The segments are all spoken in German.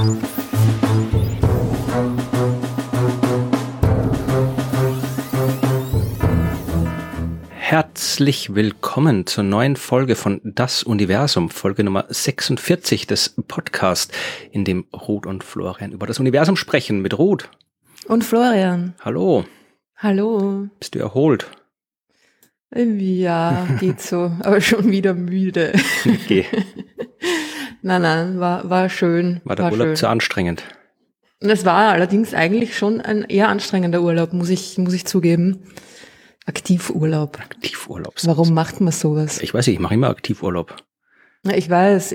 Herzlich willkommen zur neuen Folge von Das Universum, Folge Nummer 46 des Podcasts, in dem Ruth und Florian über das Universum sprechen. Mit Ruth. Und Florian. Hallo. Hallo. Bist du erholt? Ja, geht so, aber schon wieder müde. Okay. Nein, war schön. War der Urlaub zu anstrengend? Und es war allerdings eigentlich schon ein eher anstrengender Urlaub, muss ich zugeben. Aktivurlaub. Aktivurlaub. Warum macht man sowas? Ich weiß nicht, ich mache immer Aktivurlaub. Na, ich weiß,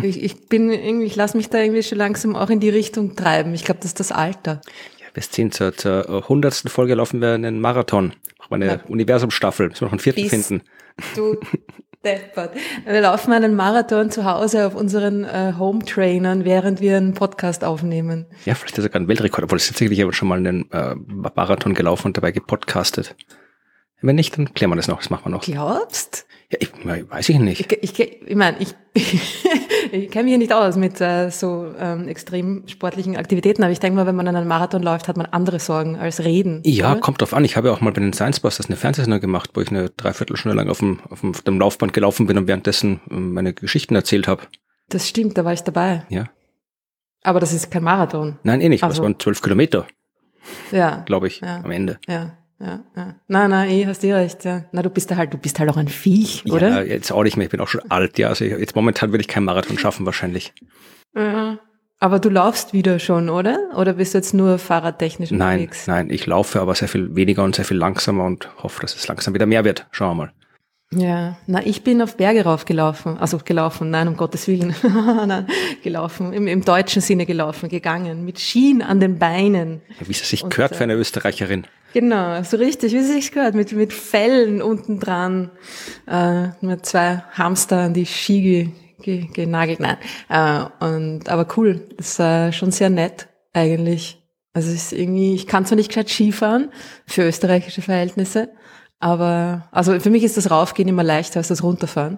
ich lasse mich da irgendwie schon langsam auch in die Richtung treiben. Ich glaube, das ist das Alter. Ja, bis 10 zur 100. Folge laufen wir einen Marathon. Machen wir eine Universumsstaffel. Müssen wir noch einen vierten finden. Du deppert. Wir laufen einen Marathon zu Hause auf unseren Home-Trainern, während wir einen Podcast aufnehmen. Ja, vielleicht ist das sogar ein Weltrekord, obwohl es tatsächlich aber schon mal einen Marathon gelaufen und dabei gepodcastet. Wenn nicht, dann klären wir das noch. Das machen wir noch. Glaubst? Ja, weiß ich nicht. Ich meine, ich kenne mich ja nicht aus mit so extrem sportlichen Aktivitäten, aber ich denke mal, wenn man einen Marathon läuft, hat man andere Sorgen als Reden. Ja, oder? Kommt drauf an. Ich habe ja auch mal bei den Science Busters eine Fernsehsendung gemacht, wo ich eine Dreiviertelstunde lang auf dem Laufband gelaufen bin und währenddessen meine Geschichten erzählt habe. Das stimmt, da war ich dabei. Ja. Aber das ist kein Marathon. Nein, nicht. Das waren 12 Kilometer. Ja. Glaube ich, am Ende. Ja. Nein, hast du recht, ja. Na, du bist halt auch ein Viech, oder? Ja, jetzt auch nicht mehr, ich bin auch schon alt, ja. Also jetzt momentan würde ich keinen Marathon schaffen, wahrscheinlich. Ja. Aber du laufst wieder schon, oder? Oder bist du jetzt nur fahrradtechnisch unterwegs? Nein, ich laufe aber sehr viel weniger und sehr viel langsamer und hoffe, dass es langsam wieder mehr wird. Schauen wir mal. Ja, ich bin auf Berge raufgelaufen, nein, um Gottes Willen, nein, gelaufen, im deutschen Sinne gegangen, mit Skien an den Beinen. Ja, wie es sich gehört für eine Österreicherin. Genau, so richtig, wie es sich gehört, mit Fellen unten dran, mit 2 Hamster an die Ski genagelt, nein, aber cool, das war schon sehr nett, eigentlich. Also es ist irgendwie, ich kann zwar nicht gescheit Skifahren, für österreichische Verhältnisse, aber, also für mich ist das Raufgehen immer leichter als das Runterfahren.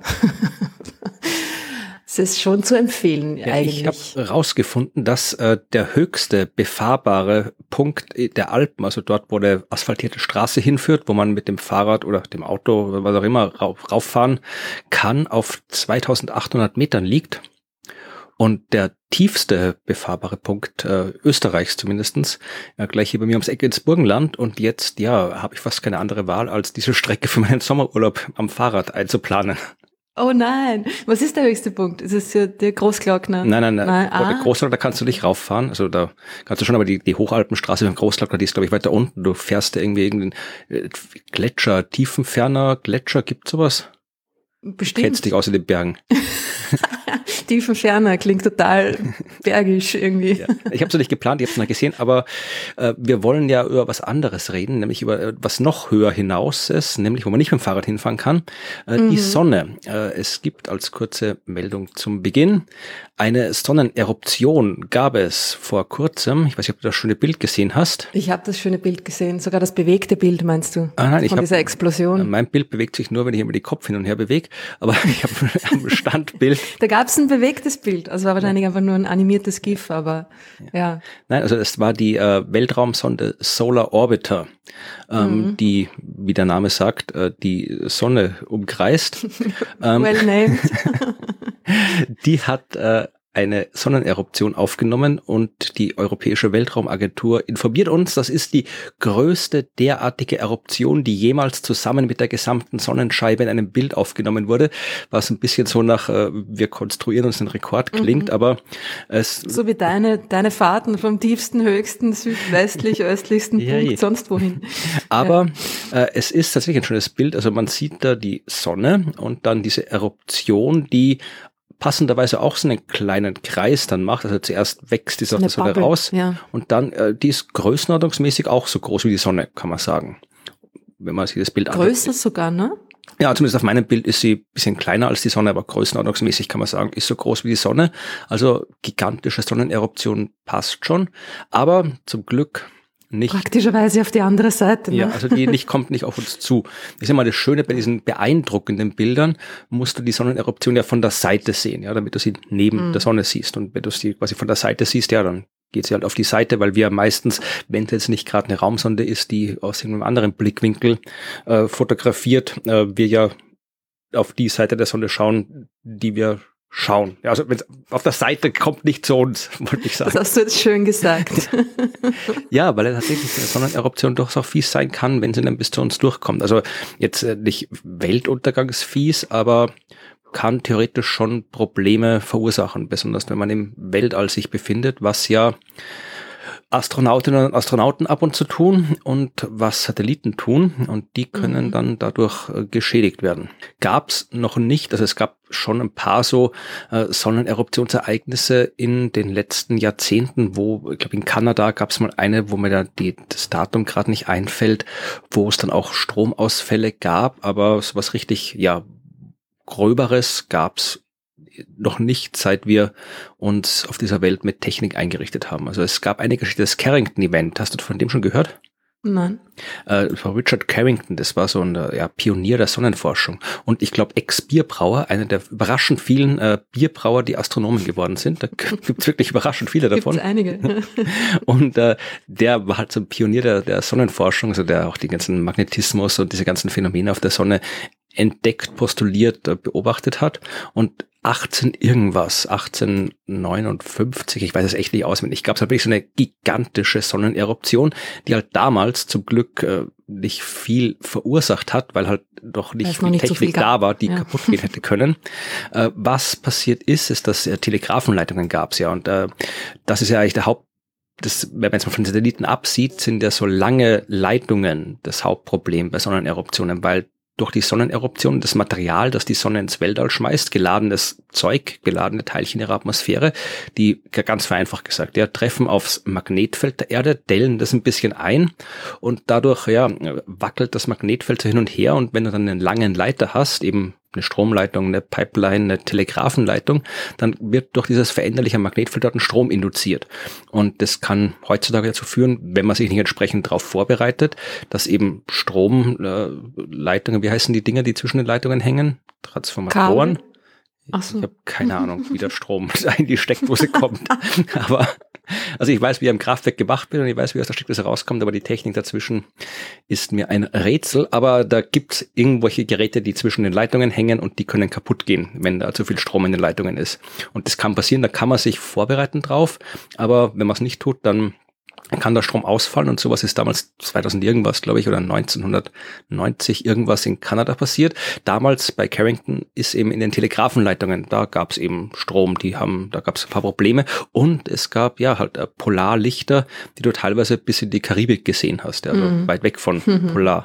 Es ist schon zu empfehlen, eigentlich. Ich habe rausgefunden, dass der höchste befahrbare Punkt der Alpen, also dort, wo eine asphaltierte Straße hinführt, wo man mit dem Fahrrad oder dem Auto oder was auch immer rauffahren kann, auf 2800 Metern liegt. Und der tiefste befahrbare Punkt Österreichs zumindestens, gleich hier bei mir ums Eck ins Burgenland. Und jetzt, habe ich fast keine andere Wahl, als diese Strecke für meinen Sommerurlaub am Fahrrad einzuplanen. Oh nein, was ist der höchste Punkt? Ist es der Großglockner? Nein. Der Großglockner, da kannst du nicht rauffahren. Also da kannst du schon, aber die Hochalpenstraße beim Großglockner, die ist, glaube ich, weiter unten. Du fährst da irgendwie irgendeinen Gletscher, tiefenferner Gletscher, gibt's sowas? Bestimmt. Kennst dich aus in den Bergen. Tiefenferner klingt total bergisch irgendwie. Ja. Ich habe es nicht geplant, ich habe es noch gesehen, aber wir wollen ja über was anderes reden, nämlich über was noch höher hinaus ist, nämlich wo man nicht mit dem Fahrrad hinfahren kann, die Sonne. Es gibt als kurze Meldung zum Beginn eine Sonneneruption, gab es vor kurzem. Ich weiß nicht, ob du das schöne Bild gesehen hast. Ich habe das schöne Bild gesehen, sogar das bewegte Bild, meinst du? Nein, von dieser Explosion. Mein Bild bewegt sich nur, wenn ich immer den Kopf hin und her bewege, aber ich habe am Standbild. Da gab es ein bewegtes Bild, also war wahrscheinlich einfach nur ein animiertes GIF, aber ja. Nein, also es war die Weltraumsonde Solar Orbiter, die, wie der Name sagt, die Sonne umkreist. Well named. Die hat eine Sonneneruption aufgenommen und die Europäische Weltraumagentur informiert uns, das ist die größte derartige Eruption, die jemals zusammen mit der gesamten Sonnenscheibe in einem Bild aufgenommen wurde, was ein bisschen so nach wir konstruieren uns einen Rekord klingt, aber es... So wie deine Fahrten vom tiefsten, höchsten, südwestlich, östlichsten Punkt sonst wohin. Aber es ist tatsächlich ein schönes Bild, also man sieht da die Sonne und dann diese Eruption, die passenderweise auch so einen kleinen Kreis dann macht. Also zuerst wächst die Sonne raus und dann, die ist größenordnungsmäßig auch so groß wie die Sonne, kann man sagen. Wenn man sich das Bild anschaut. Größer sogar, ne? Ja, zumindest auf meinem Bild ist sie ein bisschen kleiner als die Sonne, aber größenordnungsmäßig kann man sagen, ist so groß wie die Sonne. Also gigantische Sonneneruption passt schon. Aber zum Glück nicht praktischerweise auf die andere Seite. Ne? Ja, also die kommt nicht auf uns zu. Das ist immer das Schöne bei diesen beeindruckenden Bildern, musst du die Sonneneruption ja von der Seite sehen, ja, damit du sie neben der Sonne siehst. Und wenn du sie quasi von der Seite siehst, ja, dann geht sie halt auf die Seite, weil wir meistens, wenn es jetzt nicht gerade eine Raumsonde ist, die aus irgendeinem anderen Blickwinkel fotografiert, wir ja auf die Seite der Sonne schauen, die wir schauen. Ja, also wenn es auf der Seite kommt, nicht zu uns, wollte ich sagen. Das hast du jetzt schön gesagt. Ja, weil tatsächlich eine Sonneneruption durchaus auch fies sein kann, wenn sie dann bis zu uns durchkommt. Also jetzt nicht weltuntergangsfies, aber kann theoretisch schon Probleme verursachen, besonders wenn man im Weltall sich befindet, was ja Astronautinnen und Astronauten ab und zu tun und was Satelliten tun, und die können dann dadurch geschädigt werden. Gab's noch nicht, also es gab schon ein paar so Sonneneruptionsereignisse in den letzten Jahrzehnten, wo, ich glaube in Kanada gab's mal eine, wo mir da das Datum gerade nicht einfällt, wo es dann auch Stromausfälle gab, aber so was richtig, ja, Gröberes gab's noch nicht, seit wir uns auf dieser Welt mit Technik eingerichtet haben. Also es gab eine Geschichte, das Carrington-Event. Hast du von dem schon gehört? Nein. Das war Richard Carrington, das war so ein Pionier der Sonnenforschung. Und ich glaube, Ex-Bierbrauer, einer der überraschend vielen Bierbrauer, die Astronomen geworden sind. Da gibt's wirklich überraschend viele davon. Gibt's einige. Und der war halt so ein Pionier der Sonnenforschung, also der auch die ganzen Magnetismus und diese ganzen Phänomene auf der Sonne entdeckt, postuliert, beobachtet hat. Und 1859, ich weiß es echt nicht auswendig, gab es halt wirklich so eine gigantische Sonneneruption, die halt damals zum Glück nicht viel verursacht hat, weil halt doch nicht viel Technik da war, die kaputt gehen hätte können. Was passiert ist, dass Telegrafenleitungen gab es ja, und das ist ja eigentlich wenn man jetzt mal von Satelliten absieht, sind ja so lange Leitungen das Hauptproblem bei Sonneneruptionen, weil durch die Sonneneruption das Material, das die Sonne ins Weltall schmeißt, geladenes Zeug, geladene Teilchen ihrer Atmosphäre, die, ganz vereinfacht gesagt, treffen aufs Magnetfeld der Erde, dellen das ein bisschen ein, und dadurch wackelt das Magnetfeld so hin und her, und wenn du dann einen langen Leiter hast, eben eine Stromleitung, eine Pipeline, eine Telegrafenleitung, dann wird durch dieses veränderliche Magnetfeld dort ein Strom induziert. Und das kann heutzutage dazu führen, wenn man sich nicht entsprechend darauf vorbereitet, dass eben Stromleitungen, wie heißen die Dinger, die zwischen den Leitungen hängen? Transformatoren. Ach so. Ich habe keine Ahnung, wie der Strom in die Steckdose kommt. Aber also ich weiß, wie er im Kraftwerk gemacht wird, und ich weiß, wie aus der Steckdose rauskommt, aber die Technik dazwischen ist mir ein Rätsel. Aber da gibt's irgendwelche Geräte, die zwischen den Leitungen hängen, und die können kaputt gehen, wenn da zu viel Strom in den Leitungen ist. Und das kann passieren, da kann man sich vorbereiten drauf. Aber wenn man es nicht tut, dann kann der Strom ausfallen, und sowas ist damals 2000 irgendwas, glaube ich, oder 1990 irgendwas in Kanada passiert. Damals bei Carrington ist eben in den Telegrafenleitungen, da gab es eben Strom, da gab es ein paar Probleme, und es gab halt Polarlichter, die du teilweise bis in die Karibik gesehen hast, also weit weg von Polar.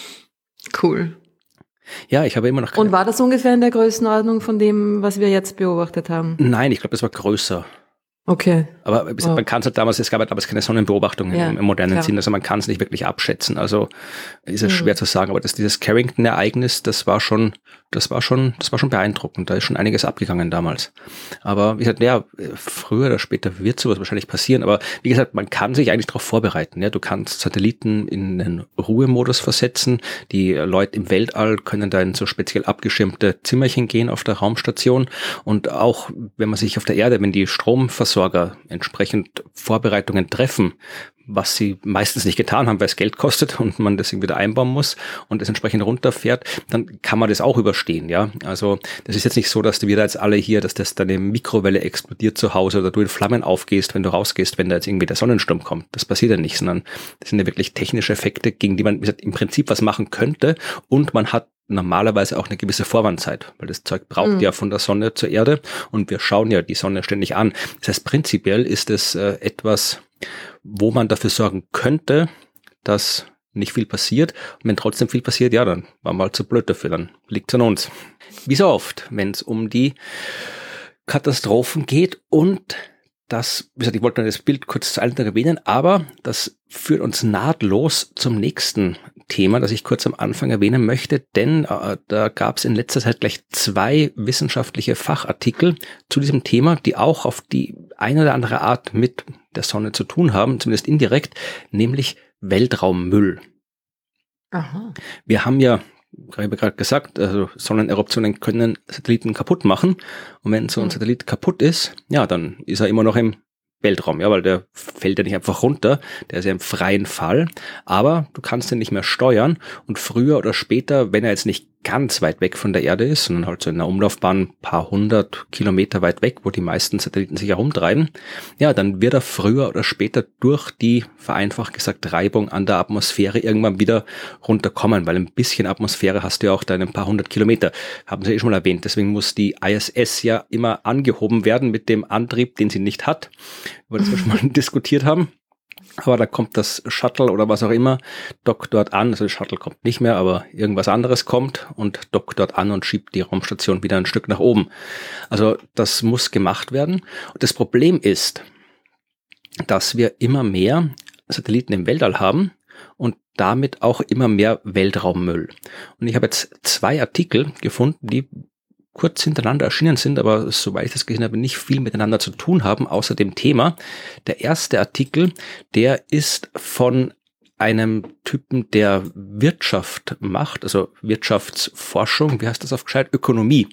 Cool. Ja, ich habe immer noch keine. Und war das ungefähr in der Größenordnung von dem, was wir jetzt beobachtet haben? Nein, ich glaube, das war größer. Okay. Aber man kann es halt damals, es gab halt damals keine Sonnenbeobachtung im modernen Sinn, also man kann es nicht wirklich abschätzen, also ist es schwer zu sagen, aber dieses Carrington-Ereignis, das war schon beeindruckend, da ist schon einiges abgegangen damals. Aber wie gesagt, früher oder später wird sowas wahrscheinlich passieren, aber wie gesagt, man kann sich eigentlich darauf vorbereiten, du kannst Satelliten in den Ruhemodus versetzen, die Leute im Weltall können da in so speziell abgeschirmte Zimmerchen gehen auf der Raumstation, und auch wenn man sich auf der Erde, wenn die Stromversorger entsprechend Vorbereitungen treffen, was sie meistens nicht getan haben, weil es Geld kostet und man das irgendwie wieder einbauen muss und es entsprechend runterfährt, dann kann man das auch überstehen, ja. Also das ist jetzt nicht so, dass wir da jetzt alle hier, dass das deine Mikrowelle explodiert zu Hause oder du in Flammen aufgehst, wenn du rausgehst, wenn da jetzt irgendwie der Sonnensturm kommt. Das passiert ja nicht, sondern das sind ja wirklich technische Effekte, gegen die man, wie gesagt, im Prinzip was machen könnte, und man hat normalerweise auch eine gewisse Vorwandzeit, weil das Zeug braucht ja von der Sonne zur Erde, und wir schauen ja die Sonne ständig an. Das heißt, prinzipiell ist es etwas, wo man dafür sorgen könnte, dass nicht viel passiert. Und wenn trotzdem viel passiert, dann waren wir halt zu blöd dafür, dann liegt's an uns. Wie so oft, wenn es um die Katastrophen geht, und das, wie gesagt, ich wollte nur das Bild kurz zu Allen erwähnen, aber das führt uns nahtlos zum nächsten Thema, das ich kurz am Anfang erwähnen möchte, denn da gab es in letzter Zeit gleich 2 wissenschaftliche Fachartikel zu diesem Thema, die auch auf die eine oder andere Art mit der Sonne zu tun haben, zumindest indirekt, nämlich Weltraummüll. Aha. Wir haben ja, ich habe gerade gesagt, also Sonneneruptionen können Satelliten kaputt machen. Und wenn so ein Satellit kaputt ist, ja, dann ist er immer noch im Weltraum, ja, weil der fällt ja nicht einfach runter, der ist ja im freien Fall, aber du kannst ihn nicht mehr steuern und früher oder später, wenn er jetzt nicht ganz weit weg von der Erde ist, sondern halt so in einer Umlaufbahn ein paar 100 Kilometer weit weg, wo die meisten Satelliten sich herumtreiben, ja, dann wird er früher oder später durch die, vereinfacht gesagt, Reibung an der Atmosphäre irgendwann wieder runterkommen, weil ein bisschen Atmosphäre hast du ja auch da in ein paar 100 Kilometer, haben sie schon mal erwähnt, deswegen muss die ISS ja immer angehoben werden mit dem Antrieb, den sie nicht hat, über das wir schon mal diskutiert haben. Aber da kommt das Shuttle oder was auch immer, dockt dort an, also das Shuttle kommt nicht mehr, aber irgendwas anderes kommt und dockt dort an und schiebt die Raumstation wieder ein Stück nach oben. Also das muss gemacht werden. Und das Problem ist, dass wir immer mehr Satelliten im Weltall haben und damit auch immer mehr Weltraummüll. Und ich habe jetzt 2 Artikel gefunden, die kurz hintereinander erschienen sind, aber soweit ich das gesehen habe, nicht viel miteinander zu tun haben, außer dem Thema. Der erste Artikel, der ist von einem Typen, der Wirtschaft macht, also Wirtschaftsforschung, wie heißt das auf gescheit? Ökonomie.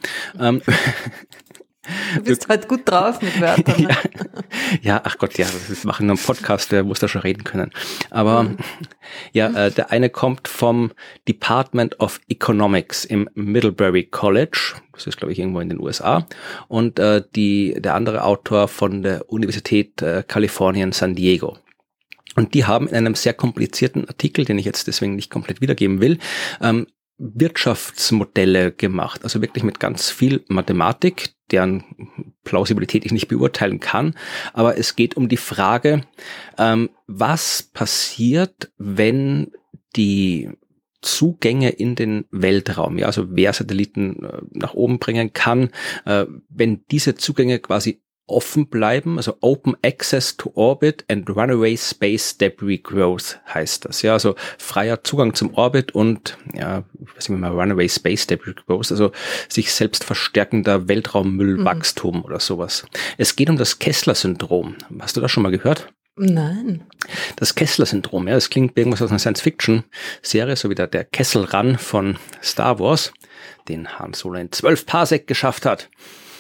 Du bist halt gut drauf mit Wörtern. Ja, ach Gott, ja, wir machen einen Podcast, der muss da schon reden können. Aber der eine kommt vom Department of Economics im Middlebury College. Das ist, glaube ich, irgendwo in den USA. Und der andere Autor von der Universität Kalifornien San Diego. Und die haben in einem sehr komplizierten Artikel, den ich jetzt deswegen nicht komplett wiedergeben will, Wirtschaftsmodelle gemacht, also wirklich mit ganz viel Mathematik, deren Plausibilität ich nicht beurteilen kann, aber es geht um die Frage, was passiert, wenn die Zugänge in den Weltraum, ja, also wer Satelliten nach oben bringen kann, wenn diese Zugänge quasi offen bleiben, also Open Access to Orbit and Runaway Space Debris Growth heißt das, ja, also freier Zugang zum Orbit und, ja, ich weiß nicht mehr, Runaway Space Debris Growth, also sich selbst verstärkender Weltraummüllwachstum oder sowas. Es geht um das Kessler-Syndrom. Hast du das schon mal gehört? Nein. Das Kessler-Syndrom, ja, das klingt irgendwas aus einer Science-Fiction-Serie, so wie der Kessel Run von Star Wars, den Han Solo in 12 Parsec geschafft hat.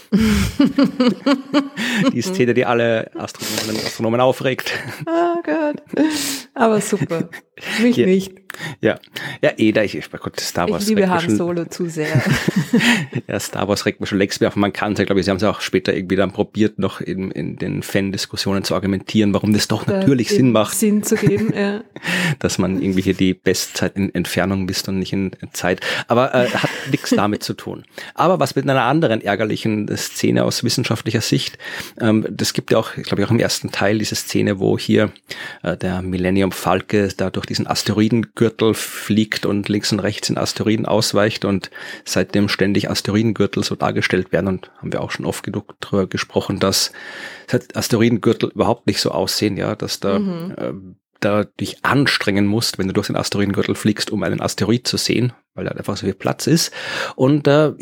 Die Szene, die alle Astronomen und Astronomen aufregt. Oh Gott. Aber super. Mich nicht. Ja, bei Gott, Star Wars. Ich liebe Han Solo zu sehr. Ja, Star Wars regt mir schon längst mehr auf. Man kann es ja, glaube ich, sie haben es auch später irgendwie dann probiert, noch in den Fan-Diskussionen zu argumentieren, warum das doch natürlich Sinn macht. Sinn zu geben, ja. Dass man irgendwie hier die Bestzeit in Entfernung misst und nicht in Zeit. Aber hat nichts damit zu tun. Aber was mit einer anderen ärgerlichen Szene aus wissenschaftlicher Sicht, das gibt ja auch, ich glaube, auch im ersten Teil diese Szene, wo hier der Millennium Falke da durch diesen Asteroidengürtel fliegt und links und rechts in Asteroiden ausweicht und seitdem ständig Asteroidengürtel so dargestellt werden und haben wir auch schon oft genug drüber gesprochen, dass Asteroidengürtel überhaupt nicht so aussehen, ja, dass da dich anstrengen musst, wenn du durch den Asteroidengürtel fliegst, um einen Asteroid zu sehen, weil da einfach so viel Platz ist. Und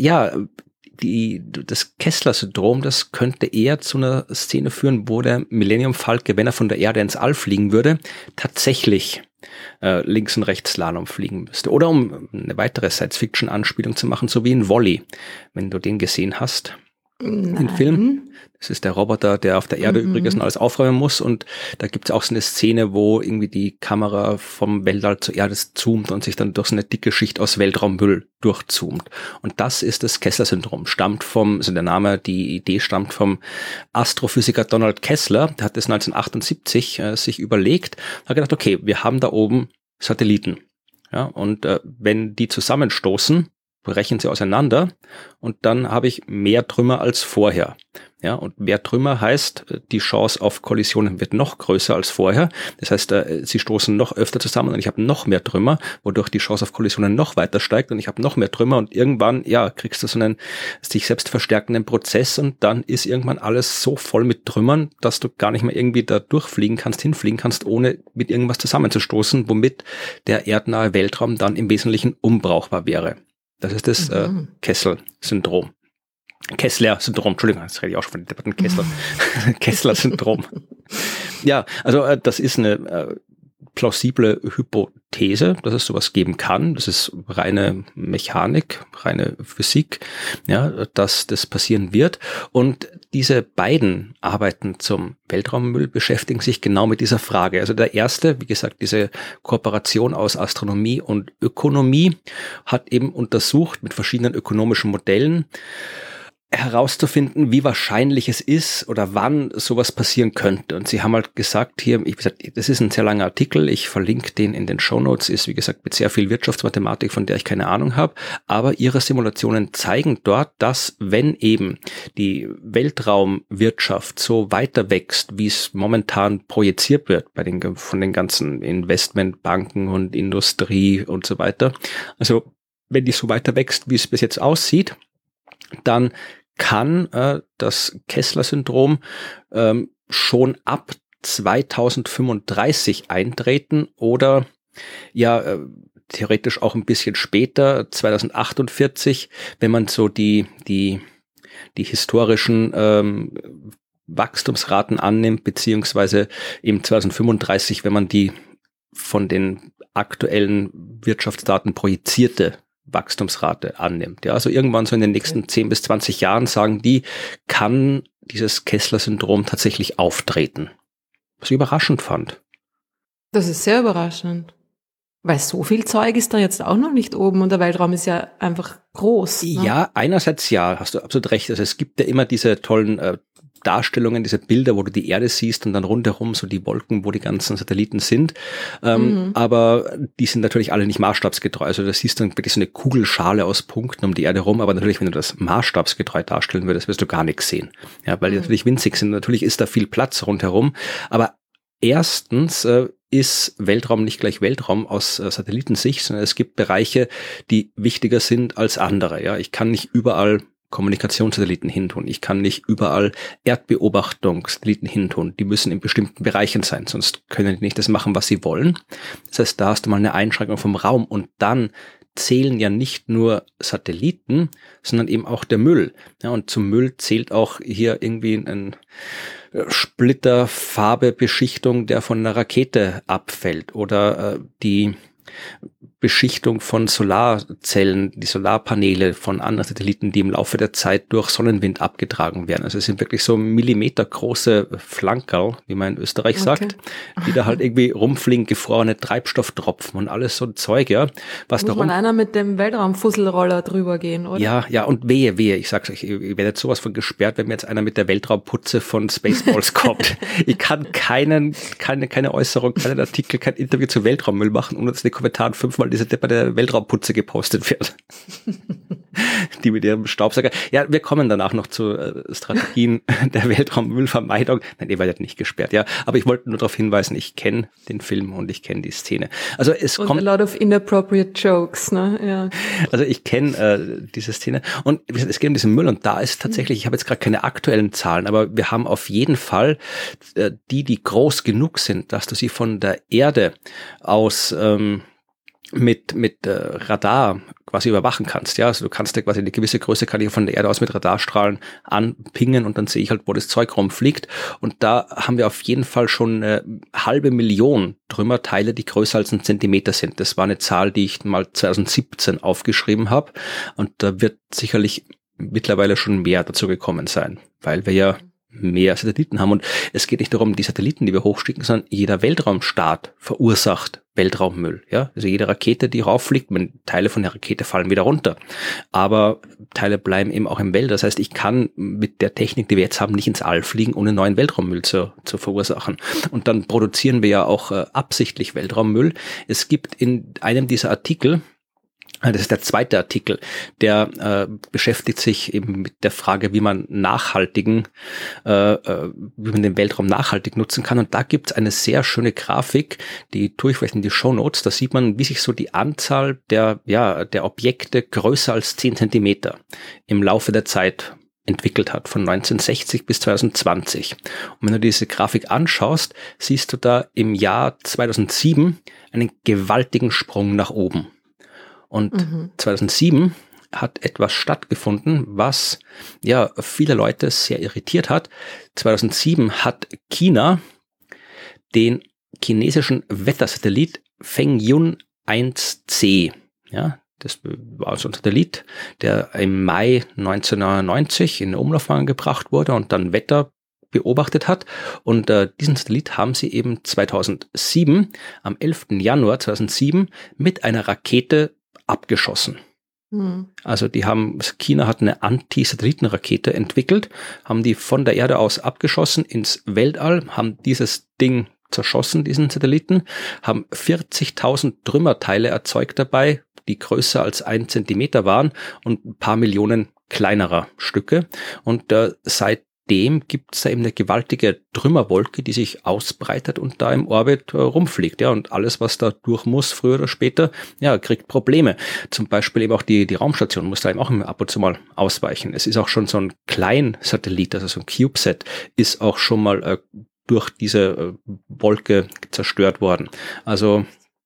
das Kessler-Syndrom, das könnte eher zu einer Szene führen, wo der Millennium Falke, wenn er von der Erde ins All fliegen würde, tatsächlich links und rechts Slalom fliegen müsste. Oder um eine weitere Science-Fiction-Anspielung zu machen, so wie in Wall-E, wenn du den gesehen hast. Den Film. Das ist der Roboter, der auf der Erde übrigens und alles aufräumen muss. Und da gibt es auch so eine Szene, wo irgendwie die Kamera vom Weltall zur Erde zoomt und sich dann durch so eine dicke Schicht aus Weltraummüll durchzoomt. Und das ist das Kessler-Syndrom. Die Idee stammt vom Astrophysiker Donald Kessler. Der hat das 1978 sich überlegt. Hat gedacht, okay, wir haben da oben Satelliten. Ja, und wenn die zusammenstoßen, brechen sie auseinander und dann habe ich mehr Trümmer als vorher. Ja, und mehr Trümmer heißt, die Chance auf Kollisionen wird noch größer als vorher. Das heißt, sie stoßen noch öfter zusammen und ich habe noch mehr Trümmer, wodurch die Chance auf Kollisionen noch weiter steigt und ich habe noch mehr Trümmer und irgendwann, ja, kriegst du so einen sich selbst verstärkenden Prozess und dann ist irgendwann alles so voll mit Trümmern, dass du gar nicht mehr irgendwie da hinfliegen kannst, ohne mit irgendwas zusammenzustoßen, womit der erdnahe Weltraum dann im Wesentlichen unbrauchbar wäre. Das ist das Kessler-Syndrom. Kessler-Syndrom, Entschuldigung, jetzt rede ich auch schon von den Debatten Kessler-Syndrom. Ja, also das ist eine plausible Hypothese, dass es sowas geben kann. Das ist reine Mechanik, reine Physik, ja, dass das passieren wird. Und diese beiden Arbeiten zum Weltraummüll beschäftigen sich genau mit dieser Frage. Also der erste, wie gesagt, diese Kooperation aus Astronomie und Ökonomie hat eben untersucht mit verschiedenen ökonomischen Modellen, herauszufinden, wie wahrscheinlich es ist oder wann sowas passieren könnte. Und sie haben halt gesagt, hier, wie gesagt, das ist ein sehr langer Artikel, ich verlinke den in den Shownotes, ist wie gesagt mit sehr viel Wirtschaftsmathematik, von der ich keine Ahnung habe, aber ihre Simulationen zeigen dort, dass wenn eben die Weltraumwirtschaft so weiter wächst, wie es momentan projiziert wird von den ganzen Investmentbanken und Industrie und so weiter, also wenn die so weiter wächst, wie es bis jetzt aussieht, dann kann das Kessler-Syndrom schon ab 2035 eintreten oder ja theoretisch auch ein bisschen später, 2048, wenn man so die historischen Wachstumsraten annimmt, beziehungsweise eben 2035, wenn man die von den aktuellen Wirtschaftsdaten projizierte Wachstumsrate annimmt. Ja, also irgendwann so in den nächsten 10 bis 20 Jahren, sagen die, kann dieses Kessler-Syndrom tatsächlich auftreten. Was ich überraschend fand. Das ist sehr überraschend. Weil so viel Zeug ist da jetzt auch noch nicht oben und der Weltraum ist ja einfach groß. Ne? Ja, einerseits ja, hast du absolut recht. Also es gibt ja immer diese tollen Darstellungen, diese Bilder, wo du die Erde siehst und dann rundherum so die Wolken, wo die ganzen Satelliten sind. Aber die sind natürlich alle nicht maßstabsgetreu. Also da siehst du dann wirklich so eine Kugelschale aus Punkten um die Erde rum. Aber natürlich, wenn du das maßstabsgetreu darstellen würdest, wirst du gar nichts sehen. Ja, weil die natürlich winzig sind. Natürlich ist da viel Platz rundherum. Aber erstens ist Weltraum nicht gleich Weltraum aus Satellitensicht, sondern es gibt Bereiche, die wichtiger sind als andere. Ja, ich kann nicht überall Kommunikationssatelliten hintun. Ich kann nicht überall Erdbeobachtungssatelliten hintun. Die müssen in bestimmten Bereichen sein, sonst können die nicht das machen, was sie wollen. Das heißt, da hast du mal eine Einschränkung vom Raum und dann zählen ja nicht nur Satelliten, sondern eben auch der Müll. Ja, und zum Müll zählt auch hier irgendwie ein Splitter, Farbe, Beschichtung, der von einer Rakete abfällt oder die Beschichtung von Solarzellen, die Solarpaneele von anderen Satelliten, die im Laufe der Zeit durch Sonnenwind abgetragen werden. Also es sind wirklich so millimetergroße Flankerl, wie man in Österreich sagt, die da halt irgendwie rumfliegen, gefrorene Treibstofftropfen und alles so ein Zeug, ja. Was muss man einer mit dem Weltraumfusselroller drüber gehen, oder? Ja, und wehe, ich sag's euch, ich werde jetzt sowas von gesperrt, wenn mir jetzt einer mit der Weltraumputze von Spaceballs kommt. Ich kann keine Äußerung, keinen Artikel, kein Interview zu Weltraummüll machen, ohne dass in den Kommentaren 5-mal diese Deppe der Weltraumputze gepostet wird. Die mit ihrem Staubsauger. Ja, wir kommen danach noch zu Strategien der Weltraummüllvermeidung. Nein, ihr werdet nicht gesperrt, ja. Aber ich wollte nur darauf hinweisen, ich kenne den Film und ich kenne die Szene. Also es und kommt a lot of inappropriate jokes, ne? Ja. Also ich kenne diese Szene und es geht um diesen Müll und da ist tatsächlich, ich habe jetzt gerade keine aktuellen Zahlen, aber wir haben auf jeden Fall die groß genug sind, dass du sie von der Erde aus mit Radar quasi überwachen kannst, ja, also du kannst ja quasi eine gewisse Größe kann ich von der Erde aus mit Radarstrahlen anpingen und dann sehe ich halt, wo das Zeug rumfliegt und da haben wir auf jeden Fall schon eine 500.000 Trümmerteile, die größer als 1 Zentimeter sind. Das war eine Zahl, die ich mal 2017 aufgeschrieben habe und da wird sicherlich mittlerweile schon mehr dazu gekommen sein, weil wir ja mehr Satelliten haben und es geht nicht darum, die Satelliten, die wir hochschicken, sondern jeder Weltraumstaat verursacht Weltraummüll, ja, also jede Rakete, die rauffliegt, Teile von der Rakete fallen wieder runter, aber Teile bleiben eben auch im Weltall, das heißt, ich kann mit der Technik, die wir jetzt haben, nicht ins All fliegen, ohne neuen Weltraummüll zu verursachen und dann produzieren wir ja auch absichtlich Weltraummüll. Es gibt in einem dieser Artikel Das ist der zweite Artikel, der beschäftigt sich eben mit der Frage, wie man wie man den Weltraum nachhaltig nutzen kann. Und da gibt es eine sehr schöne Grafik, die tue ich vielleicht in die Shownotes. Da sieht man, wie sich so die Anzahl der Objekte größer als 10 Zentimeter im Laufe der Zeit entwickelt hat, von 1960 bis 2020. Und wenn du diese Grafik anschaust, siehst du da im Jahr 2007 einen gewaltigen Sprung nach oben. Und 2007 hat etwas stattgefunden, was ja viele Leute sehr irritiert hat. 2007 hat China den chinesischen Wettersatellit Fengyun 1C, ja, das war so ein Satellit, der im Mai 1999 in Umlaufbahn gebracht wurde und dann Wetter beobachtet hat. Und diesen Satellit haben sie eben 2007, am 11. Januar 2007, mit einer Rakete abgeschossen. Also China hat eine Anti-Satellitenrakete entwickelt, haben die von der Erde aus abgeschossen ins Weltall, haben dieses Ding zerschossen, diesen Satelliten, haben 40.000 Trümmerteile erzeugt dabei, die größer als 1 Zentimeter waren und ein paar Millionen kleinerer Stücke. Und seitdem gibt es da eben eine gewaltige Trümmerwolke, die sich ausbreitet und da im Orbit rumfliegt. Ja, und alles, was da durch muss, früher oder später, ja, kriegt Probleme. Zum Beispiel eben auch die Raumstation muss da eben auch ab und zu mal ausweichen. Es ist auch schon so ein Kleinsatellit, also so ein CubeSat, ist auch schon mal durch diese Wolke zerstört worden. Also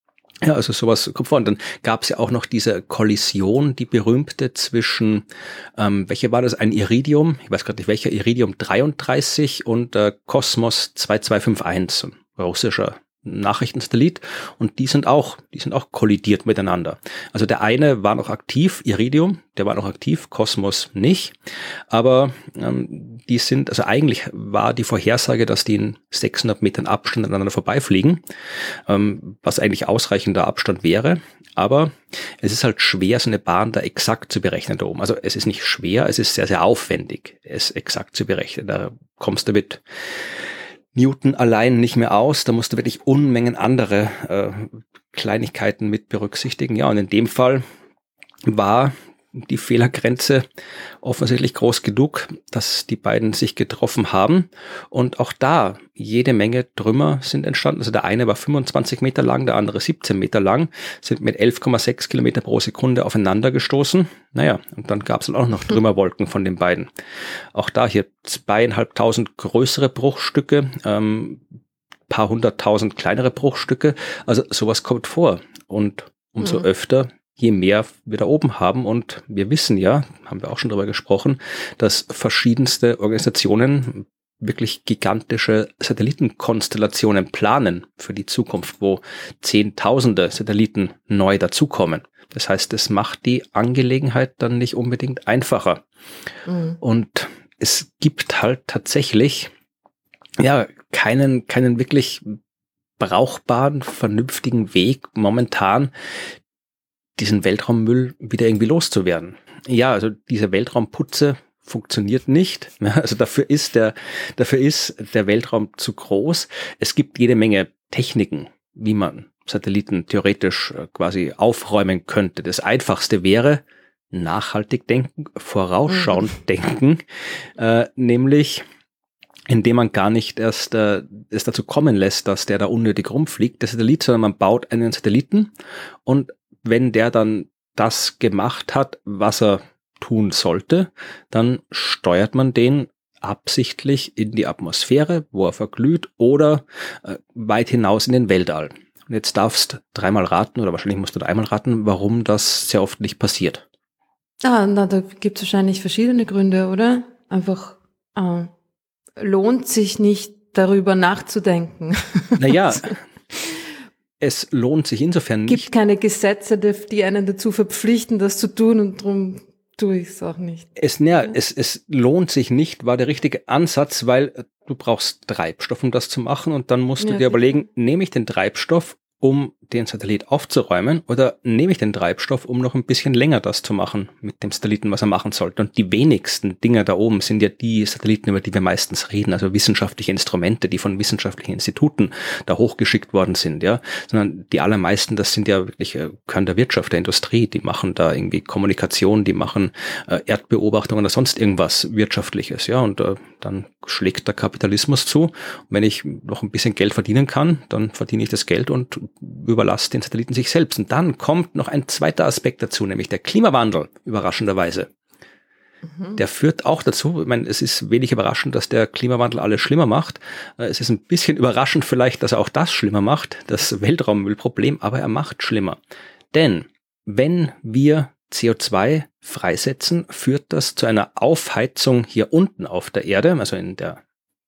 sowas kommt vor. Und dann gab es ja auch noch diese Kollision, die berühmte zwischen, welche war das? Ein Iridium, ich weiß gerade nicht welcher, Iridium 33 und Kosmos 2251, ein russischer Nachrichtensatellit. Und die sind auch kollidiert miteinander. Also der eine war noch aktiv, Iridium, der war noch aktiv, Kosmos nicht. Aber also eigentlich war die Vorhersage, dass die in 600 Metern Abstand aneinander vorbeifliegen, was eigentlich ausreichender Abstand wäre. Aber es ist halt schwer, so eine Bahn da exakt zu berechnen da oben. Also es ist nicht schwer, es ist sehr, sehr aufwendig, es exakt zu berechnen. Da kommst du mit Newton allein nicht mehr aus, da musst du wirklich Unmengen andere Kleinigkeiten mit berücksichtigen. Ja, und in dem Fall war die Fehlergrenze offensichtlich groß genug, dass die beiden sich getroffen haben. Und auch da jede Menge Trümmer sind entstanden. Also der eine war 25 Meter lang, der andere 17 Meter lang, sind mit 11,6 Kilometer pro Sekunde aufeinander gestoßen. Naja, und dann gab es auch noch Trümmerwolken von den beiden. Auch da hier 2.500 größere Bruchstücke, paar 100.000 kleinere Bruchstücke. Also sowas kommt vor. Und umso öfter, je mehr wir da oben haben. Und wir wissen ja, haben wir auch schon drüber gesprochen, dass verschiedenste Organisationen wirklich gigantische Satellitenkonstellationen planen für die Zukunft, wo Zehntausende Satelliten neu dazukommen. Das heißt, es macht die Angelegenheit dann nicht unbedingt einfacher. Und es gibt halt tatsächlich ja keinen wirklich brauchbaren, vernünftigen Weg momentan, diesen Weltraummüll wieder irgendwie loszuwerden. Ja, also diese Weltraumputze funktioniert nicht. Also dafür ist der Weltraum zu groß. Es gibt jede Menge Techniken, wie man Satelliten theoretisch quasi aufräumen könnte. Das Einfachste wäre nachhaltig denken, vorausschauend denken, nämlich indem man gar nicht erst es dazu kommen lässt, dass der da unnötig rumfliegt, der Satellit, sondern man baut einen Satelliten und wenn der dann das gemacht hat, was er tun sollte, dann steuert man den absichtlich in die Atmosphäre, wo er verglüht oder weit hinaus in den Weltall. Und jetzt darfst du dreimal raten, oder wahrscheinlich musst du einmal raten, warum das sehr oft nicht passiert. Da gibt es wahrscheinlich verschiedene Gründe, oder? Einfach lohnt sich nicht, darüber nachzudenken. Naja, es lohnt sich insofern nicht. Es gibt keine Gesetze, die einen dazu verpflichten, das zu tun und darum tue ich es auch nicht. Es lohnt sich nicht, war der richtige Ansatz, weil du brauchst Treibstoff, um das zu machen und dann musst du dir überlegen, nehme ich den Treibstoff um den Satellit aufzuräumen, oder nehme ich den Treibstoff, um noch ein bisschen länger das zu machen mit dem Satelliten, was er machen sollte? Und die wenigsten Dinge da oben sind ja die Satelliten, über die wir meistens reden, also wissenschaftliche Instrumente, die von wissenschaftlichen Instituten da hochgeschickt worden sind, ja, sondern die allermeisten, das sind ja wirklich Kern der Wirtschaft, der Industrie, die machen da irgendwie Kommunikation, die machen Erdbeobachtungen oder sonst irgendwas Wirtschaftliches, ja, und dann schlägt der Kapitalismus zu. Und wenn ich noch ein bisschen Geld verdienen kann, dann verdiene ich das Geld und überlasse den Satelliten sich selbst. Und dann kommt noch ein zweiter Aspekt dazu, nämlich der Klimawandel, überraschenderweise. Der führt auch dazu, ich meine, es ist wenig überraschend, dass der Klimawandel alles schlimmer macht. Es ist ein bisschen überraschend vielleicht, dass er auch das schlimmer macht, das Weltraummüllproblem, aber er macht schlimmer. Denn wenn wir CO2 freisetzen, führt das zu einer Aufheizung hier unten auf der Erde, also in der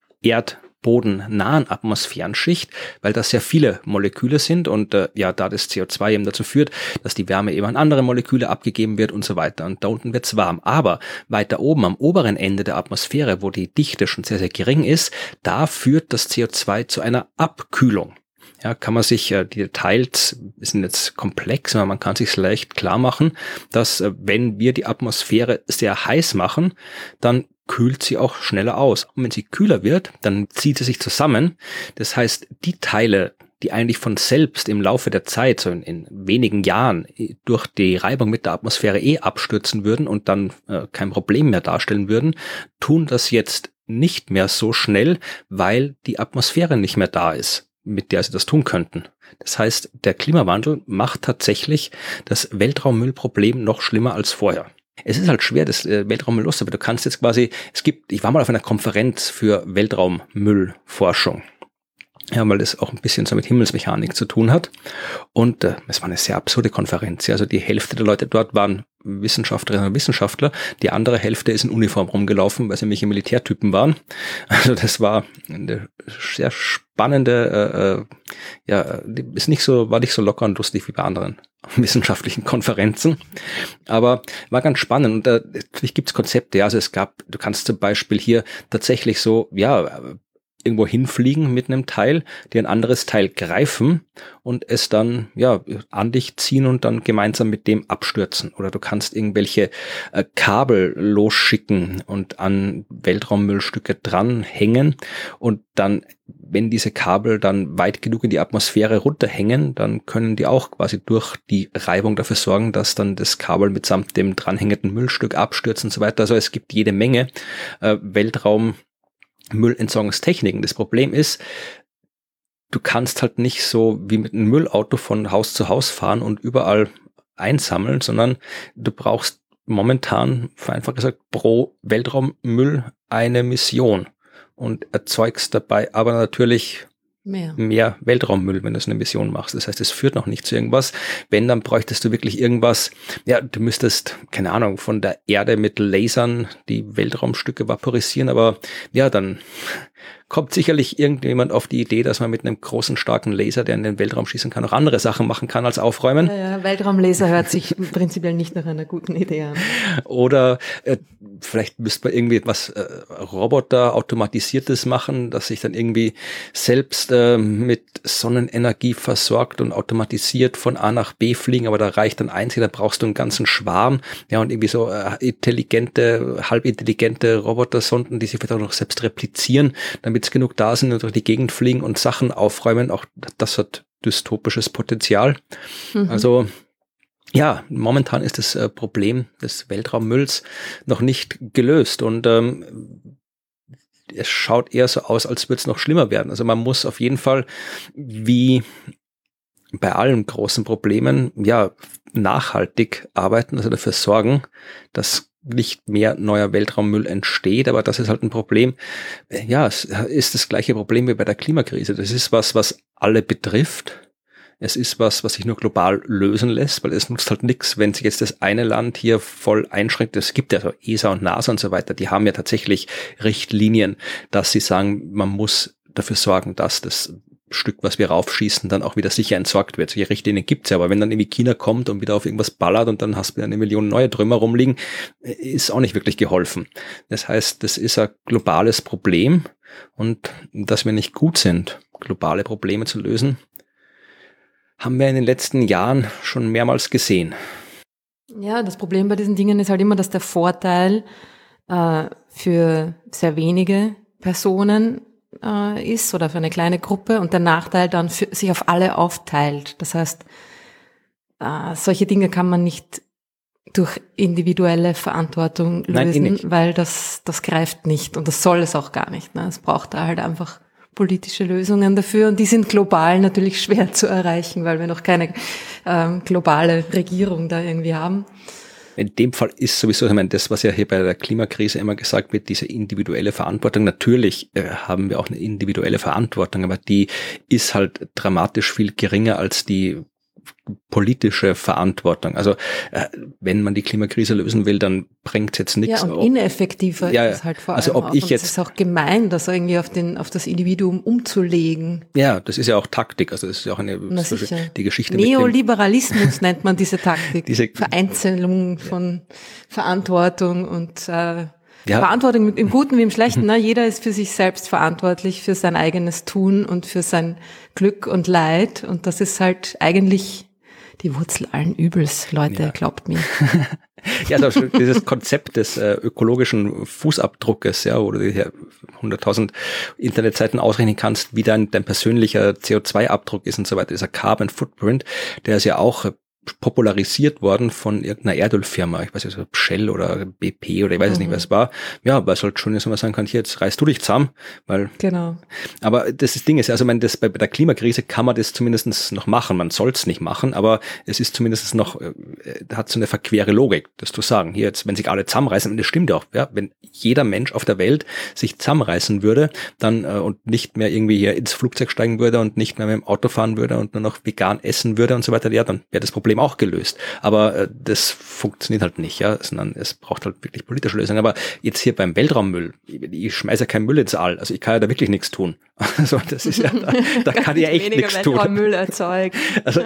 erdbodennahen Atmosphärenschicht, weil das sehr viele Moleküle sind und da das CO2 eben dazu führt, dass die Wärme eben an andere Moleküle abgegeben wird und so weiter. Und da unten wird's warm. Aber weiter oben am oberen Ende der Atmosphäre, wo die Dichte schon sehr, sehr gering ist, da führt das CO2 zu einer Abkühlung. Ja, kann man sich, die Details sind jetzt komplex, aber man kann sich leicht klar machen, dass wenn wir die Atmosphäre sehr heiß machen, dann kühlt sie auch schneller aus. Und wenn sie kühler wird, dann zieht sie sich zusammen. Das heißt, die Teile, die eigentlich von selbst im Laufe der Zeit, so in wenigen Jahren, durch die Reibung mit der Atmosphäre abstürzen würden und dann kein Problem mehr darstellen würden, tun das jetzt nicht mehr so schnell, weil die Atmosphäre nicht mehr da ist, mit der sie das tun könnten. Das heißt, der Klimawandel macht tatsächlich das Weltraummüllproblem noch schlimmer als vorher. Es ist halt schwer, das Weltraummüll los, aber du kannst jetzt quasi, ich war mal auf einer Konferenz für Weltraummüllforschung. Ja, weil das auch ein bisschen so mit Himmelsmechanik zu tun hat. Und es war eine sehr absurde Konferenz. Also die Hälfte der Leute dort waren Wissenschaftlerinnen und Wissenschaftler. Die andere Hälfte ist in Uniform rumgelaufen, weil sie irgendwelche Militärtypen waren. Also das war eine sehr spannende, war nicht so locker und lustig wie bei anderen wissenschaftlichen Konferenzen. Aber war ganz spannend. Und natürlich gibt's Konzepte. Also du kannst zum Beispiel hier tatsächlich so, irgendwo hinfliegen mit einem Teil, die ein anderes Teil greifen und es dann an dich ziehen und dann gemeinsam mit dem abstürzen. Oder du kannst irgendwelche Kabel losschicken und an Weltraummüllstücke dranhängen und dann, wenn diese Kabel dann weit genug in die Atmosphäre runterhängen, dann können die auch quasi durch die Reibung dafür sorgen, dass dann das Kabel mitsamt dem dranhängenden Müllstück abstürzt und so weiter. Also es gibt jede Menge Müllentsorgungstechniken. Das Problem ist, du kannst halt nicht so wie mit einem Müllauto von Haus zu Haus fahren und überall einsammeln, sondern du brauchst momentan, vereinfacht gesagt, pro Weltraummüll eine Mission und erzeugst dabei aber natürlich mehr Weltraummüll, wenn du so eine Mission machst. Das heißt, es führt noch nicht zu irgendwas. Wenn, dann bräuchtest du wirklich irgendwas, du müsstest, keine Ahnung, von der Erde mit Lasern die Weltraumstücke vaporisieren, aber dann kommt sicherlich irgendjemand auf die Idee, dass man mit einem großen, starken Laser, der in den Weltraum schießen kann, auch andere Sachen machen kann als aufräumen. Ja, Weltraumlaser hört sich prinzipiell nicht nach einer guten Idee an. Oder vielleicht müsste man irgendwie etwas Roboter automatisiertes machen, dass sich dann irgendwie selbst mit Sonnenenergie versorgt und automatisiert von A nach B fliegen, aber da reicht dann eins, da brauchst du einen ganzen Schwarm, und irgendwie so halbintelligente Robotersonden, die sich vielleicht auch noch selbst replizieren, damit es genug da sind und durch die Gegend fliegen und Sachen aufräumen. Auch das hat dystopisches Potenzial. Also momentan ist das Problem des Weltraummülls noch nicht gelöst und es schaut eher so aus, als würde es noch schlimmer werden. Also man muss auf jeden Fall, wie bei allen großen Problemen, nachhaltig arbeiten, also dafür sorgen, dass nicht mehr neuer Weltraummüll entsteht, aber das ist halt ein Problem. Es ist das gleiche Problem wie bei der Klimakrise. Das ist was alle betrifft. Es ist was sich nur global lösen lässt, weil es nutzt halt nichts, wenn sich jetzt das eine Land hier voll einschränkt. Es gibt ja so ESA und NASA und so weiter, die haben ja tatsächlich Richtlinien, dass sie sagen, man muss dafür sorgen, dass das Stück, was wir raufschießen, dann auch wieder sicher entsorgt wird. Solche Richtlinien gibt's ja, aber wenn dann irgendwie China kommt und wieder auf irgendwas ballert und dann hast du wieder 1 Million neue Trümmer rumliegen, ist auch nicht wirklich geholfen. Das heißt, das ist ein globales Problem und dass wir nicht gut sind, globale Probleme zu lösen, haben wir in den letzten Jahren schon mehrmals gesehen. Ja, das Problem bei diesen Dingen ist halt immer, dass der Vorteil für sehr wenige Personen ist oder für eine kleine Gruppe und der Nachteil dann sich auf alle aufteilt. Das heißt, solche Dinge kann man nicht durch individuelle Verantwortung lösen, weil das greift nicht und das soll es auch gar nicht. Ne? Es braucht da halt einfach politische Lösungen dafür und die sind global natürlich schwer zu erreichen, weil wir noch keine globale Regierung da irgendwie haben. In dem Fall ist sowieso, ich meine, das, was ja hier bei der Klimakrise immer gesagt wird, diese individuelle Verantwortung. Natürlich haben wir auch eine individuelle Verantwortung, aber die ist halt dramatisch viel geringer als die politische Verantwortung. Also wenn man die Klimakrise lösen will, dann bringt es jetzt nichts. Ja, und ineffektiver ist es halt vor allem also ob ich jetzt, es ist auch gemein, das irgendwie auf das Individuum umzulegen. Ja, das ist ja auch Taktik. Also das ist ja auch die Geschichte. Neoliberalismus nennt man diese Taktik. Diese Vereinzelung von Verantwortung und Verantwortung im Guten wie im Schlechten. Ne? Jeder ist für sich selbst verantwortlich, für sein eigenes Tun und für sein Glück und Leid. Und das ist halt eigentlich die Wurzel allen Übels, Leute, glaubt mir. Ja, dieses Konzept des ökologischen Fußabdruckes, ja, wo du dir 100.000 Internetseiten ausrechnen kannst, wie dein persönlicher CO2-Abdruck ist und so weiter, dieser Carbon Footprint, der ist ja auch popularisiert worden von irgendeiner Erdölfirma, ich weiß nicht, ob Shell oder BP oder ich weiß nicht, was es war. Ja, weil es halt schon ist, wenn man sagen kann, hier, jetzt reißt du dich zusammen, weil. Genau. Aber das Ding ist, also, ich meine, bei der Klimakrise kann man das zumindest noch machen. Man soll es nicht machen, aber es ist zumindest noch, hat so eine verquere Logik, das zu sagen. Hier jetzt, wenn sich alle zusammenreißen, und das stimmt auch, ja, wenn jeder Mensch auf der Welt sich zusammenreißen würde, dann, und nicht mehr irgendwie hier ins Flugzeug steigen würde und nicht mehr mit dem Auto fahren würde und nur noch vegan essen würde und so weiter, ja, dann wäre das Problem auch gelöst. Aber das funktioniert halt nicht, ja, sondern es braucht halt wirklich politische Lösungen. Aber jetzt hier beim Weltraummüll, ich schmeiße ja keinen Müll ins All, also ich kann ja da wirklich nichts tun. Also das ist ja, da kann ich ja echt nichts tun. Weniger Weltraummüll erzeugen. Also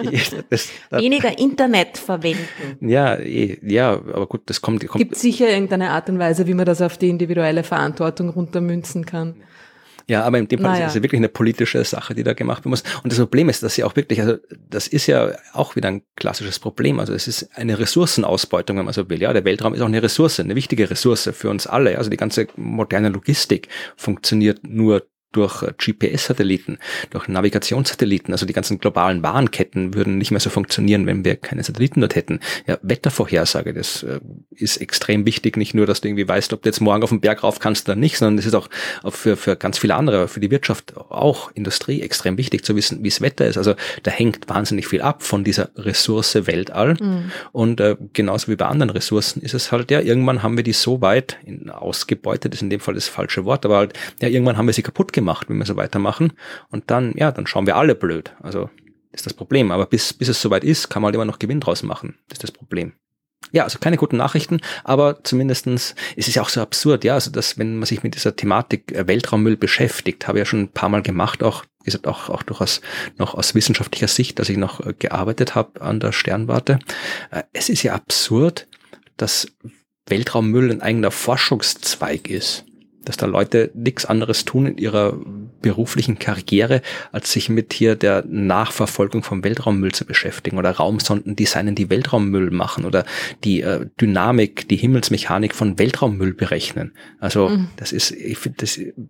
weniger Internet verwenden. Ja, aber gut, das kommt. Gibt sicher irgendeine Art und Weise, wie man das auf die individuelle Verantwortung runtermünzen kann. Ja, aber in dem Fall ist es ja wirklich eine politische Sache, die da gemacht werden muss. Und das Problem ist, dass sie auch wirklich, also das ist ja auch wieder ein klassisches Problem. Also es ist eine Ressourcenausbeutung, wenn man so will. Ja, der Weltraum ist auch eine Ressource, eine wichtige Ressource für uns alle. Also die ganze moderne Logistik funktioniert nur durch GPS-Satelliten, durch Navigationssatelliten, also die ganzen globalen Warenketten würden nicht mehr so funktionieren, wenn wir keine Satelliten dort hätten. Ja, Wettervorhersage, das ist extrem wichtig, nicht nur, dass du irgendwie weißt, ob du jetzt morgen auf den Berg rauf kannst oder nicht, sondern es ist auch für ganz viele andere, für die Wirtschaft, auch Industrie extrem wichtig zu wissen, wie das Wetter ist. Also da hängt wahnsinnig viel ab von dieser Ressource Weltall. Und genauso wie bei anderen Ressourcen ist es halt, ja, irgendwann haben wir die so weit ausgebeutet, ist in dem Fall das falsche Wort, aber halt, ja, irgendwann haben wir sie kaputt gemacht, wenn wir so weitermachen. Und dann, ja, dann schauen wir alle blöd. Also, das ist das Problem. Aber bis es soweit ist, kann man halt immer noch Gewinn draus machen. Das ist das Problem. Ja, also keine guten Nachrichten, aber zumindestens, es ist ja auch so absurd, ja, also dass, wenn man sich mit dieser Thematik Weltraummüll beschäftigt, habe ich ja schon ein paar Mal gemacht, auch, wie gesagt, auch durchaus noch aus wissenschaftlicher Sicht, dass ich noch gearbeitet habe an der Sternwarte. Es ist ja absurd, dass Weltraummüll ein eigener Forschungszweig ist. Dass da Leute nichts anderes tun in ihrer beruflichen Karriere, als sich mit hier der Nachverfolgung vom Weltraummüll zu beschäftigen oder Raumsonden designen, die Weltraummüll machen oder die Dynamik, die Himmelsmechanik von Weltraummüll berechnen. Also das ist, ich finde,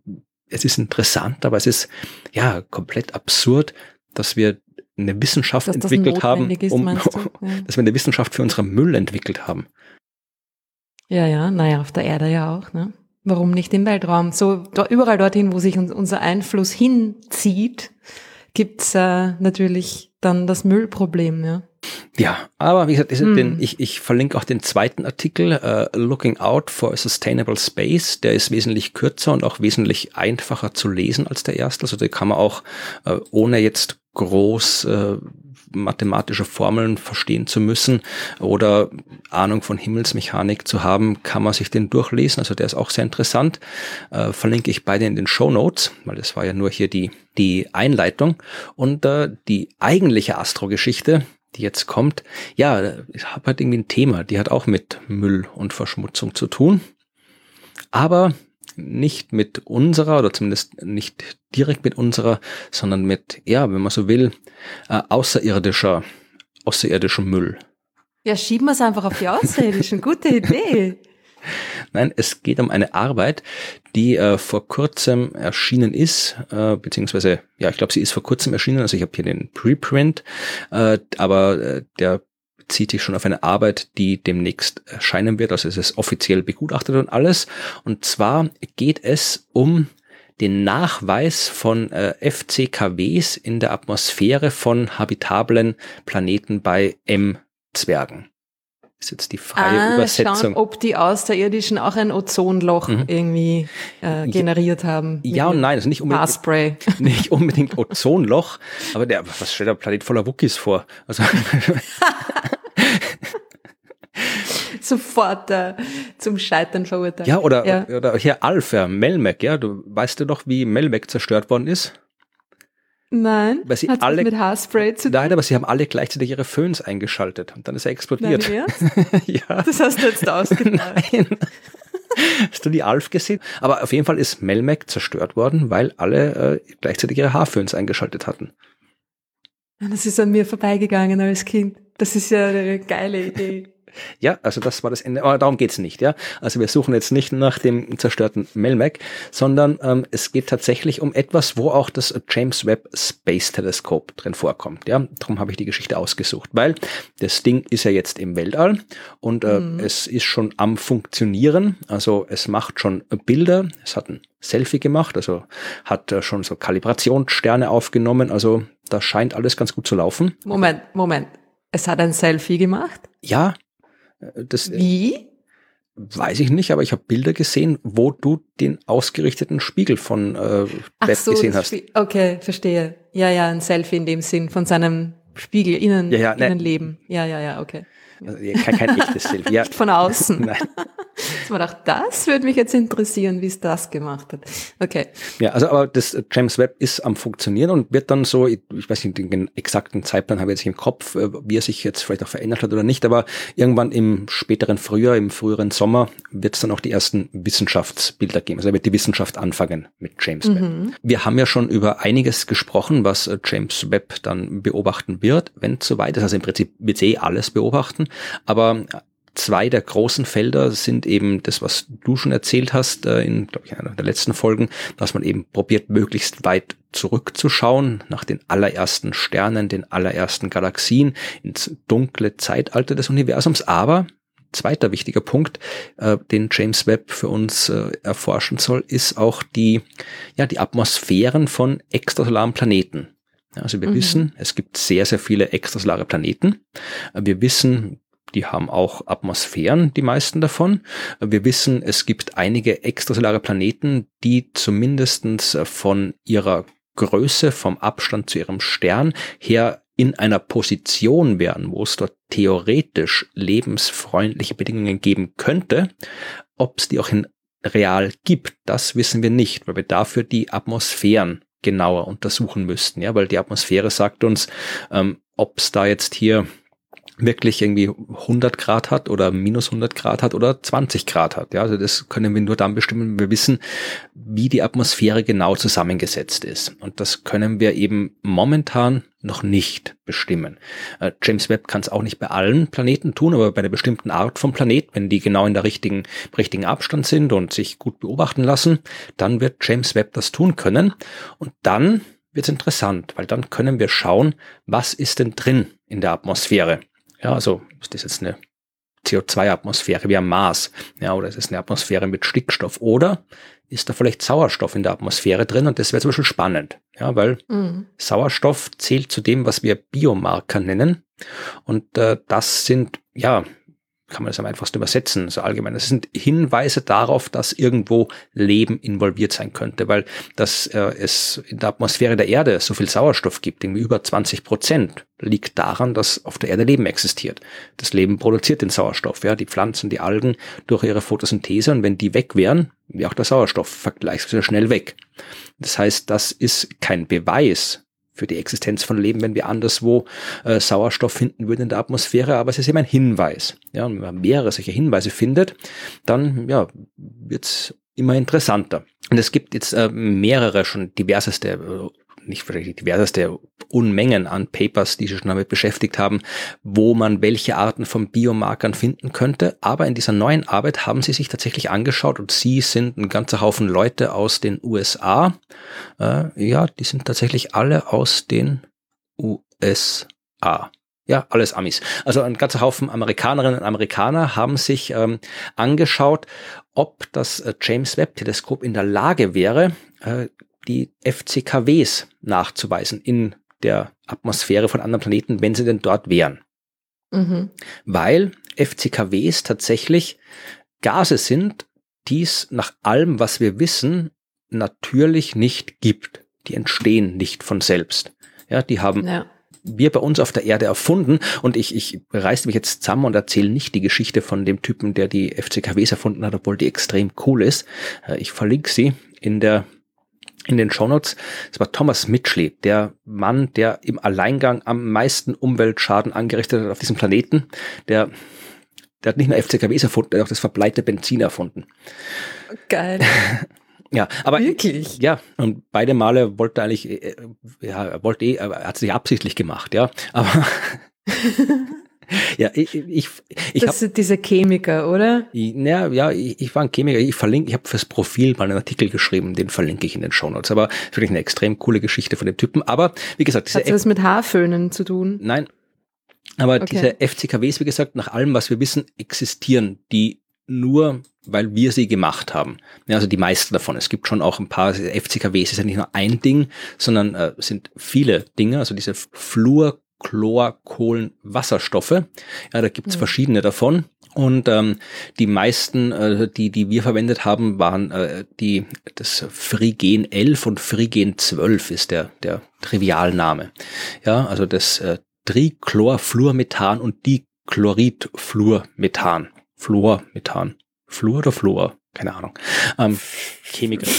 es ist interessant, aber es ist ja komplett absurd, dass wir eine Wissenschaft entwickelt haben, dass wir eine Wissenschaft für unseren Müll entwickelt haben. Ja, naja, auf der Erde ja auch, ne? Warum nicht im Weltraum? So überall dorthin, wo sich unser Einfluss hinzieht, gibt's natürlich dann das Müllproblem, ja. Ja, aber wie gesagt, ich verlinke auch den zweiten Artikel, Looking Out for a Sustainable Space. Der ist wesentlich kürzer und auch wesentlich einfacher zu lesen als der erste. Also den kann man auch ohne jetzt groß mathematische Formeln verstehen zu müssen oder Ahnung von Himmelsmechanik zu haben, kann man sich den durchlesen. Also der ist auch sehr interessant. Verlinke ich beide in den Shownotes, weil das war ja nur hier die Einleitung. Und die eigentliche Astrogeschichte, die jetzt kommt, ja, ich habe halt irgendwie ein Thema, die hat auch mit Müll und Verschmutzung zu tun. Aber nicht mit unserer oder zumindest nicht direkt mit unserer, sondern mit, ja, wenn man so will, außerirdischen Müll. Ja, schieben wir es einfach auf die Außerirdischen. Gute Idee. Nein, es geht um eine Arbeit, die vor kurzem erschienen ist, beziehungsweise, ja, ich glaube, sie ist vor kurzem erschienen, also ich habe hier den Preprint, aber der bezieht sich schon auf eine Arbeit, die demnächst erscheinen wird, also es ist offiziell begutachtet und alles. Und zwar geht es um den Nachweis von FCKWs in der Atmosphäre von habitablen Planeten bei M-Zwergen. Ist jetzt die freie Übersetzung. Schauen, ob die Außerirdischen auch ein Ozonloch irgendwie generiert haben. Ja und nein, also nicht unbedingt, Haarspray. Nicht unbedingt Ozonloch, aber was stellt der Planet voller Wookies vor? Also Sofort zum Scheitern verurteilt. Ja, oder hier Alpha, Melmac, ja, du weißt ja doch, wie Melmac zerstört worden ist? Nein, weil sie hat's alle mit Haarspray zu tun? Nein, aber sie haben alle gleichzeitig ihre Föhns eingeschaltet und dann ist er explodiert. Ja. Das hast du jetzt ausgedacht. Nein. Hast du die Alf gesehen? Aber auf jeden Fall ist Melmac zerstört worden, weil alle gleichzeitig ihre Haarföhns eingeschaltet hatten. Das ist an mir vorbeigegangen als Kind. Das ist ja eine geile Idee. Ja, also das war das Ende, aber darum geht's nicht, ja. Also wir suchen jetzt nicht nach dem zerstörten Melmac, sondern es geht tatsächlich um etwas, wo auch das James Webb Space Telescope drin vorkommt, ja. Darum habe ich die Geschichte ausgesucht, weil das Ding ist ja jetzt im Weltall und es ist schon am Funktionieren, also es macht schon Bilder, es hat ein Selfie gemacht, also hat schon so Kalibrationssterne aufgenommen, also da scheint alles ganz gut zu laufen. Moment. Es hat ein Selfie gemacht? Ja. Wie? Weiß ich nicht, aber ich habe Bilder gesehen, wo du den ausgerichteten Spiegel von Webb gesehen hast. Okay, verstehe. Ja, ein Selfie in dem Sinn von seinem Spiegel, Innenleben. Ja, okay. Also kein echtes Selfie. Ja. Nicht von außen. Nein. Das würde mich jetzt interessieren, wie es das gemacht hat. Okay. Ja, also aber das James Webb ist am Funktionieren und wird dann so, ich weiß nicht, den exakten Zeitplan habe ich jetzt nicht im Kopf, wie er sich jetzt vielleicht auch verändert hat oder nicht, aber irgendwann im späteren Frühjahr, im früheren Sommer wird es dann auch die ersten Wissenschaftsbilder geben. Also wird die Wissenschaft anfangen mit James Webb. Wir haben ja schon über einiges gesprochen, was James Webb dann beobachten wird, wenn es soweit ist. Also im Prinzip wird alles beobachten, aber zwei der großen Felder sind eben das, was du schon erzählt hast, in, glaube ich, einer der letzten Folgen, dass man eben probiert, möglichst weit zurückzuschauen, nach den allerersten Sternen, den allerersten Galaxien, ins dunkle Zeitalter des Universums. Aber, zweiter wichtiger Punkt, den James Webb für uns erforschen soll, ist auch die Atmosphären von extrasolaren Planeten. Also wir wissen, es gibt sehr, sehr viele extrasolare Planeten. Wir wissen, die haben auch Atmosphären, die meisten davon. Wir wissen, es gibt einige extrasolare Planeten, die zumindestens von ihrer Größe, vom Abstand zu ihrem Stern her in einer Position wären, wo es dort theoretisch lebensfreundliche Bedingungen geben könnte. Ob es die auch in real gibt, das wissen wir nicht, weil wir dafür die Atmosphären genauer untersuchen müssten. Ja, weil die Atmosphäre sagt uns, ob es da jetzt hier wirklich irgendwie 100 Grad hat oder minus 100 Grad hat oder 20 Grad hat. Ja, also das können wir nur dann bestimmen, wenn wir wissen, wie die Atmosphäre genau zusammengesetzt ist. Und das können wir eben momentan noch nicht bestimmen. James Webb kann es auch nicht bei allen Planeten tun, aber bei einer bestimmten Art von Planet, wenn die genau in der richtigen Abstand sind und sich gut beobachten lassen, dann wird James Webb das tun können. Und dann wird es interessant, weil dann können wir schauen, was ist denn drin in der Atmosphäre. Ja, also ist das jetzt eine CO2-Atmosphäre wie am Mars, ja, oder ist es eine Atmosphäre mit Stickstoff, oder ist da vielleicht Sauerstoff in der Atmosphäre drin? Und das wäre zum Beispiel spannend, ja, weil Sauerstoff zählt zu dem, was wir Biomarker nennen, und das sind, ja, kann man das am einfachsten übersetzen, so allgemein. Das sind Hinweise darauf, dass irgendwo Leben involviert sein könnte, weil dass es in der Atmosphäre der Erde so viel Sauerstoff gibt, irgendwie über 20%, liegt daran, dass auf der Erde Leben existiert. Das Leben produziert den Sauerstoff, ja, die Pflanzen, die Algen durch ihre Photosynthese, und wenn die weg wären, wäre auch der Sauerstoff vergleichsweise schnell weg. Das heißt, das ist kein Beweis für die Existenz von Leben, wenn wir anderswo Sauerstoff finden würden in der Atmosphäre, aber es ist eben ein Hinweis. Ja, und wenn man mehrere solche Hinweise findet, dann wird es immer interessanter. Und es gibt jetzt mehrere schon diverseste, nicht vielleicht diverseste Unmengen an Papers, die sich schon damit beschäftigt haben, wo man welche Arten von Biomarkern finden könnte. Aber in dieser neuen Arbeit haben sie sich tatsächlich angeschaut und sie sind ein ganzer Haufen Leute aus den USA. Die sind tatsächlich alle aus den USA. Ja, alles Amis. Also ein ganzer Haufen Amerikanerinnen und Amerikaner haben sich angeschaut, ob das James Webb-Teleskop in der Lage wäre, die FCKWs nachzuweisen in der Atmosphäre von anderen Planeten, wenn sie denn dort wären. Mhm. Weil FCKWs tatsächlich Gase sind, die es nach allem, was wir wissen, natürlich nicht gibt. Die entstehen nicht von selbst. Ja, die haben wir bei uns auf der Erde erfunden, und ich reiße mich jetzt zusammen und erzähle nicht die Geschichte von dem Typen, der die FCKWs erfunden hat, obwohl die extrem cool ist. Ich verlinke sie in den Shownotes. Es war Thomas Mitchell, der Mann, der im Alleingang am meisten Umweltschaden angerichtet hat auf diesem Planeten. Der hat nicht nur FCKWs erfunden, der hat auch das verbleite Benzin erfunden. Geil. Ja, aber wirklich? Ja, und beide Male wollte er eigentlich, er hat es nicht absichtlich gemacht, ja, aber ja, das sind diese Chemiker, oder? Ich war ein Chemiker. Ich habe fürs Profil mal einen Artikel geschrieben, den verlinke ich in den Shownotes. Aber wirklich eine extrem coole Geschichte von dem Typen. Aber wie gesagt, hat das mit Haarföhnen zu tun? Nein, aber diese FCKWs, wie gesagt, nach allem, was wir wissen, existieren die nur, weil wir sie gemacht haben. Ja, also die meisten davon. Es gibt schon auch ein paar FCKWs, ist ja nicht nur ein Ding, sondern sind viele Dinge. Also diese Fluor, Chlor, Kohlen, Wasserstoffe. Ja, da gibt's verschiedene davon. Und die meisten, die wir verwendet haben, waren das Phrygen 11 und Phrygen 12 ist der Trivialname. Ja, also das Trichlorfluormethan und Dichloridfluormethan. Fluormethan. Fluor oder Fluor? Keine Ahnung. Chemiker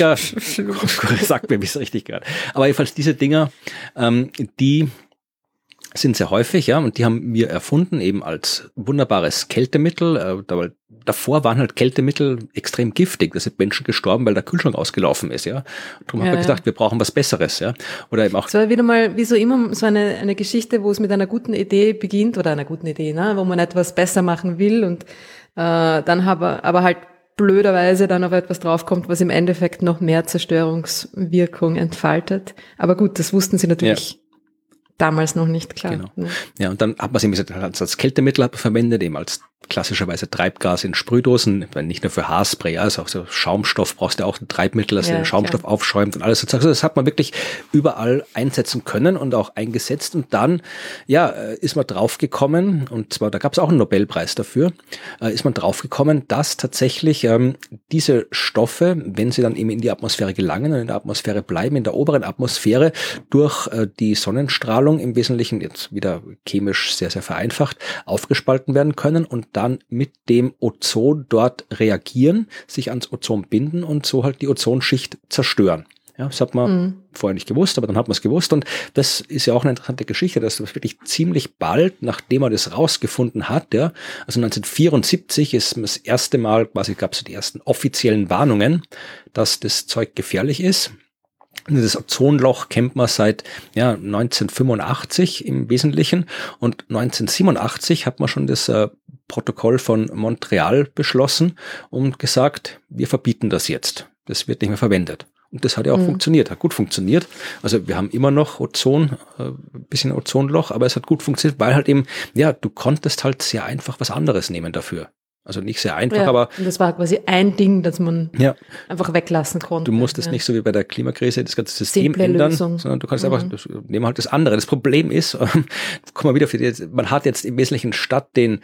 sagt mir, wie es richtig gehört. Aber jedenfalls diese Dinger, die sind sehr häufig, ja, und die haben wir erfunden eben als wunderbares Kältemittel. Davor waren halt Kältemittel extrem giftig. Da sind Menschen gestorben, weil der Kühlschrank ausgelaufen ist, ja. Darum haben wir gesagt, wir brauchen was Besseres, ja. Oder eben auch. Es war wieder mal, wie so immer, so eine Geschichte, wo es mit einer guten Idee beginnt, oder einer guten Idee, ne, wo man etwas besser machen will und dann aber halt blöderweise dann auf etwas draufkommt, was im Endeffekt noch mehr Zerstörungswirkung entfaltet. Aber gut, das wussten sie natürlich damals noch nicht, klar. Genau. Ja, und dann hat man es eben als Kältemittel verwendet, eben als klassischerweise Treibgas in Sprühdosen, nicht nur für Haarspray, also auch so Schaumstoff brauchst du auch ein Treibmittel, das den Schaumstoff aufschäumt und alles sozusagen. Also das hat man wirklich überall einsetzen können und auch eingesetzt, und dann, ist man draufgekommen, und zwar, da gab es auch einen Nobelpreis dafür, ist man draufgekommen, dass tatsächlich diese Stoffe, wenn sie dann eben in die Atmosphäre gelangen und in der Atmosphäre bleiben, in der oberen Atmosphäre, durch die Sonnenstrahlung im Wesentlichen, jetzt wieder chemisch sehr, sehr vereinfacht, aufgespalten werden können und dann mit dem Ozon dort reagieren, sich ans Ozon binden und so halt die Ozonschicht zerstören. Ja, das hat man vorher nicht gewusst, aber dann hat man es gewusst, und das ist ja auch eine interessante Geschichte, dass das wirklich ziemlich bald, nachdem man das rausgefunden hat, ja, also 1974 ist das erste Mal, quasi gab es die ersten offiziellen Warnungen, dass das Zeug gefährlich ist. Das Ozonloch kennt man seit 1985 im Wesentlichen, und 1987 hat man schon das Protokoll von Montreal beschlossen und gesagt, wir verbieten das jetzt. Das wird nicht mehr verwendet. Und das hat ja auch funktioniert, hat gut funktioniert. Also wir haben immer noch Ozon, ein bisschen Ozonloch, aber es hat gut funktioniert, weil halt eben, du konntest halt sehr einfach was anderes nehmen dafür. Also nicht sehr einfach, aber... Und das war quasi ein Ding, das man einfach weglassen konnte. Du musstest nicht so wie bei der Klimakrise das ganze System ändern, sondern du kannst einfach, nehmen halt das andere. Das Problem ist, guck mal wieder, man hat jetzt im Wesentlichen statt den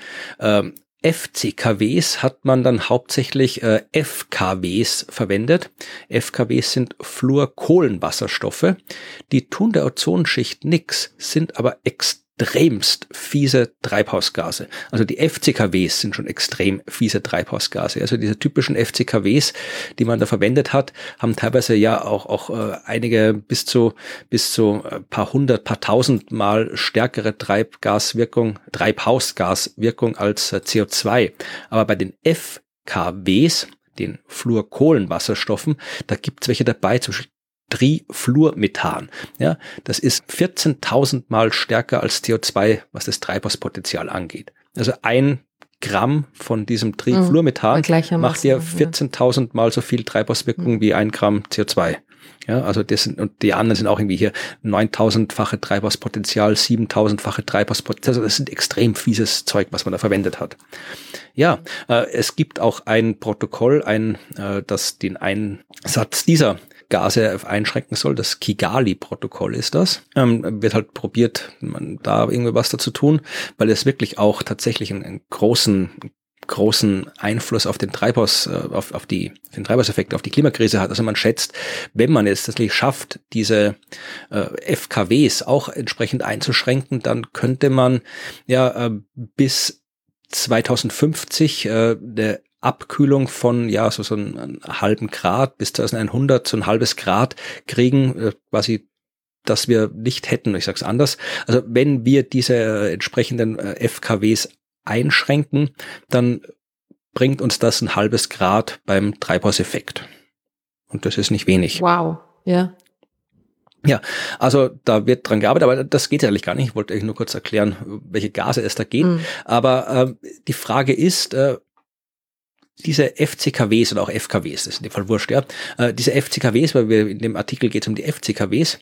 FCKWs hat man dann hauptsächlich FKWs verwendet. FKWs sind Fluorkohlenwasserstoffe. Die tun der Ozonschicht nix, sind aber extremst fiese Treibhausgase. Also die FCKWs sind schon extrem fiese Treibhausgase. Also diese typischen FCKWs, die man da verwendet hat, haben teilweise auch einige bis zu paar hundert, paar tausend Mal stärkere Treibhausgaswirkung als CO2. Aber bei den FKWs, den Fluorkohlenwasserstoffen, da gibt es welche dabei, zum Beispiel Trifluormethan. Ja, das ist 14.000 Mal stärker als CO2, was das Treibhauspotenzial angeht. Also 1 Gramm von diesem Trifluormethan macht ja 14.000 Mal so viel Treibhauswirkung wie 1 Gramm CO2. Ja, also das sind, und die anderen sind auch irgendwie hier 9.000-fache Treibhauspotenzial, 7.000-fache Treibhauspotenzial. Also das sind extrem fieses Zeug, was man da verwendet hat. Ja, es gibt auch ein Protokoll, das den Einsatz dieser Gase einschränken soll. Das Kigali-Protokoll ist das. Wird halt probiert, da irgendwie was dazu tun, weil es wirklich auch tatsächlich einen großen Einfluss auf den den Treibhauseffekt, auf die Klimakrise hat. Also man schätzt, wenn man es tatsächlich schafft, diese FKWs auch entsprechend einzuschränken, dann könnte man bis 2050 eine Abkühlung von so einen halben Grad bis 2100 so ein halbes Grad kriegen, quasi, dass wir nicht hätten. Ich sage es anders. Also wenn wir diese entsprechenden FKWs einschränken, dann bringt uns das ein halbes Grad beim Treibhauseffekt. Und das ist nicht wenig. Wow, ja. Ja, also da wird dran gearbeitet, aber das geht ja eigentlich gar nicht. Ich wollte euch nur kurz erklären, welche Gase es da geht. Aber die Frage ist, diese FCKWs oder auch FKWs, das ist in dem Fall wurscht, ja, diese FCKWs, weil in dem Artikel geht es um die FCKWs,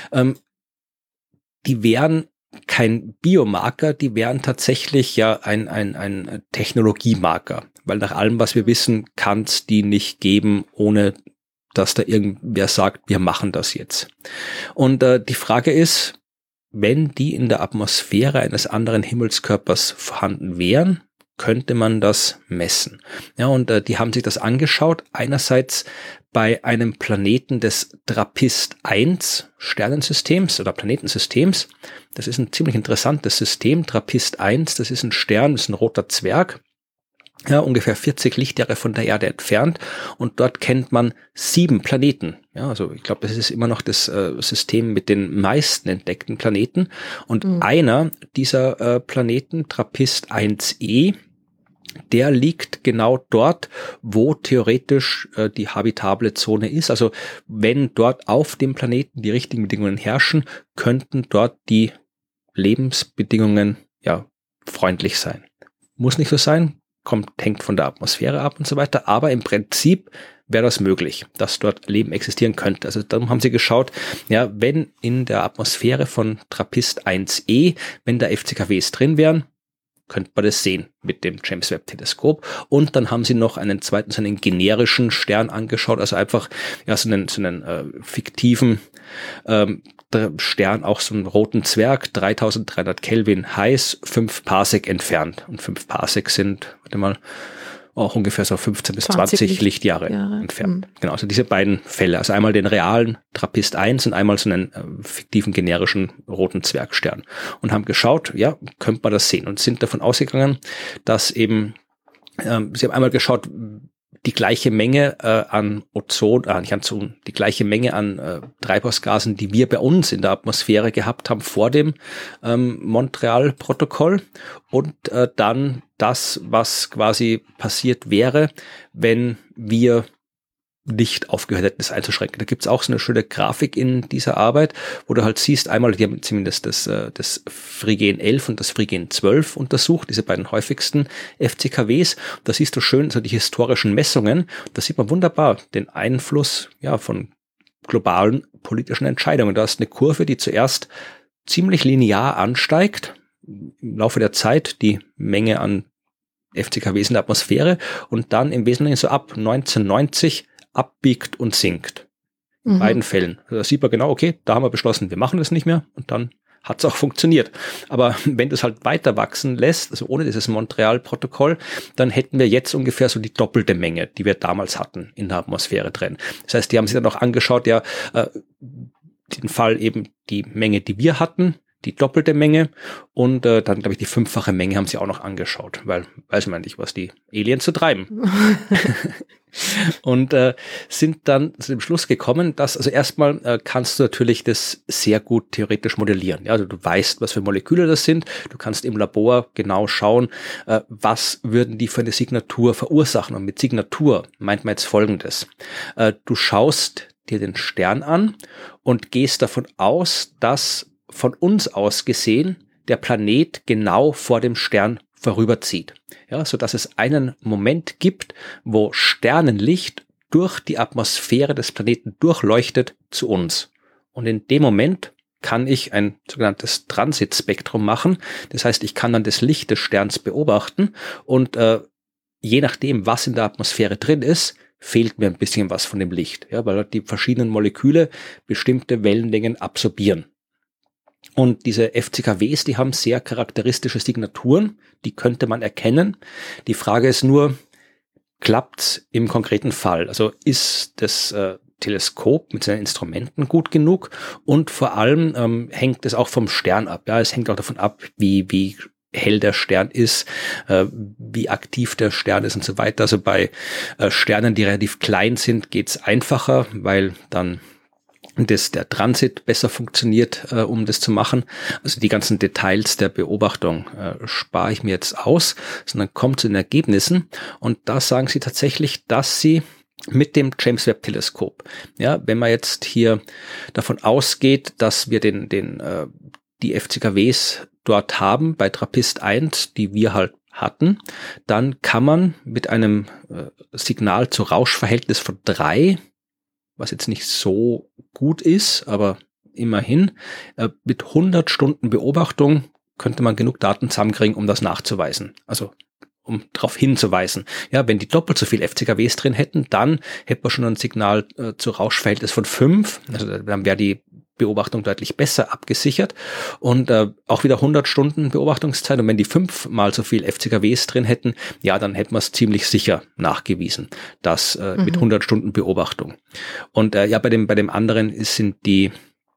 die wären kein Biomarker, die wären tatsächlich ein Technologiemarker, weil nach allem, was wir wissen, kann es die nicht geben, ohne dass da irgendwer sagt, wir machen das jetzt. Und die Frage ist, wenn die in der Atmosphäre eines anderen Himmelskörpers vorhanden wären, könnte man das messen. Ja, und die haben sich das angeschaut, einerseits bei einem Planeten des TRAPPIST-1 Sternensystems oder Planetensystems. Das ist ein ziemlich interessantes System. TRAPPIST-1, das ist ein Stern, das ist ein roter Zwerg, ja, ungefähr 40 Lichtjahre von der Erde entfernt, und dort kennt man 7 Planeten. Ja, also ich glaube, das ist immer noch das System mit den meisten entdeckten Planeten, und einer dieser Planeten, TRAPPIST-1e, der liegt genau dort, wo theoretisch die habitable Zone ist. Also wenn dort auf dem Planeten die richtigen Bedingungen herrschen, könnten dort die Lebensbedingungen freundlich sein. Muss nicht so sein, hängt von der Atmosphäre ab und so weiter, aber im Prinzip wäre das möglich, dass dort Leben existieren könnte. Also darum haben sie geschaut, wenn in der Atmosphäre von TRAPPIST-1e, wenn da FCKWs drin wären, könnte man das sehen mit dem James Webb Teleskop. Und dann haben sie noch einen zweiten, so einen generischen Stern angeschaut, also einfach so einen fiktiven Stern, auch so einen roten Zwerg, 3300 Kelvin heiß, 5 Parsec entfernt. Und 5 Parsec sind, auch ungefähr so 15 bis 20 Lichtjahre entfernt. Genau, also diese beiden Fälle. Also einmal den realen TRAPPIST-1 und einmal so einen fiktiven generischen roten Zwergstern. Und haben geschaut, könnte man das sehen. Und sind davon ausgegangen, dass eben, sie haben einmal geschaut, die gleiche Menge an Ozon, die gleiche Menge an Treibhausgasen, die wir bei uns in der Atmosphäre gehabt haben vor dem Montreal-Protokoll, und dann das, was quasi passiert wäre, wenn wir nicht aufgehört hätten, das einzuschränken. Da gibt's auch so eine schöne Grafik in dieser Arbeit, wo du halt siehst, einmal, die haben zumindest das Phrygen 11 und das Phrygen 12 untersucht, diese beiden häufigsten FCKWs. Da siehst du schön so die historischen Messungen. Da sieht man wunderbar den Einfluss von globalen politischen Entscheidungen. Da ist eine Kurve, die zuerst ziemlich linear ansteigt, im Laufe der Zeit die Menge an FCKWs in der Atmosphäre, und dann im Wesentlichen so ab 1990 abbiegt und sinkt. In beiden Fällen. Also da sieht man genau, okay, da haben wir beschlossen, wir machen das nicht mehr, und dann hat es auch funktioniert. Aber wenn du es halt weiter wachsen lässt, also ohne dieses Montreal-Protokoll, dann hätten wir jetzt ungefähr so die doppelte Menge, die wir damals hatten in der Atmosphäre drin. Das heißt, die haben sich dann auch angeschaut, den Fall eben die Menge, die wir hatten, die doppelte Menge und dann, glaube ich, die 5-fache Menge haben sie auch noch angeschaut, weil weiß man nicht, was die Aliens so treiben. Und sind dann zu dem Schluss gekommen, dass, also erstmal kannst du natürlich das sehr gut theoretisch modellieren. Ja, also du weißt, was für Moleküle das sind. Du kannst im Labor genau schauen, was würden die für eine Signatur verursachen. Und mit Signatur meint man jetzt Folgendes. Du schaust dir den Stern an und gehst davon aus, dass von uns aus gesehen der Planet genau vor dem Stern vorüberzieht. Ja, so dass es einen Moment gibt, wo Sternenlicht durch die Atmosphäre des Planeten durchleuchtet zu uns. Und in dem Moment kann ich ein sogenanntes Transitspektrum machen. Das heißt, ich kann dann das Licht des Sterns beobachten und je nachdem, was in der Atmosphäre drin ist, fehlt mir ein bisschen was von dem Licht, ja, weil die verschiedenen Moleküle bestimmte Wellenlängen absorbieren. Und diese FCKWs, die haben sehr charakteristische Signaturen, die könnte man erkennen. Die Frage ist nur, klappt's im konkreten Fall? Also ist das Teleskop mit seinen Instrumenten gut genug? Und vor allem hängt es auch vom Stern ab. Ja, es hängt auch davon ab, wie hell der Stern ist, wie aktiv der Stern ist und so weiter. Also bei Sternen, die relativ klein sind, geht's einfacher, weil dann der Transit besser funktioniert, um das zu machen. Also die ganzen Details der Beobachtung spare ich mir jetzt aus, sondern komme zu den Ergebnissen. Und da sagen sie tatsächlich, dass sie mit dem James Webb Teleskop, ja, wenn man jetzt hier davon ausgeht, dass wir die FCKWs dort haben, bei TRAPPIST 1, die wir halt hatten, dann kann man mit einem Signal zu Rauschverhältnis von 3, was jetzt nicht so gut ist, aber immerhin, mit 100 Stunden Beobachtung könnte man genug Daten zusammenkriegen, um das nachzuweisen. Also um darauf hinzuweisen. Ja, wenn die doppelt so viel FCKWs drin hätten, dann hätte man schon ein Signal zu Rauschverhältnis von 5. Also dann wäre die Beobachtung deutlich besser abgesichert und auch wieder 100 Stunden Beobachtungszeit. Und wenn die 5-mal so viel FCKWs drin hätten, ja, dann hätten wir es ziemlich sicher nachgewiesen, dass mit 100 Stunden Beobachtung. Und ja, bei dem anderen sind die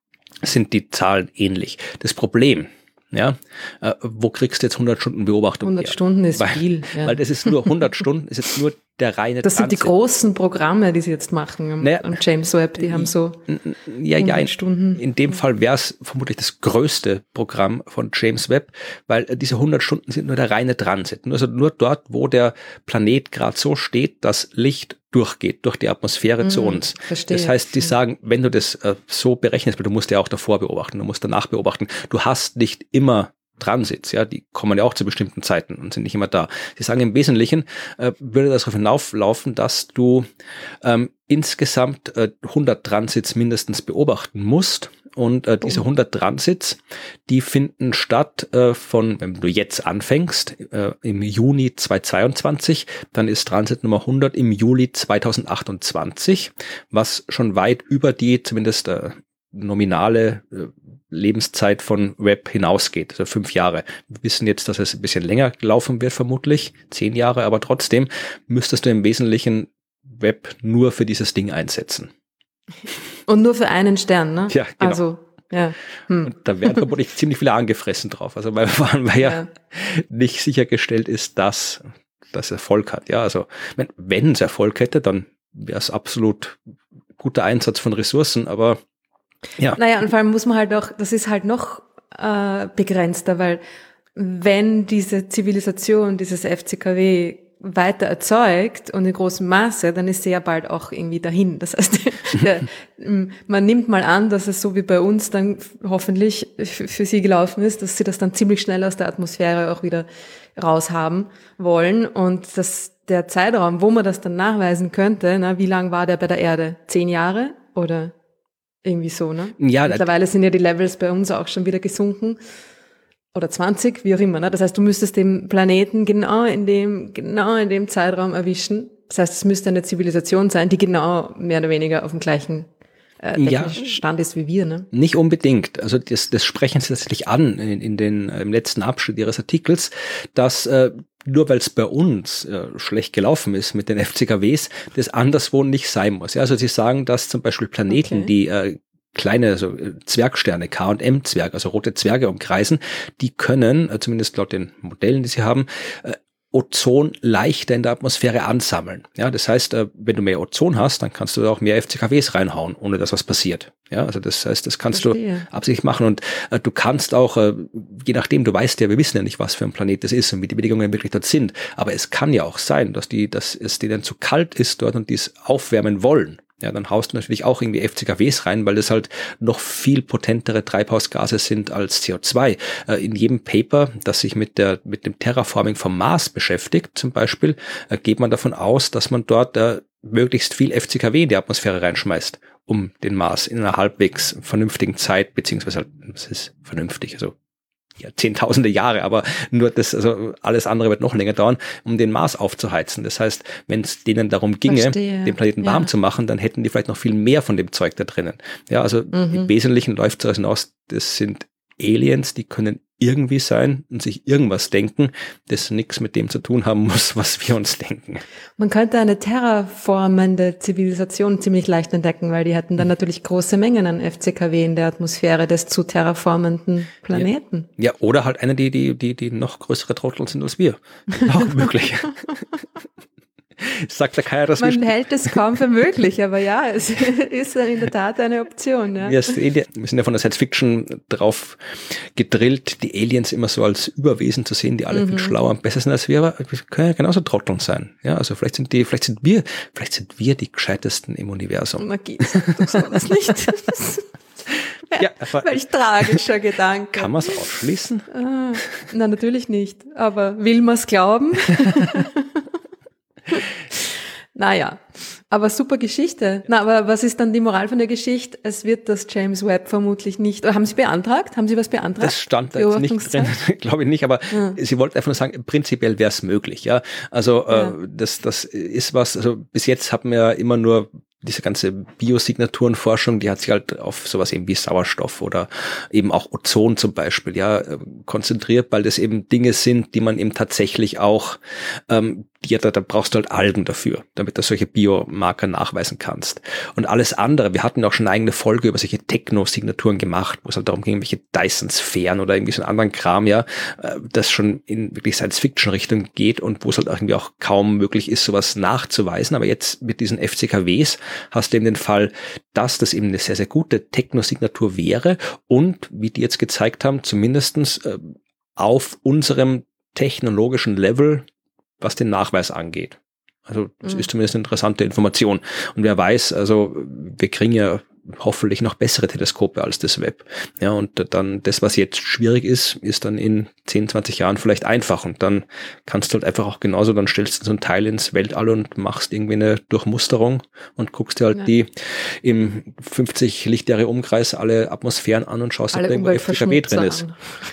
Zahlen ähnlich. Das Problem, ja, wo kriegst du jetzt 100 Stunden Beobachtung 100 her? Stunden ist viel. Ja. Weil das ist nur 100 Stunden, ist jetzt nur der reine Das sind die großen Programme, die sie jetzt machen am James Webb, die haben so 100 Stunden. In dem Fall wäre es vermutlich das größte Programm von James Webb, weil diese 100 Stunden sind nur der reine Transit. Also nur dort, wo der Planet gerade so steht, dass Licht durchgeht, durch die Atmosphäre zu uns. Verstehe. Das heißt, die sagen, wenn du das so berechnest, weil du musst ja auch davor beobachten, du musst danach beobachten, du hast nicht immer Transits, ja, die kommen ja auch zu bestimmten Zeiten und sind nicht immer da. Sie sagen, im Wesentlichen würde das darauf hinauflaufen, dass du insgesamt 100 Transits mindestens beobachten musst. Und diese 100 Transits, die finden statt wenn du jetzt anfängst, im Juni 2022, dann ist Transit Nummer 100 im Juli 2028, was schon weit über die zumindest nominale Lebenszeit von Webb hinausgeht, also 5 Jahre. Wir wissen jetzt, dass es ein bisschen länger laufen wird, vermutlich 10 Jahre, aber trotzdem müsstest du im Wesentlichen Webb nur für dieses Ding einsetzen. Und nur für einen Stern, ne? Ja, genau. Also, ja. Und da werden vermutlich ziemlich viele angefressen drauf. Also weil ja nicht sichergestellt ist, dass das Erfolg hat. Ja, also wenn es Erfolg hätte, dann wäre es absolut guter Einsatz von Ressourcen, aber ja. Naja, und vor allem muss man halt auch, das ist halt noch begrenzter, weil wenn diese Zivilisation, dieses FCKW weiter erzeugt und in großem Maße, dann ist sie ja bald auch irgendwie dahin. Das heißt, man nimmt mal an, dass es so wie bei uns dann hoffentlich für sie gelaufen ist, dass sie das dann ziemlich schnell aus der Atmosphäre auch wieder raushaben wollen und der Zeitraum, wo man das dann nachweisen könnte, wie lang war der bei der Erde? 10 Jahre oder irgendwie so, ne? Ja, mittlerweile sind ja die Levels bei uns auch schon wieder gesunken. Oder 20, wie auch immer, ne? Das heißt, du müsstest den Planeten genau in dem Zeitraum erwischen. Das heißt, es müsste eine Zivilisation sein, die genau mehr oder weniger auf dem gleichen technischen Stand ist wie wir, ne? Nicht unbedingt. Also das sprechen sie tatsächlich an im letzten Abschnitt ihres Artikels, dass nur weil es bei uns schlecht gelaufen ist mit den FCKWs, das anderswo nicht sein muss. Ja, also sie sagen, dass zum Beispiel Planeten, die kleine so Zwergsterne, K&M-Zwerg, also rote Zwerge umkreisen, die können, zumindest laut den Modellen, die sie haben, Ozon leichter in der Atmosphäre ansammeln. Ja, das heißt, wenn du mehr Ozon hast, dann kannst du da auch mehr FCKWs reinhauen, ohne dass was passiert. Ja, also das heißt, das kannst du absichtlich machen und du kannst auch, je nachdem, du weißt ja, wir wissen ja nicht, was für ein Planet das ist und wie die Bedingungen wirklich dort sind, aber es kann ja auch sein, dass es denen zu kalt ist dort und die es aufwärmen wollen. Ja, dann haust du natürlich auch irgendwie FCKWs rein, weil das halt noch viel potentere Treibhausgase sind als CO2. In jedem Paper, das sich mit dem Terraforming vom Mars beschäftigt, zum Beispiel, geht man davon aus, dass man dort möglichst viel FCKW in die Atmosphäre reinschmeißt, um den Mars in einer halbwegs vernünftigen Zeit, beziehungsweise halt, das ist vernünftig, also ja, zehntausende Jahre, aber nur das, also alles andere wird noch länger dauern, um den Mars aufzuheizen. Das heißt, wenn es denen darum ginge, den Planeten warm zu machen, dann hätten die vielleicht noch viel mehr von dem Zeug da drinnen. Ja, also im Wesentlichen läuft es hinaus, das sind Aliens, die können irgendwie sein und sich irgendwas denken, das nichts mit dem zu tun haben muss, was wir uns denken. Man könnte eine terraformende Zivilisation ziemlich leicht entdecken, weil die hätten dann natürlich große Mengen an FCKW in der Atmosphäre des zu terraformenden Planeten. Ja, oder halt eine, die noch größere Trottel sind als wir. Auch möglich. Sagt der Kaya, dass man hält es kaum für möglich, aber ja, es ist in der Tat eine Option. Ja. Wir sind ja von der Science Fiction drauf gedrillt, die Aliens immer so als Überwesen zu sehen, die alle viel schlauer und besser sind als wir, aber wir können ja genauso Trotteln sein. Ja, also vielleicht sind wir die Gescheitesten im Universum. Magie, sag so das nicht. Ja, welch tragischer Gedanke. Kann man es ausschließen? Nein, natürlich nicht. Aber will man es glauben? Naja, aber super Geschichte. Na, aber was ist dann die Moral von der Geschichte? Es wird das James Webb vermutlich nicht. Oder haben Sie beantragt? Haben Sie was beantragt? Das stand da jetzt nicht drin, glaube ich nicht, aber Sie wollten einfach nur sagen, prinzipiell wäre es möglich, ja. Also das ist was, also bis jetzt haben wir immer nur diese ganze Biosignaturenforschung, die hat sich halt auf sowas eben wie Sauerstoff oder eben auch Ozon zum Beispiel, ja, konzentriert, weil das eben Dinge sind, die man eben tatsächlich auch, da brauchst du halt Algen dafür, damit du solche Biomarker nachweisen kannst. Und alles andere, wir hatten auch schon eine eigene Folge über solche Techno-Signaturen gemacht, wo es halt darum ging, welche Dyson-Sphären oder irgendwie so einen anderen Kram, ja, das schon in wirklich Science-Fiction-Richtung geht und wo es halt irgendwie auch kaum möglich ist, sowas nachzuweisen. Aber jetzt mit diesen FCKWs hast du eben den Fall, dass das eben eine sehr, sehr gute Techno-Signatur wäre und, wie die jetzt gezeigt haben, zumindestens auf unserem technologischen Level, was den Nachweis angeht. Also das ist zumindest eine interessante Information. Und wer weiß, also wir kriegen ja hoffentlich noch bessere Teleskope als das Webb. Ja, und dann das, was jetzt schwierig ist, ist dann in 10, 20 Jahren vielleicht einfach. Und dann kannst du halt einfach auch genauso, dann stellst du so ein Teil ins Weltall und machst irgendwie eine Durchmusterung und guckst dir halt die im 50 Lichtjahre Umkreis alle Atmosphären an und schaust, ob da irgendwo FCKW drin ist.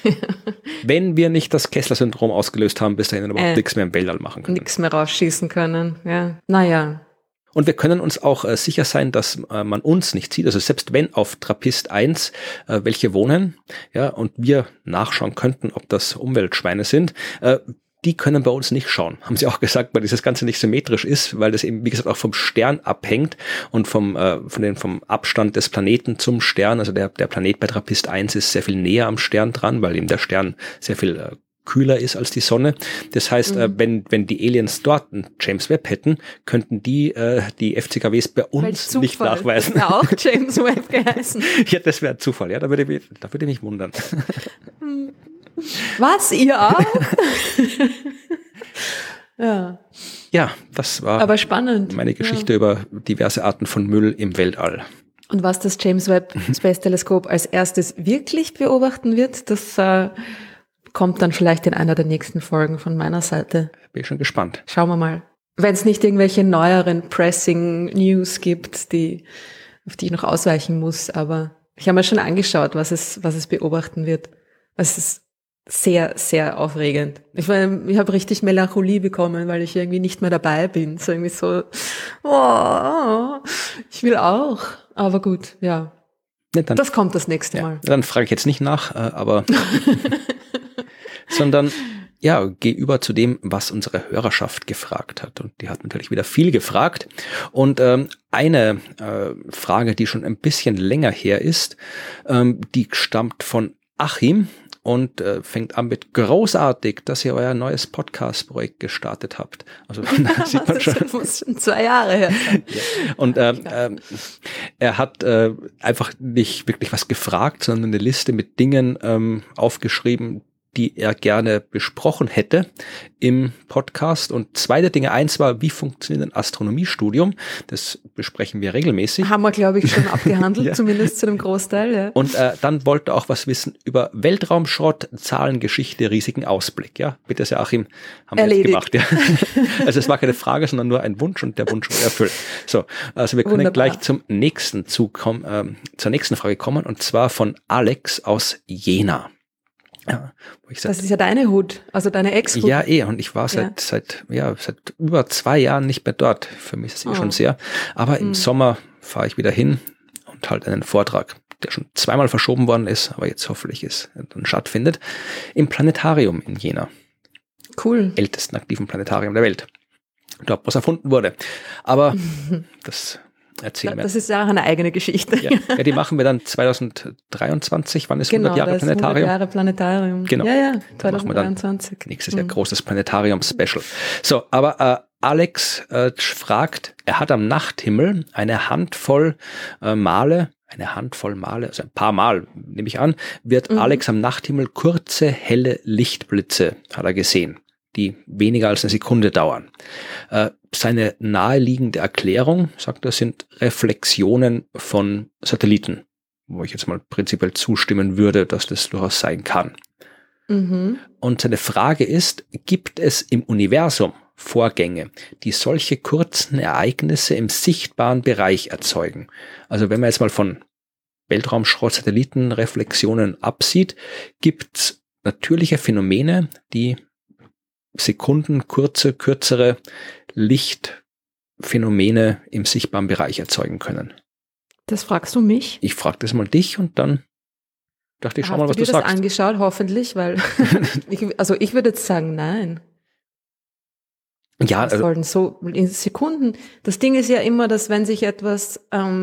Wenn wir nicht das Kessler-Syndrom ausgelöst haben, bis dahin überhaupt nichts mehr im Weltall machen können. Nichts mehr rausschießen können, ja. Naja. Und wir können uns auch sicher sein, dass man uns nicht sieht. Also selbst wenn auf Trappist 1 welche wohnen, ja, und wir nachschauen könnten, ob das Umweltschweine sind, die können bei uns nicht schauen. Haben sie auch gesagt, weil dieses Ganze nicht symmetrisch ist, weil das eben, wie gesagt, auch vom Stern abhängt und vom Abstand des Planeten zum Stern. Also der Planet bei Trappist 1 ist sehr viel näher am Stern dran, weil eben der Stern sehr viel kühler ist als die Sonne. Das heißt, wenn die Aliens dort ein James Webb hätten, könnten die FCKWs bei uns nicht nachweisen. Ja, auch James Webb geheißen. Ja, das wäre Zufall, ja, da würde ich mich wundern. Was, ihr auch? Ja, das war aber spannend. Meine Geschichte über diverse Arten von Müll im Weltall. Und was das James Webb Space Teleskop als erstes wirklich beobachten wird, das kommt dann vielleicht in einer der nächsten Folgen von meiner Seite. Bin ich schon gespannt. Schauen wir mal. Wenn es nicht irgendwelche neueren Pressing News gibt, auf die ich noch ausweichen muss, aber ich habe mir schon angeschaut, was es beobachten wird. Es ist sehr, sehr aufregend. Ich habe richtig Melancholie bekommen, weil ich irgendwie nicht mehr dabei bin. So irgendwie so, ich will auch. Aber gut, ja. Das kommt das nächste Mal. Dann frage ich jetzt nicht nach, aber sondern geh über zu dem, was unsere Hörerschaft gefragt hat. Und die hat natürlich wieder viel gefragt. Und eine Frage, die schon ein bisschen länger her ist, die stammt von Achim und fängt an mit großartig, dass ihr euer neues Podcast-Projekt gestartet habt. Also da sieht man schon. Das muss schon 2 Jahre her sein. Ja. Und er hat einfach nicht wirklich was gefragt, sondern eine Liste mit Dingen aufgeschrieben, die er gerne besprochen hätte im Podcast. Und 2 der Dinge. 1 war, wie funktioniert ein Astronomiestudium? Das besprechen wir regelmäßig. Haben wir, glaube ich, schon abgehandelt, ja. Zumindest zu einem Großteil. Ja. Und dann wollte er auch was wissen über Weltraumschrott, Zahlen, Geschichte, Risiken, Ausblick. Ja, bitte sehr, Achim, haben wir jetzt gemacht. Ja. Also es war keine Frage, sondern nur ein Wunsch und der Wunsch wurde erfüllt. So, also wir können Wunderbar. gleich zur nächsten Frage kommen, und zwar von Alex aus Jena. Ja, das ist ja deine Hut, also deine Ex-Hut. Ja, und ich war seit über 2 Jahren nicht mehr dort. Für mich ist es schon sehr. Aber im Sommer fahre ich wieder hin und halt einen Vortrag, der schon 2-mal verschoben worden ist, aber jetzt hoffentlich dann stattfindet, im Planetarium in Jena. Cool. Ältesten aktiven Planetarium der Welt. Ich glaube, was erfunden wurde. Aber das erzählen wir. Das ist ja auch eine eigene Geschichte. Ja, die machen wir dann 2023. Wann ist 100 Jahre Planetarium? 100 Jahre Planetarium. Genau. Ja, 2023. Nächstes Jahr großes Planetarium-Special. So, aber Alex fragt, er hat am Nachthimmel eine Handvoll Male, also ein paar Mal, nehme ich an, wird Alex am Nachthimmel kurze, helle Lichtblitze, hat er gesehen, die weniger als eine Sekunde dauern. Seine naheliegende Erklärung, sagt er, sind Reflexionen von Satelliten, wo ich jetzt mal prinzipiell zustimmen würde, dass das durchaus sein kann. Und seine Frage ist, gibt es im Universum Vorgänge, die solche kurzen Ereignisse im sichtbaren Bereich erzeugen? Also wenn man jetzt mal von Weltraumschrott, Satellitenreflexionen absieht, gibt es natürliche Phänomene, die Sekunden kürzere Lichtphänomene im sichtbaren Bereich erzeugen können. Das fragst du mich? Ich frage das mal dich und dann dachte ich, schau mal, was du sagst. Hast du dir das angeschaut, hoffentlich, weil ich würde jetzt sagen, nein. Ja, also so in Sekunden. Das Ding ist ja immer, dass wenn sich etwas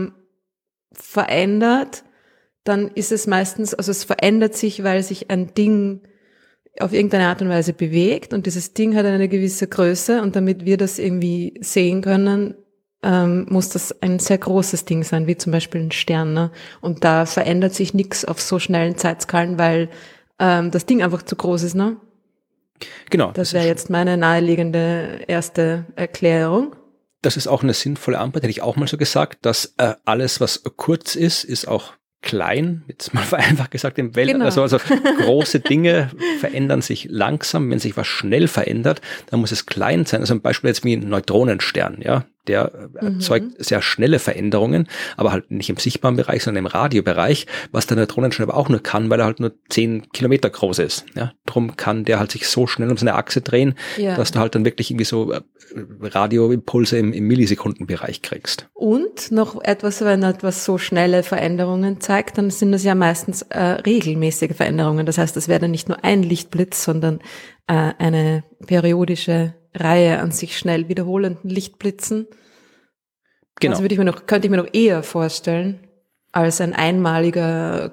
verändert, dann ist es meistens, also es verändert sich, weil sich ein Ding auf irgendeine Art und Weise bewegt und dieses Ding hat eine gewisse Größe und damit wir das irgendwie sehen können, muss das ein sehr großes Ding sein, wie zum Beispiel ein Stern. Ne? Und da verändert sich nichts auf so schnellen Zeitskalen, weil das Ding einfach zu groß ist. Ne? Genau. Das wäre jetzt meine naheliegende erste Erklärung. Das ist auch eine sinnvolle Antwort, hätte ich auch mal so gesagt, dass alles, was kurz ist auch klein, jetzt mal vereinfacht gesagt im Weltall. Genau. Also große Dinge verändern sich langsam. Wenn sich was schnell verändert, dann muss es klein sein. Also ein Beispiel jetzt wie ein Neutronenstern, ja. Der erzeugt sehr schnelle Veränderungen, aber halt nicht im sichtbaren Bereich, sondern im Radiobereich, was der Neutronenstern aber auch nur kann, weil er halt nur 10 Kilometer groß ist. Ja, drum kann der halt sich so schnell um seine Achse drehen, dass du halt dann wirklich irgendwie so Radioimpulse im Millisekundenbereich kriegst. Und noch etwas, wenn etwas so schnelle Veränderungen zeigt, dann sind das ja meistens regelmäßige Veränderungen. Das heißt, es wäre dann nicht nur ein Lichtblitz, sondern eine periodische Reihe an sich schnell wiederholenden Lichtblitzen. Genau. Also könnte ich mir noch eher vorstellen, als ein einmaliges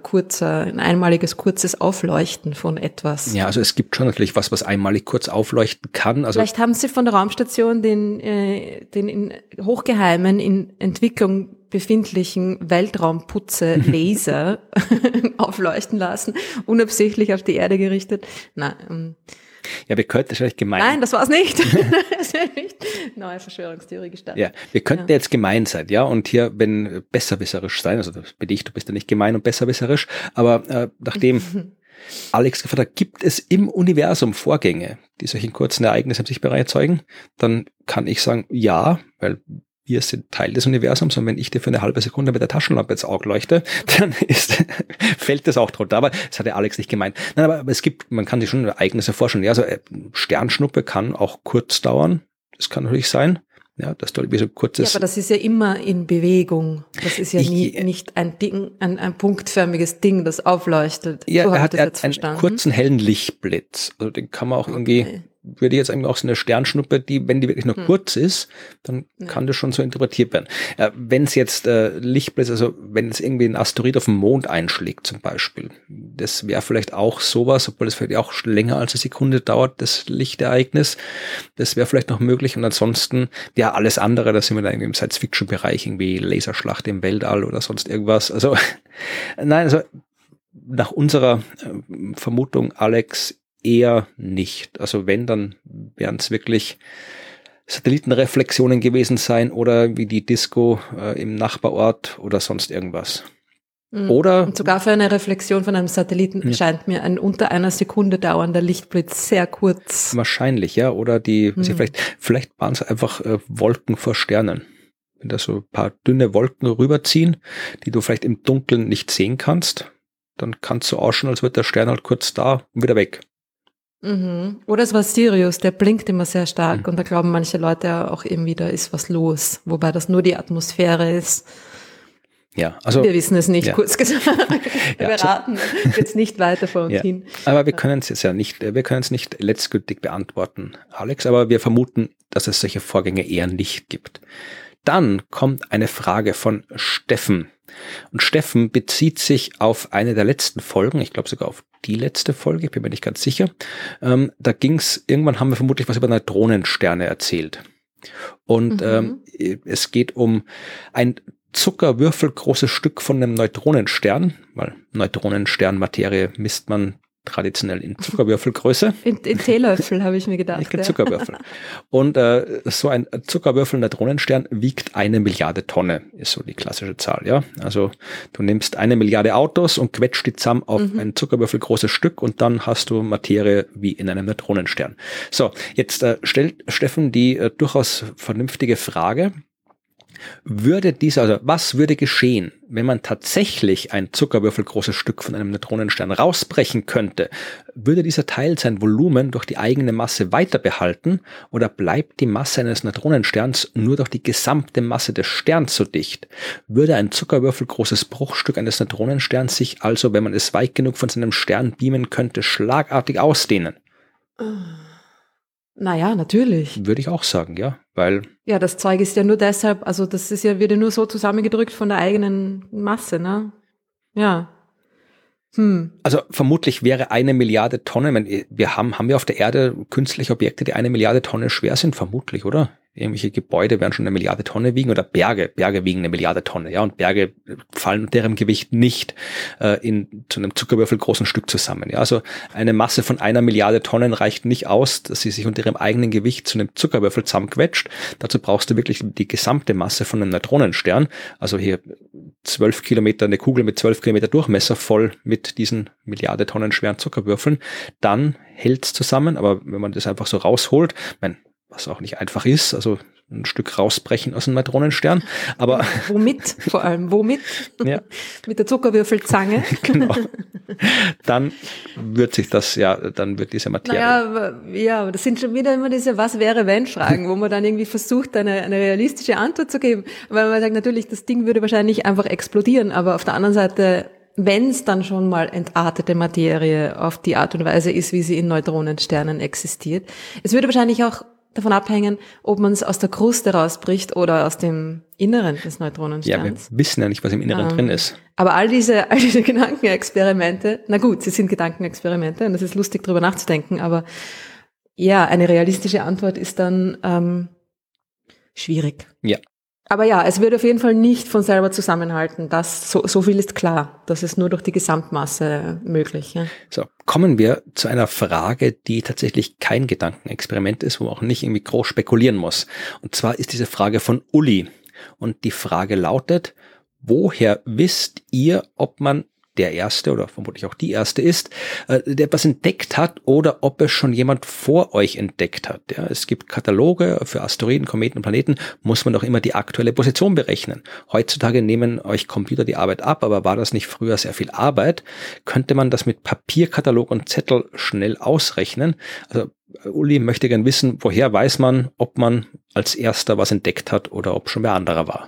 kurzes Aufleuchten von etwas. Ja, also es gibt schon natürlich was einmalig kurz aufleuchten kann. Also vielleicht haben Sie von der Raumstation den in hochgeheimen, in Entwicklung befindlichen Weltraumputze-Laser aufleuchten lassen, unabsichtlich auf die Erde gerichtet. Nein. Ja, wir könnten vielleicht gemein. Nein, das war's nicht. Das wäre nicht neue Verschwörungstheorie gestartet. Ja, wir könnten jetzt gemein sein, ja, und hier, wenn besserwisserisch sein, also das bin ich, du bist ja nicht gemein und besserwisserisch, aber nachdem Alex gefragt hat, gibt es im Universum Vorgänge, die solche kurzen Ereignisse im sichtbaren erzeugen, dann kann ich sagen, ja, weil wir sind Teil des Universums und wenn ich dir für eine halbe Sekunde mit der Taschenlampe ins Auge leuchte, dann fällt das auch drunter. Aber das hat der Alex nicht gemeint. Nein, aber man kann sich schon Ereignisse vorstellen. Ja, also Sternschnuppe kann auch kurz dauern. Das kann natürlich sein. Ja, dass du irgendwie so Ja, kurzes... aber das ist ja immer in Bewegung. Das ist ja nicht ein Ding, ein punktförmiges Ding, das aufleuchtet. Ja, So habe er ich hat, das er jetzt hat einen verstanden. kurzen hellen Lichtblitz. Also den kann man auch irgendwie, Okay. würde jetzt eigentlich auch so eine Sternschnuppe, die, wenn die wirklich nur kurz ist, dann kann das schon so interpretiert werden. Wenn es jetzt Lichtblitz, also wenn es irgendwie ein Asteroid auf den Mond einschlägt zum Beispiel, das wäre vielleicht auch sowas, obwohl es vielleicht auch länger als eine Sekunde dauert, das Lichtereignis. Das wäre vielleicht noch möglich. Und ansonsten, ja, alles andere, da sind wir dann irgendwie im Science-Fiction-Bereich, irgendwie Laserschlacht im Weltall oder sonst irgendwas. Also, nein, also nach unserer Vermutung, Alex, eher nicht. Also wenn, dann wären es wirklich Satellitenreflexionen gewesen sein oder wie die Disco im Nachbarort oder sonst irgendwas. Oder Und sogar für eine Reflexion von einem Satelliten scheint mir ein unter einer Sekunde dauernder Lichtblitz sehr kurz. wahrscheinlich, ja. Oder die, vielleicht waren es einfach Wolken vor Sternen. Wenn da so ein paar dünne Wolken rüberziehen, die du vielleicht im Dunkeln nicht sehen kannst, dann kannst du ausschauen, als wird der Stern halt kurz da und wieder weg. Oder es war Sirius, der blinkt immer sehr stark und da glauben manche Leute auch irgendwie, da ist was los, wobei das nur die Atmosphäre ist. Ja, also Wir wissen es nicht, ja. kurz gesagt. Wir raten jetzt nicht weiter vor uns hin. Aber wir können es jetzt ja nicht, wir können es nicht letztgültig beantworten, Alex, aber wir vermuten, dass es solche Vorgänge eher nicht gibt. Dann kommt eine Frage von Steffen. Und Steffen bezieht sich auf eine der letzten Folgen, ich glaube sogar auf die letzte Folge, ich bin mir nicht ganz sicher. Da ging's, irgendwann haben wir vermutlich was über Neutronensterne erzählt. Und es geht um ein zuckerwürfelgroßes Stück von einem Neutronenstern, weil Neutronensternmaterie misst man traditionell in Zuckerwürfelgröße. In Teelöffel, habe ich mir gedacht. Ich Zuckerwürfel. Und so ein Zuckerwürfel-Neutronenstern wiegt 1 Milliarde Tonne, ist so die klassische Zahl, ja. Also du nimmst 1 Milliarde Autos und quetscht die zusammen auf ein Zuckerwürfelgroßes Stück und dann hast du Materie wie in einem Neutronenstern. So, jetzt stellt Steffen die durchaus vernünftige Frage. Was würde geschehen, wenn man tatsächlich ein zuckerwürfelgroßes Stück von einem Neutronenstern rausbrechen könnte? Würde dieser Teil sein Volumen durch die eigene Masse weiter behalten oder bleibt die Masse eines Neutronensterns nur durch die gesamte Masse des Sterns so dicht? Würde ein zuckerwürfelgroßes Bruchstück eines Neutronensterns sich also, wenn man es weit genug von seinem Stern beamen könnte, schlagartig ausdehnen? Naja, natürlich. Würde ich auch sagen, ja, weil... Ja, das Zeug ist ja nur deshalb, also das ist ja wieder nur so zusammengedrückt von der eigenen Masse, ne? Ja. Also vermutlich wäre 1 Milliarde Tonne, haben wir auf der Erde künstliche Objekte, die 1 Milliarde Tonne schwer sind, vermutlich, oder? Irgendwelche Gebäude werden schon 1 Milliarde Tonne wiegen oder Berge wiegen 1 Milliarde Tonne, ja, und Berge fallen unter ihrem Gewicht nicht zu einem zuckerwürfelgroßen Stück zusammen, ja, also eine Masse von 1 Milliarde Tonnen reicht nicht aus, dass sie sich unter ihrem eigenen Gewicht zu einem Zuckerwürfel zusammenquetscht. Dazu brauchst du wirklich die gesamte Masse von einem Neutronenstern, also hier 12 Kilometer, eine Kugel mit 12 Kilometer Durchmesser voll mit diesen Milliarde Tonnen schweren Zuckerwürfeln, dann hält's zusammen, aber wenn man das einfach so rausholt, was auch nicht einfach ist, also ein Stück rausbrechen aus einem Neutronenstern, aber... Womit vor allem? Womit? Ja. Mit der Zuckerwürfelzange? Genau. Dann wird diese Materie... Naja, aber das sind schon wieder immer diese Was-wäre-wenn-Fragen, wo man dann irgendwie versucht, eine realistische Antwort zu geben. Weil man sagt, natürlich, das Ding würde wahrscheinlich einfach explodieren, aber auf der anderen Seite, wenn es dann schon mal entartete Materie auf die Art und Weise ist, wie sie in Neutronensternen existiert, es würde wahrscheinlich auch davon abhängen, ob man es aus der Kruste rausbricht oder aus dem Inneren des Neutronensterns. Ja, wir wissen ja nicht, was im Inneren drin ist. Aber all diese Gedankenexperimente, na gut, sie sind Gedankenexperimente und es ist lustig, drüber nachzudenken, aber ja, eine realistische Antwort ist dann schwierig. Ja. Aber ja, es wird auf jeden Fall nicht von selber zusammenhalten. So viel ist klar. Das ist nur durch die Gesamtmasse möglich. Ja. So, kommen wir zu einer Frage, die tatsächlich kein Gedankenexperiment ist, wo man auch nicht irgendwie groß spekulieren muss. Und zwar ist diese Frage von Uli. Und die Frage lautet, woher wisst ihr, ob man der Erste oder vermutlich auch die Erste ist, der etwas entdeckt hat oder ob es schon jemand vor euch entdeckt hat. Ja, es gibt Kataloge für Asteroiden, Kometen und Planeten, muss man doch immer die aktuelle Position berechnen. Heutzutage nehmen euch Computer die Arbeit ab, aber war das nicht früher sehr viel Arbeit? Könnte man das mit Papierkatalog und Zettel schnell ausrechnen? Also Uli möchte gern wissen, woher weiß man, ob man als Erster was entdeckt hat oder ob schon wer anderer war?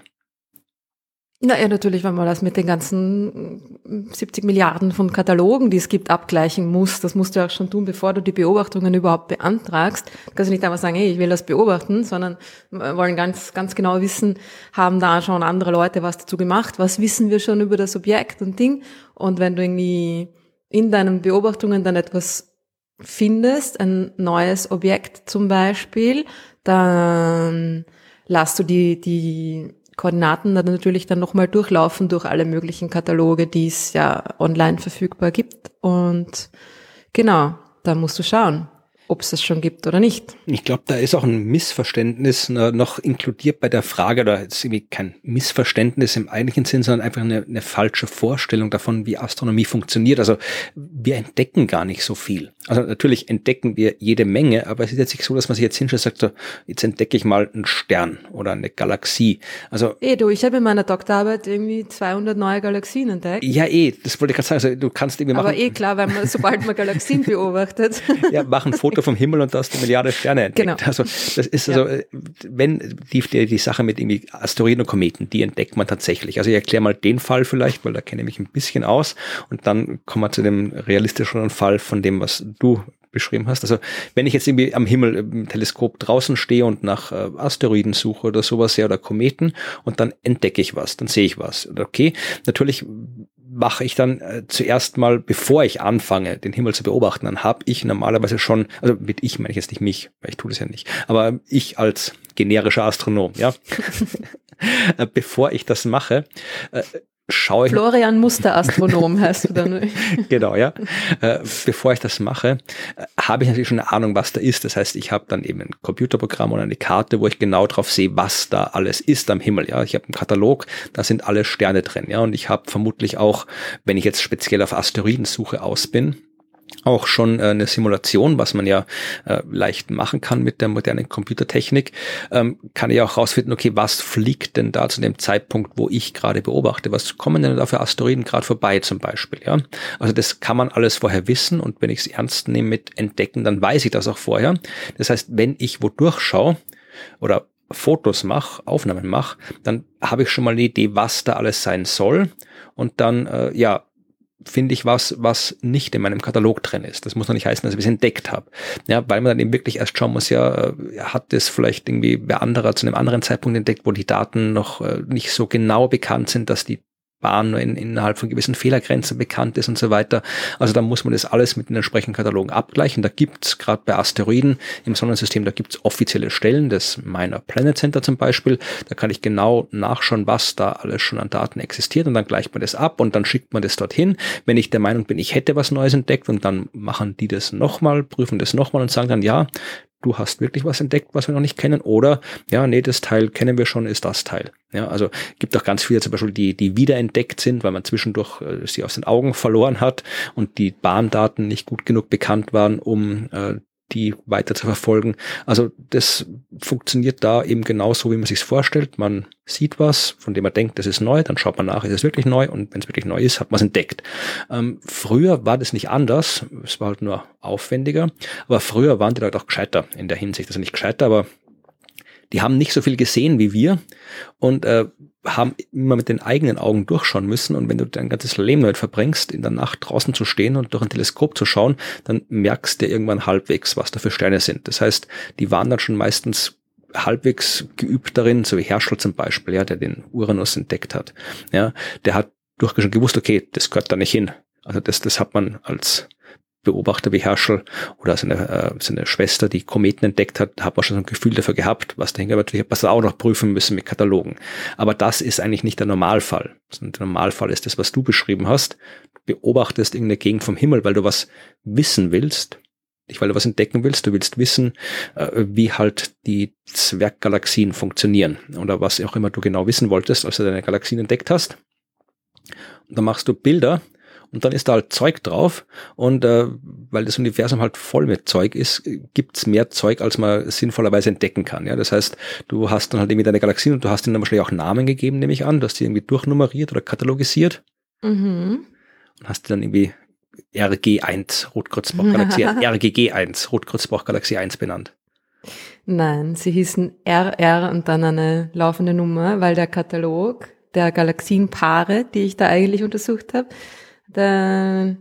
Na ja, natürlich, wenn man das mit den ganzen 70 Milliarden von Katalogen, die es gibt, abgleichen muss. Das musst du auch schon tun, bevor du die Beobachtungen überhaupt beantragst. Du kannst nicht einfach sagen, hey, ich will das beobachten, sondern wollen ganz, ganz genau wissen, haben da schon andere Leute was dazu gemacht? Was wissen wir schon über das Objekt und Ding? Und wenn du irgendwie in deinen Beobachtungen dann etwas findest, ein neues Objekt zum Beispiel, dann lass du die Koordinaten dann natürlich dann nochmal durchlaufen durch alle möglichen Kataloge, die es ja online verfügbar gibt. Und genau, da musst du schauen, ob es das schon gibt oder nicht. Ich glaube, da ist auch ein Missverständnis noch inkludiert bei der Frage, oder jetzt irgendwie kein Missverständnis im eigentlichen Sinn, sondern einfach eine falsche Vorstellung davon, wie Astronomie funktioniert. Also wir entdecken gar nicht so viel. Also natürlich entdecken wir jede Menge, aber es ist jetzt nicht so, dass man sich jetzt hinschaut und sagt, so, jetzt entdecke ich mal einen Stern oder eine Galaxie. Also ich habe in meiner Doktorarbeit irgendwie 200 neue Galaxien entdeckt. Ja, das wollte ich gerade sagen. Also du kannst irgendwie machen. Aber klar, weil sobald man Galaxien beobachtet. Ja, mach ein Foto vom Himmel und da hast du Milliarden Sterne entdeckt. Genau. Also das ist also, wenn die Sache mit irgendwie Asteroiden und Kometen, die entdeckt man tatsächlich. Also ich erkläre mal den Fall vielleicht, weil da kenne ich mich ein bisschen aus und dann kommen wir zu dem realistischeren Fall von dem, was du beschrieben hast. Also wenn ich jetzt irgendwie am Himmel im Teleskop draußen stehe und nach Asteroiden suche oder sowas, ja, oder Kometen und dann entdecke ich was, dann sehe ich was. Okay, natürlich mache ich dann zuerst mal, bevor ich anfange, den Himmel zu beobachten, dann habe ich normalerweise schon, also mit ich meine ich jetzt nicht mich, weil ich tue das ja nicht, aber ich als generischer Astronom, ja, bevor ich das mache, schaue ich... Florian Musterastronom heißt du dann. Genau, ja. Bevor ich das mache, habe ich natürlich schon eine Ahnung, was da ist. Das heißt, ich habe dann eben ein Computerprogramm oder eine Karte, wo ich genau drauf sehe, was da alles ist am Himmel. Ja, ich habe einen Katalog, da sind alle Sterne drin. Ja, und ich habe vermutlich auch, wenn ich jetzt speziell auf Asteroidensuche aus bin, auch schon eine Simulation, was man ja leicht machen kann mit der modernen Computertechnik, kann ich auch rausfinden, okay, was fliegt denn da zu dem Zeitpunkt, wo ich gerade beobachte, was kommen denn da für Asteroiden gerade vorbei zum Beispiel, ja. Also das kann man alles vorher wissen und wenn ich es ernst nehme mit entdecken, dann weiß ich das auch vorher. Das heißt, wenn ich wo durchschaue oder Fotos mache, Aufnahmen mache, dann habe ich schon mal eine Idee, was da alles sein soll und dann, finde ich was nicht in meinem Katalog drin ist. Das muss noch nicht heißen, dass ich es entdeckt habe. Ja, weil man dann eben wirklich erst schauen muss, ja, hat das vielleicht irgendwie wer anderer zu einem anderen Zeitpunkt entdeckt, wo die Daten noch nicht so genau bekannt sind, dass die Bahn nur innerhalb von gewissen Fehlergrenzen bekannt ist und so weiter. Also da muss man das alles mit den entsprechenden Katalogen abgleichen. Da gibt's gerade bei Asteroiden im Sonnensystem, da gibt's offizielle Stellen, das Minor Planet Center zum Beispiel. Da kann ich genau nachschauen, was da alles schon an Daten existiert und dann gleicht man das ab und dann schickt man das dorthin. Wenn ich der Meinung bin, ich hätte was Neues entdeckt und dann machen die das nochmal, prüfen das nochmal und sagen dann, ja, du hast wirklich was entdeckt, was wir noch nicht kennen, oder, ja, nee, das Teil kennen wir schon, ist das Teil. Ja, also gibt auch ganz viele zum Beispiel, die wiederentdeckt sind, weil man zwischendurch sie aus den Augen verloren hat und die Bahndaten nicht gut genug bekannt waren, um die weiter zu verfolgen. Also das funktioniert da eben genauso, wie man sich's vorstellt. Man sieht was, von dem man denkt, das ist neu, dann schaut man nach, ist es wirklich neu und wenn es wirklich neu ist, hat man es entdeckt. Früher war das nicht anders, es war halt nur aufwendiger, aber früher waren die Leute auch gescheiter in der Hinsicht. Also nicht gescheiter, aber die haben nicht so viel gesehen wie wir und haben immer mit den eigenen Augen durchschauen müssen. Und wenn du dein ganzes Leben damit verbringst, in der Nacht draußen zu stehen und durch ein Teleskop zu schauen, dann merkst du irgendwann halbwegs, was da für Sterne sind. Das heißt, die waren dann schon meistens halbwegs geübt darin, so wie Herschel zum Beispiel, ja, der den Uranus entdeckt hat. Ja, der hat durchaus schon gewusst, okay, das gehört da nicht hin. Also das hat man als Beobachter wie Herschel oder seine Schwester, die Kometen entdeckt hat, hat man schon so ein Gefühl dafür gehabt, was dahinter wird. Ich habe das auch noch prüfen müssen mit Katalogen. Aber das ist eigentlich nicht der Normalfall. Der Normalfall ist das, was du beschrieben hast. Du beobachtest irgendeine Gegend vom Himmel, weil du was wissen willst. Nicht, weil du was entdecken willst. Du willst wissen, wie halt die Zwerggalaxien funktionieren. Oder was auch immer du genau wissen wolltest, als du deine Galaxien entdeckt hast. Und dann machst du Bilder. Und dann ist da halt Zeug drauf und weil das Universum halt voll mit Zeug ist, gibt's mehr Zeug, als man sinnvollerweise entdecken kann. Ja, das heißt, du hast dann halt irgendwie deine Galaxien und du hast ihnen dann wahrscheinlich auch Namen gegeben, nehme ich an. Du hast die irgendwie durchnummeriert oder katalogisiert. Mhm. Und hast die dann irgendwie RG1, Rot-Grütz-Bach-Galaxie, RGG1, Rot-Grütz-Bach-Galaxie 1 benannt? Nein, sie hießen RR und dann eine laufende Nummer, weil der Katalog der Galaxienpaare, die ich da eigentlich untersucht habe, der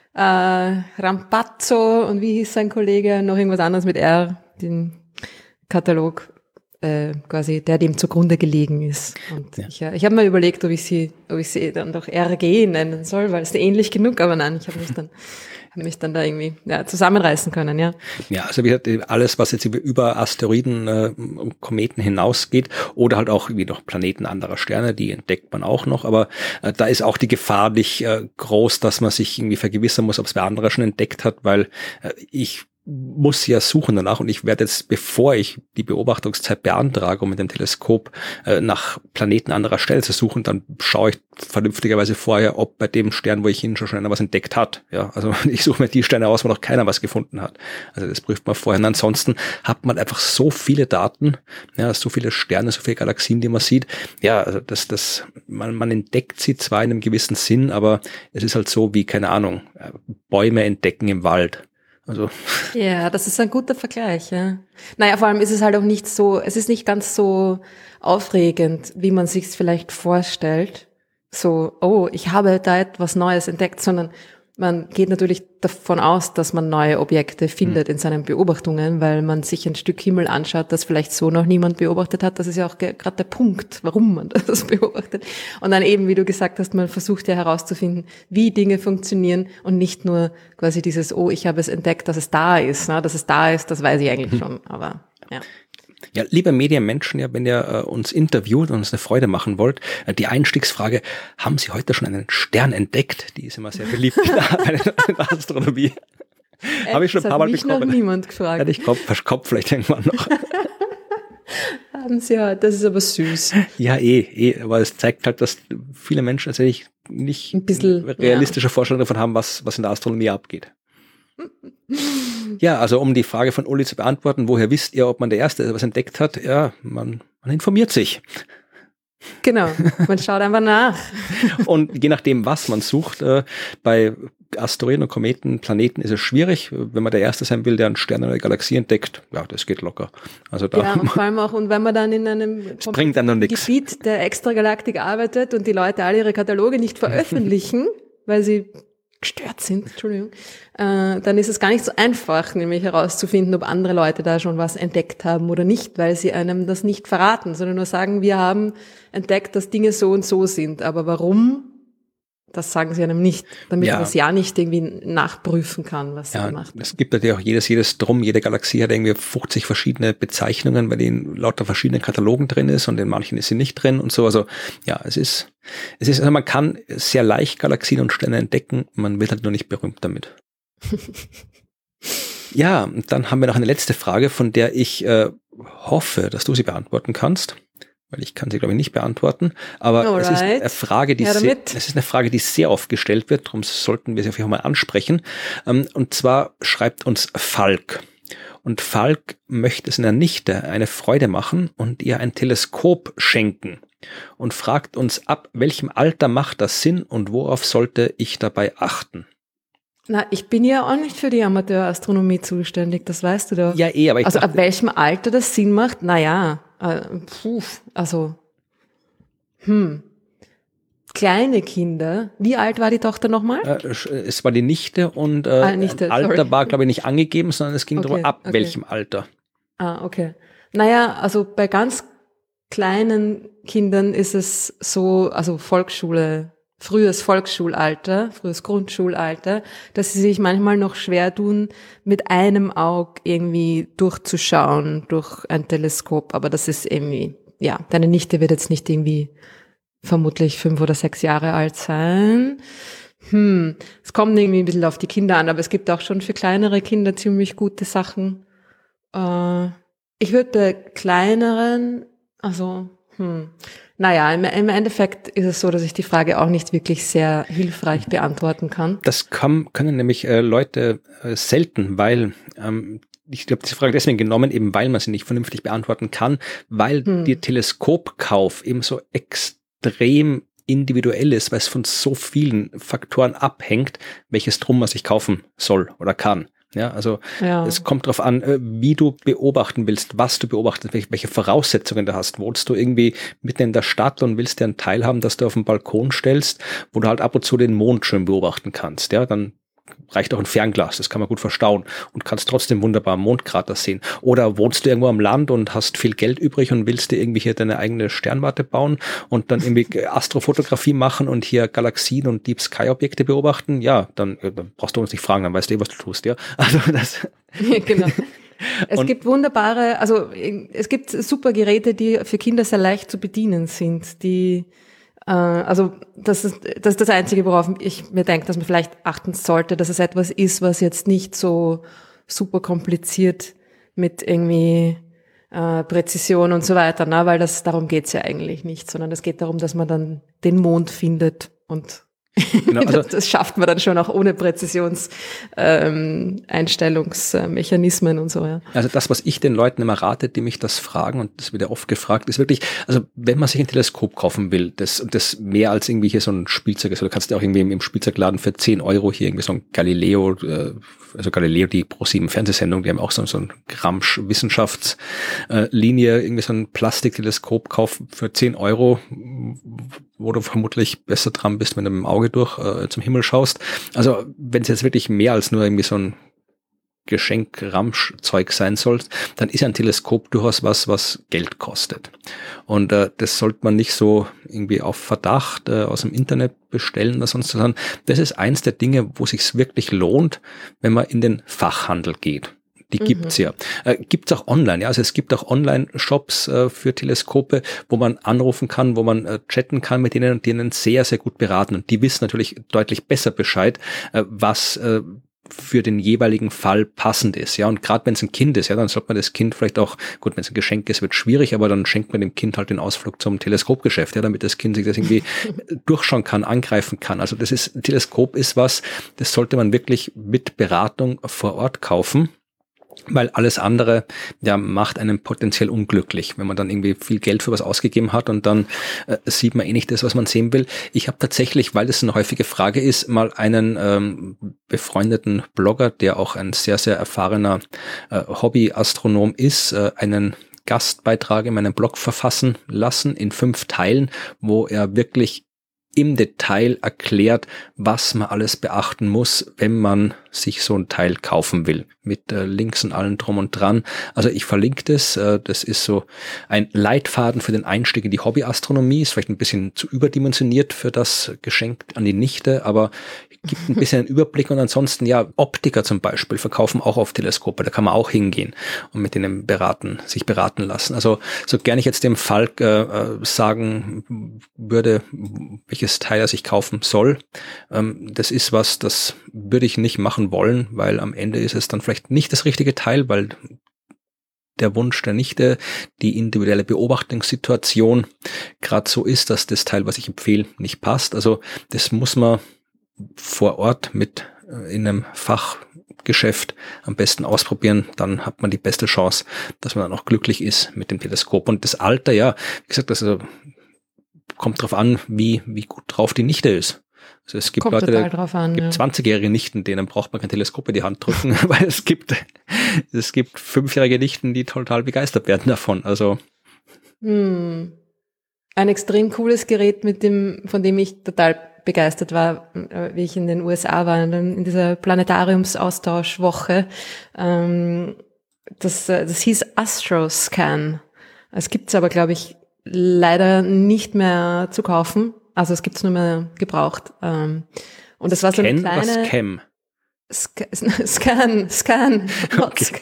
Rampazzo und wie hieß sein Kollege, noch irgendwas anderes mit R, den Katalog quasi, der dem zugrunde gelegen ist. Und ich habe mir überlegt, ob ich sie dann doch RG nennen soll, weil es ähnlich genug, aber nein, ich habe mich dann da irgendwie zusammenreißen können, ja. Ja, also wie gesagt, alles, was jetzt über Asteroiden und Kometen hinausgeht oder halt auch wie noch Planeten anderer Sterne, die entdeckt man auch noch, aber da ist auch die Gefahr nicht groß, dass man sich irgendwie vergewissern muss, ob es wer anderer schon entdeckt hat, weil ich muss ja suchen danach und ich werde jetzt, bevor ich die Beobachtungszeit beantrage, um mit dem Teleskop nach Planeten anderer Stelle zu suchen, dann schaue ich vernünftigerweise vorher, ob bei dem Stern, wo ich hin schon einer was entdeckt hat. Ja, also ich suche mir die Sterne aus, wo noch keiner was gefunden hat. Also das prüft man vorher. Und ansonsten hat man einfach so viele Daten, ja, so viele Sterne, so viele Galaxien, die man sieht. Ja, also man entdeckt sie zwar in einem gewissen Sinn, aber es ist halt so wie, keine Ahnung, Bäume entdecken im Wald. Also. Ja, das ist ein guter Vergleich, ja. Naja, vor allem ist es halt auch nicht so, es ist nicht ganz so aufregend, wie man sich's vielleicht vorstellt. So, oh, ich habe da etwas Neues entdeckt, sondern man geht natürlich davon aus, dass man neue Objekte findet in seinen Beobachtungen, weil man sich ein Stück Himmel anschaut, das vielleicht so noch niemand beobachtet hat. Das ist ja auch gerade der Punkt, warum man das beobachtet. Und dann eben, wie du gesagt hast, man versucht ja herauszufinden, wie Dinge funktionieren und nicht nur quasi dieses, oh, ich habe es entdeckt, dass es da ist. Ne? Dass es da ist, das weiß ich eigentlich schon, aber ja. Ja, liebe Medienmenschen, ja, wenn ihr uns interviewt und uns eine Freude machen wollt, die Einstiegsfrage, haben Sie heute schon einen Stern entdeckt? Die ist immer sehr beliebt in der Astronomie. Habe ich schon ein paar Mal bekommen. Das hat mich noch niemand gefragt. Hätte ich Kopf vielleicht irgendwann noch. Haben Sie ja, das ist aber süß. Ja, aber es zeigt halt, dass viele Menschen tatsächlich nicht ein bisschen realistische Vorstellungen davon haben, was in der Astronomie abgeht. Ja, also um die Frage von Uli zu beantworten, woher wisst ihr, ob man der Erste ist, was entdeckt hat? Ja, man informiert sich. Genau, man schaut einfach nach. Und je nachdem, was man sucht, bei Asteroiden und Kometen, Planeten ist es schwierig. Wenn man der Erste sein will, der einen Stern oder eine Galaxie entdeckt, ja, das geht locker. Also da ja, und vor allem auch, und wenn man dann in einem Gebiet der Extragalaktik arbeitet und die Leute alle ihre Kataloge nicht veröffentlichen, weil sie gestört sind, dann ist es gar nicht so einfach, nämlich herauszufinden, ob andere Leute da schon was entdeckt haben oder nicht, weil sie einem das nicht verraten, sondern nur sagen, wir haben entdeckt, dass Dinge so und so sind. Aber warum? Das sagen sie einem nicht, damit man das ja nicht irgendwie nachprüfen kann, was sie gemacht haben. Es gibt natürlich auch jedes Drum, jede Galaxie hat irgendwie 50 verschiedene Bezeichnungen, weil die in lauter verschiedenen Katalogen drin ist und in manchen ist sie nicht drin und so. Also ja, also man kann sehr leicht Galaxien und Sterne entdecken, man wird halt nur nicht berühmt damit. Ja, dann haben wir noch eine letzte Frage, von der ich hoffe, dass du sie beantworten kannst. Weil ich kann sie, glaube ich, nicht beantworten. Aber es ist eine Frage, die sehr oft gestellt wird, darum sollten wir sie auf jeden Fall mal ansprechen. Und zwar schreibt uns Falk. Und Falk möchte seiner Nichte eine Freude machen und ihr ein Teleskop schenken. Und fragt uns, ab welchem Alter macht das Sinn und worauf sollte ich dabei achten? Na, ich bin ja auch nicht für die Amateurastronomie zuständig, das weißt du doch. Ja, aber ich dachte, ab welchem Alter das Sinn macht, kleine Kinder. Wie alt war die Tochter nochmal? Es war die Nichte und Alter war, glaube ich, nicht angegeben, sondern es ging darum, ab welchem Alter. Ah, okay. Naja, also bei ganz kleinen Kindern ist es so, also Volksschule, frühes Volksschulalter, frühes Grundschulalter, dass sie sich manchmal noch schwer tun, mit einem Auge irgendwie durchzuschauen durch ein Teleskop. Aber das ist irgendwie, ja, deine Nichte wird jetzt nicht irgendwie vermutlich 5 oder 6 Jahre alt sein. Es kommt irgendwie ein bisschen auf die Kinder an, aber es gibt auch schon für kleinere Kinder ziemlich gute Sachen. Ich würde bei kleineren, naja, im Endeffekt ist es so, dass ich die Frage auch nicht wirklich sehr hilfreich beantworten kann. Das können nämlich Leute selten, weil ich glaube, diese Frage deswegen genommen, eben weil man sie nicht vernünftig beantworten kann, weil der Teleskopkauf eben so extrem individuell ist, weil es von so vielen Faktoren abhängt, welches Drum man sich kaufen soll oder kann. Ja, also es kommt darauf an, wie du beobachten willst, was du beobachtest, welche Voraussetzungen du hast. Wohnst du irgendwie mitten in der Stadt und willst dir einen Teil haben, das du auf den Balkon stellst, wo du halt ab und zu den Mond schön beobachten kannst, ja, dann reicht auch ein Fernglas, das kann man gut verstauen und kannst trotzdem wunderbar Mondkrater sehen. Oder wohnst du irgendwo am Land und hast viel Geld übrig und willst dir irgendwie hier deine eigene Sternwarte bauen und dann irgendwie Astrofotografie machen und hier Galaxien und Deep Sky Objekte beobachten? Ja, dann brauchst du uns nicht fragen, dann weißt du was du tust, ja. Also das. Ja, genau. Es gibt wunderbare, also es gibt super Geräte, die für Kinder sehr leicht zu bedienen sind, also das ist das Einzige, worauf ich mir denke, dass man vielleicht achten sollte, dass es etwas ist, was jetzt nicht so super kompliziert mit irgendwie Präzision und so weiter, ne? Weil darum geht's ja eigentlich nicht, sondern es geht darum, dass man dann den Mond findet und genau, also das schafft man dann schon auch ohne Einstellungsmechanismen und so, ja. Also das, was ich den Leuten immer rate, die mich das fragen, und das wird ja oft gefragt, ist wirklich, also wenn man sich ein Teleskop kaufen will, das mehr als irgendwie hier so ein Spielzeug ist, oder kannst du auch irgendwie im Spielzeugladen für 10 Euro hier irgendwie so ein Galileo, die Pro7 Fernsehsendung, die haben auch so ein Gramsch-Wissenschaftslinie, irgendwie so ein Plastikteleskop kaufen für 10 Euro, wo du vermutlich besser dran bist, wenn du mit dem Auge durch zum Himmel schaust. Also wenn es jetzt wirklich mehr als nur irgendwie so ein Geschenk-Ramsch-Zeug sein soll, dann ist ein Teleskop durchaus was Geld kostet. Und das sollte man nicht so irgendwie auf Verdacht aus dem Internet bestellen oder sonst was, sondern das ist eins der Dinge, wo sich's wirklich lohnt, wenn man in den Fachhandel geht. Die gibt's ja. Gibt's auch online, ja. Also es gibt auch Online-Shops für Teleskope, wo man anrufen kann, wo man chatten kann mit denen und denen sehr, sehr gut beraten. Und die wissen natürlich deutlich besser Bescheid, was für den jeweiligen Fall passend ist, ja. Und gerade wenn es ein Kind ist, ja, dann sollte man das Kind vielleicht auch, gut, wenn es ein Geschenk ist, wird schwierig, aber dann schenkt man dem Kind halt den Ausflug zum Teleskopgeschäft, ja, damit das Kind sich das irgendwie durchschauen kann, angreifen kann. Also ein Teleskop ist was, das sollte man wirklich mit Beratung vor Ort kaufen. Weil alles andere ja macht einen potenziell unglücklich, wenn man dann irgendwie viel Geld für was ausgegeben hat und dann sieht man eh nicht das, was man sehen will. Ich habe tatsächlich, weil das eine häufige Frage ist, mal einen befreundeten Blogger, der auch ein sehr, sehr erfahrener Hobby-Astronom ist, einen Gastbeitrag in meinem Blog verfassen lassen in 5 Teilen, wo er wirklich im Detail erklärt, was man alles beachten muss, wenn man sich so ein Teil kaufen will. Mit Links und allem drum und dran. Also ich verlinke das. Das ist so ein Leitfaden für den Einstieg in die Hobbyastronomie. Ist vielleicht ein bisschen zu überdimensioniert für das Geschenk an die Nichte, aber gibt ein bisschen einen Überblick. Und ansonsten, ja, Optiker zum Beispiel verkaufen auch auf Teleskope. Da kann man auch hingehen und mit denen sich beraten lassen. Also so gerne ich jetzt dem Falk sagen würde, welches Teil er sich kaufen soll, das ist was, das würde ich nicht machen wollen, weil am Ende ist es dann vielleicht nicht das richtige Teil, weil der Wunsch der Nichte, die individuelle Beobachtungssituation gerade so ist, dass das Teil, was ich empfehle, nicht passt. Also das muss man vor Ort in einem Fachgeschäft am besten ausprobieren, dann hat man die beste Chance, dass man dann auch glücklich ist mit dem Teleskop. Und das Alter, ja, wie gesagt, das kommt drauf an, wie gut drauf die Nichte ist. Also es gibt Leute, gibt 20-jährige Nichten, denen braucht man kein Teleskop in die Hand drücken, weil es gibt 5-jährige Nichten, die total begeistert werden davon. Also ein extrem cooles Gerät, von dem ich total begeistert war, wie ich in den USA war, in dieser Planetariumsaustauschwoche. Das hieß Astroscan. Es gibt's aber, glaube ich, leider nicht mehr zu kaufen. Also es gibt's nur mehr gebraucht. Und das war so eine kleine... Scan, not okay.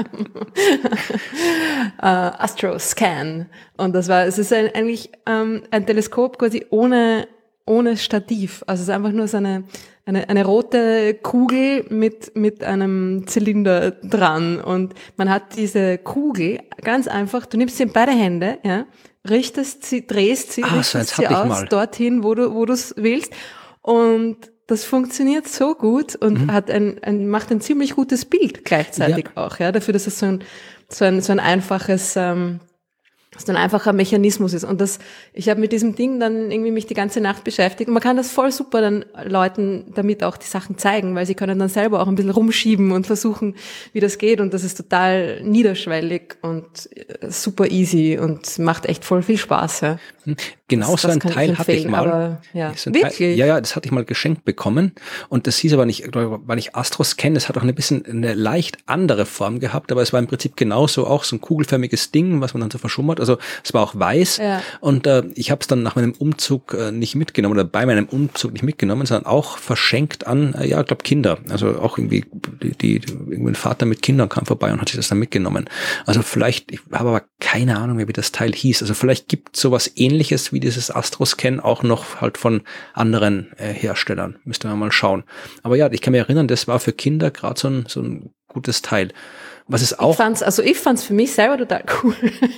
Astroscan. Und es ist eigentlich ein Teleskop quasi ohne Stativ. Also es ist einfach nur so eine rote Kugel mit einem Zylinder dran. Und man hat diese Kugel ganz einfach, du nimmst sie in beide Hände, ja, drehst sie aus dorthin, wo du es willst. Und das funktioniert so gut und macht ein ziemlich gutes Bild gleichzeitig auch, ja, dafür, dass es so ein einfaches dass dann einfach ein Mechanismus ist. Und ich habe mit diesem Ding dann irgendwie mich die ganze Nacht beschäftigt. Und man kann das voll super dann Leuten damit auch die Sachen zeigen, weil sie können dann selber auch ein bisschen rumschieben und versuchen, wie das geht. Und das ist total niederschwellig und super easy und macht echt voll viel Spaß. Ja. Genau so ein Teil hatte ich mal. Aber, ja. Wirklich? Ja, das hatte ich mal geschenkt bekommen. Und das hieß aber nicht, weil ich Astros kenne, das hat auch eine leicht andere Form gehabt, aber es war im Prinzip genauso auch so ein kugelförmiges Ding, was man dann so verschummert. Also es war auch weiß. Ja. Und ich habe es dann nach meinem Umzug nicht mitgenommen oder bei meinem Umzug nicht mitgenommen, sondern auch verschenkt an, ich glaube Kinder. Also auch irgendwie irgendwie ein Vater mit Kindern kam vorbei und hat sich das dann mitgenommen. Also vielleicht, ich habe aber keine Ahnung mehr, wie das Teil hieß. Also vielleicht gibt es sowas Ähnliches wie dieses Astro-Scan auch noch halt von anderen Herstellern. Müsste man mal schauen. Aber ja, ich kann mich erinnern, das war für Kinder gerade so ein gutes Teil. Was ist auch... Ich fand's für mich selber total cool.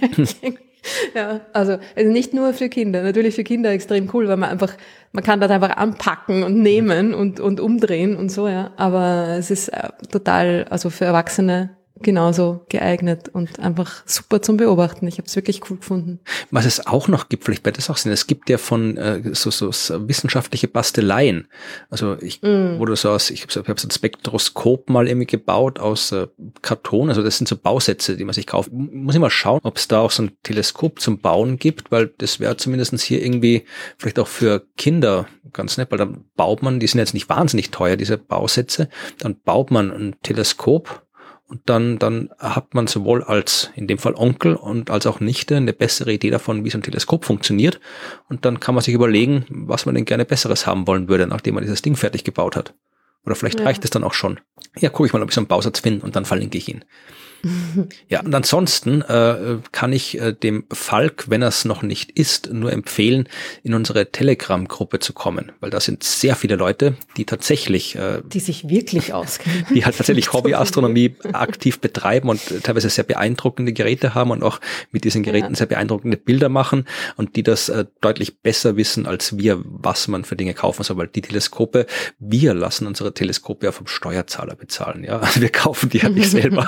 Ja, also nicht nur für Kinder, natürlich für Kinder extrem cool, weil man kann das einfach anpacken und nehmen und umdrehen und so, ja. Aber es ist total, also für Erwachsene genauso geeignet und einfach super zum Beobachten. Ich habe es wirklich cool gefunden. Was es auch noch gibt, vielleicht wird das auch sein, es gibt ja von so wissenschaftliche Basteleien. Also ich habe so ein Spektroskop mal irgendwie gebaut aus Karton. Also das sind so Bausätze, die man sich kauft. Muss ich mal schauen, ob es da auch so ein Teleskop zum Bauen gibt, weil das wäre zumindest hier irgendwie vielleicht auch für Kinder ganz nett, weil dann baut man, die sind jetzt nicht wahnsinnig teuer, diese Bausätze, dann baut man ein Teleskop. Und dann hat man sowohl als, in dem Fall Onkel und als auch Nichte eine bessere Idee davon, wie so ein Teleskop funktioniert. Und dann kann man sich überlegen, was man denn gerne Besseres haben wollen würde, nachdem man dieses Ding fertig gebaut hat. Oder vielleicht reicht es dann auch schon. Ja, gucke ich mal, ob ich so einen Bausatz finde und dann verlinke ich ihn. Ja, und ansonsten kann ich dem Falk, wenn er es noch nicht ist, nur empfehlen, in unsere Telegram-Gruppe zu kommen, weil da sind sehr viele Leute, die tatsächlich die sich wirklich auskennen. Die halt tatsächlich Hobbyastronomie aktiv betreiben und teilweise sehr beeindruckende Geräte haben und auch mit diesen Geräten sehr beeindruckende Bilder machen und die das deutlich besser wissen als wir, was man für Dinge kaufen soll, weil die Teleskope, wir lassen unsere Teleskope ja vom Steuerzahler bezahlen, ja, also wir kaufen die ja nicht selber.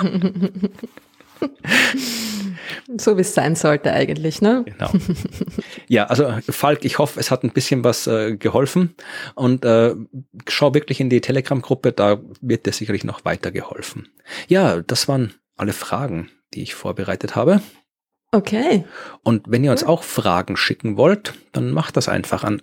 So wie es sein sollte eigentlich, ne? Genau. Ja, also Falk, ich hoffe, es hat ein bisschen was geholfen und schau wirklich in die Telegram-Gruppe, da wird dir sicherlich noch weiter geholfen. Ja, das waren alle Fragen, die ich vorbereitet habe. Okay. Und wenn ihr uns auch Fragen schicken wollt, dann macht das einfach an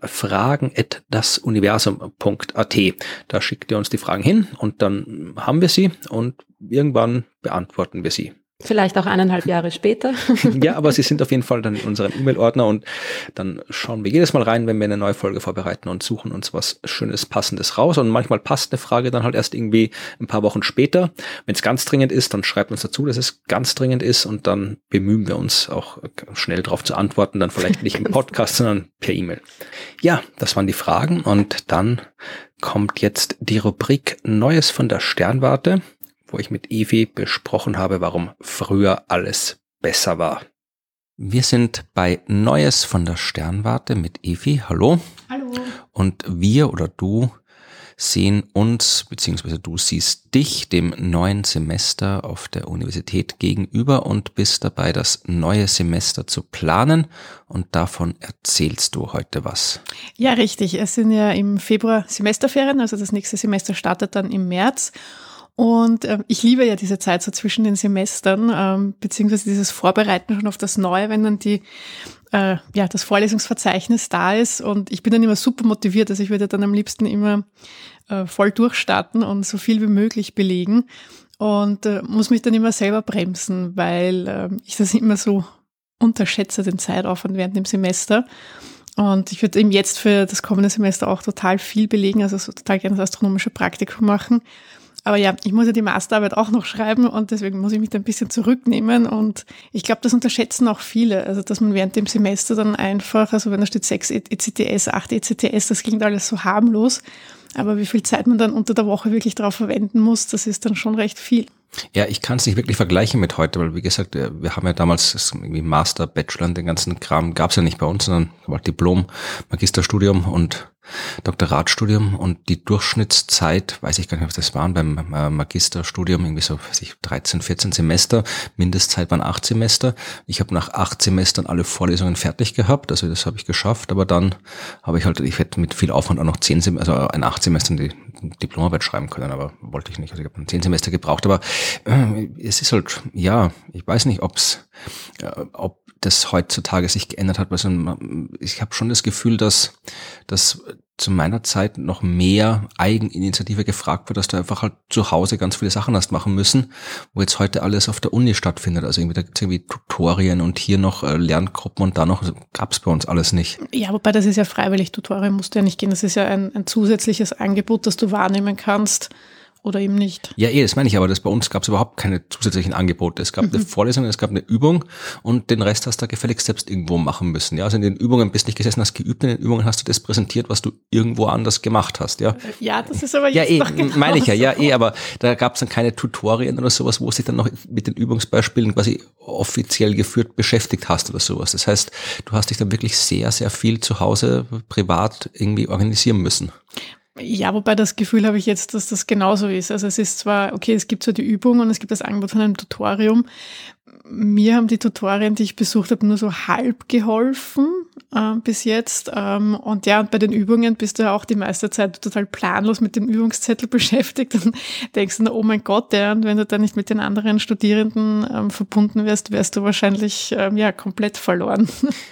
fragen@dasuniversum.at. Da schickt ihr uns die Fragen hin und dann haben wir sie und irgendwann beantworten wir sie. Vielleicht auch 1,5 Jahre später. Ja, aber sie sind auf jeden Fall dann in unserem E-Mail-Ordner und dann schauen wir jedes Mal rein, wenn wir eine neue Folge vorbereiten und suchen uns was Schönes, Passendes raus. Und manchmal passt eine Frage dann halt erst irgendwie ein paar Wochen später. Wenn es ganz dringend ist, dann schreibt uns dazu, dass es ganz dringend ist und dann bemühen wir uns auch schnell darauf zu antworten. Dann vielleicht nicht im Podcast, sondern per E-Mail. Ja, das waren die Fragen und dann kommt jetzt die Rubrik Neues von der Sternwarte, wo ich mit Evi besprochen habe, warum früher alles besser war. Wir sind bei Neues von der Sternwarte mit Evi. Hallo. Hallo. Und wir oder du sehen uns, beziehungsweise du siehst dich dem neuen Semester auf der Universität gegenüber und bist dabei, das neue Semester zu planen. Und davon erzählst du heute was. Ja, richtig. Es sind ja im Februar Semesterferien, also das nächste Semester startet dann im März. Und ich liebe ja diese Zeit so zwischen den Semestern, beziehungsweise dieses Vorbereiten schon auf das Neue, wenn dann das Vorlesungsverzeichnis da ist. Und ich bin dann immer super motiviert. Also ich würde dann am liebsten immer voll durchstarten und so viel wie möglich belegen. Und muss mich dann immer selber bremsen, weil ich das immer so unterschätze, den Zeitaufwand während dem Semester. Und ich würde eben jetzt für das kommende Semester auch total viel belegen, also so total gerne das astronomische Praktikum machen. Aber ja, ich muss ja die Masterarbeit auch noch schreiben und deswegen muss ich mich da ein bisschen zurücknehmen und ich glaube, das unterschätzen auch viele, also dass man während dem Semester dann einfach, also wenn da steht 6 ECTS, 8 ECTS, das klingt alles so harmlos, aber wie viel Zeit man dann unter der Woche wirklich drauf verwenden muss, das ist dann schon recht viel. Ja, ich kann es nicht wirklich vergleichen mit heute, weil wie gesagt, wir haben ja damals das irgendwie Master, Bachelor und den ganzen Kram gab es ja nicht bei uns, sondern war Diplom, Magisterstudium und Doktoratstudium und die Durchschnittszeit, weiß ich gar nicht, was das waren, beim Magisterstudium irgendwie so 13, 14 Semester, Mindestzeit waren 8 Semester. Ich habe nach 8 Semestern alle Vorlesungen fertig gehabt, also das habe ich geschafft, aber dann habe ich hätte mit viel Aufwand auch noch 10 Semester, also in 8 Semestern die Diplomarbeit schreiben können, aber wollte ich nicht, also ich habe 10 Semester gebraucht, aber es ist halt, ja, ich weiß nicht, ob das heutzutage sich geändert hat, weil ich habe schon das Gefühl, dass zu meiner Zeit noch mehr Eigeninitiative gefragt wird, dass du einfach halt zu Hause ganz viele Sachen hast machen müssen, wo jetzt heute alles auf der Uni stattfindet. Also da gibt's irgendwie Tutorien und hier noch Lerngruppen und da noch, also gab's bei uns alles nicht. Ja, wobei das ist ja freiwillig, Tutorien musst du ja nicht gehen, das ist ja ein zusätzliches Angebot, das du wahrnehmen kannst. Oder eben nicht. Ja, das meine ich, aber bei uns gab es überhaupt keine zusätzlichen Angebote. Es gab eine Vorlesung, es gab eine Übung und den Rest hast du gefälligst selbst irgendwo machen müssen. Ja, also in den Übungen bist du nicht gesessen, hast geübt, in den Übungen hast du das präsentiert, was du irgendwo anders gemacht hast. Ja, ja, das ist aber jetzt doch genau meine ich ja, aber da gab es dann keine Tutorien oder sowas, wo du dich dann noch mit den Übungsbeispielen quasi offiziell geführt beschäftigt hast oder sowas. Das heißt, du hast dich dann wirklich sehr, sehr viel zu Hause privat irgendwie organisieren müssen. Ja, wobei das Gefühl habe ich jetzt, dass das genauso ist. Also es ist zwar, okay, es gibt so die Übung und es gibt das Angebot von einem Tutorium. Mir haben die Tutorien, die ich besucht habe, nur so halb geholfen bis jetzt. Und ja, und bei den Übungen bist du ja auch die meiste Zeit total planlos mit dem Übungszettel beschäftigt und denkst du, oh mein Gott, ja, und wenn du dann nicht mit den anderen Studierenden verbunden wärst du wahrscheinlich komplett verloren.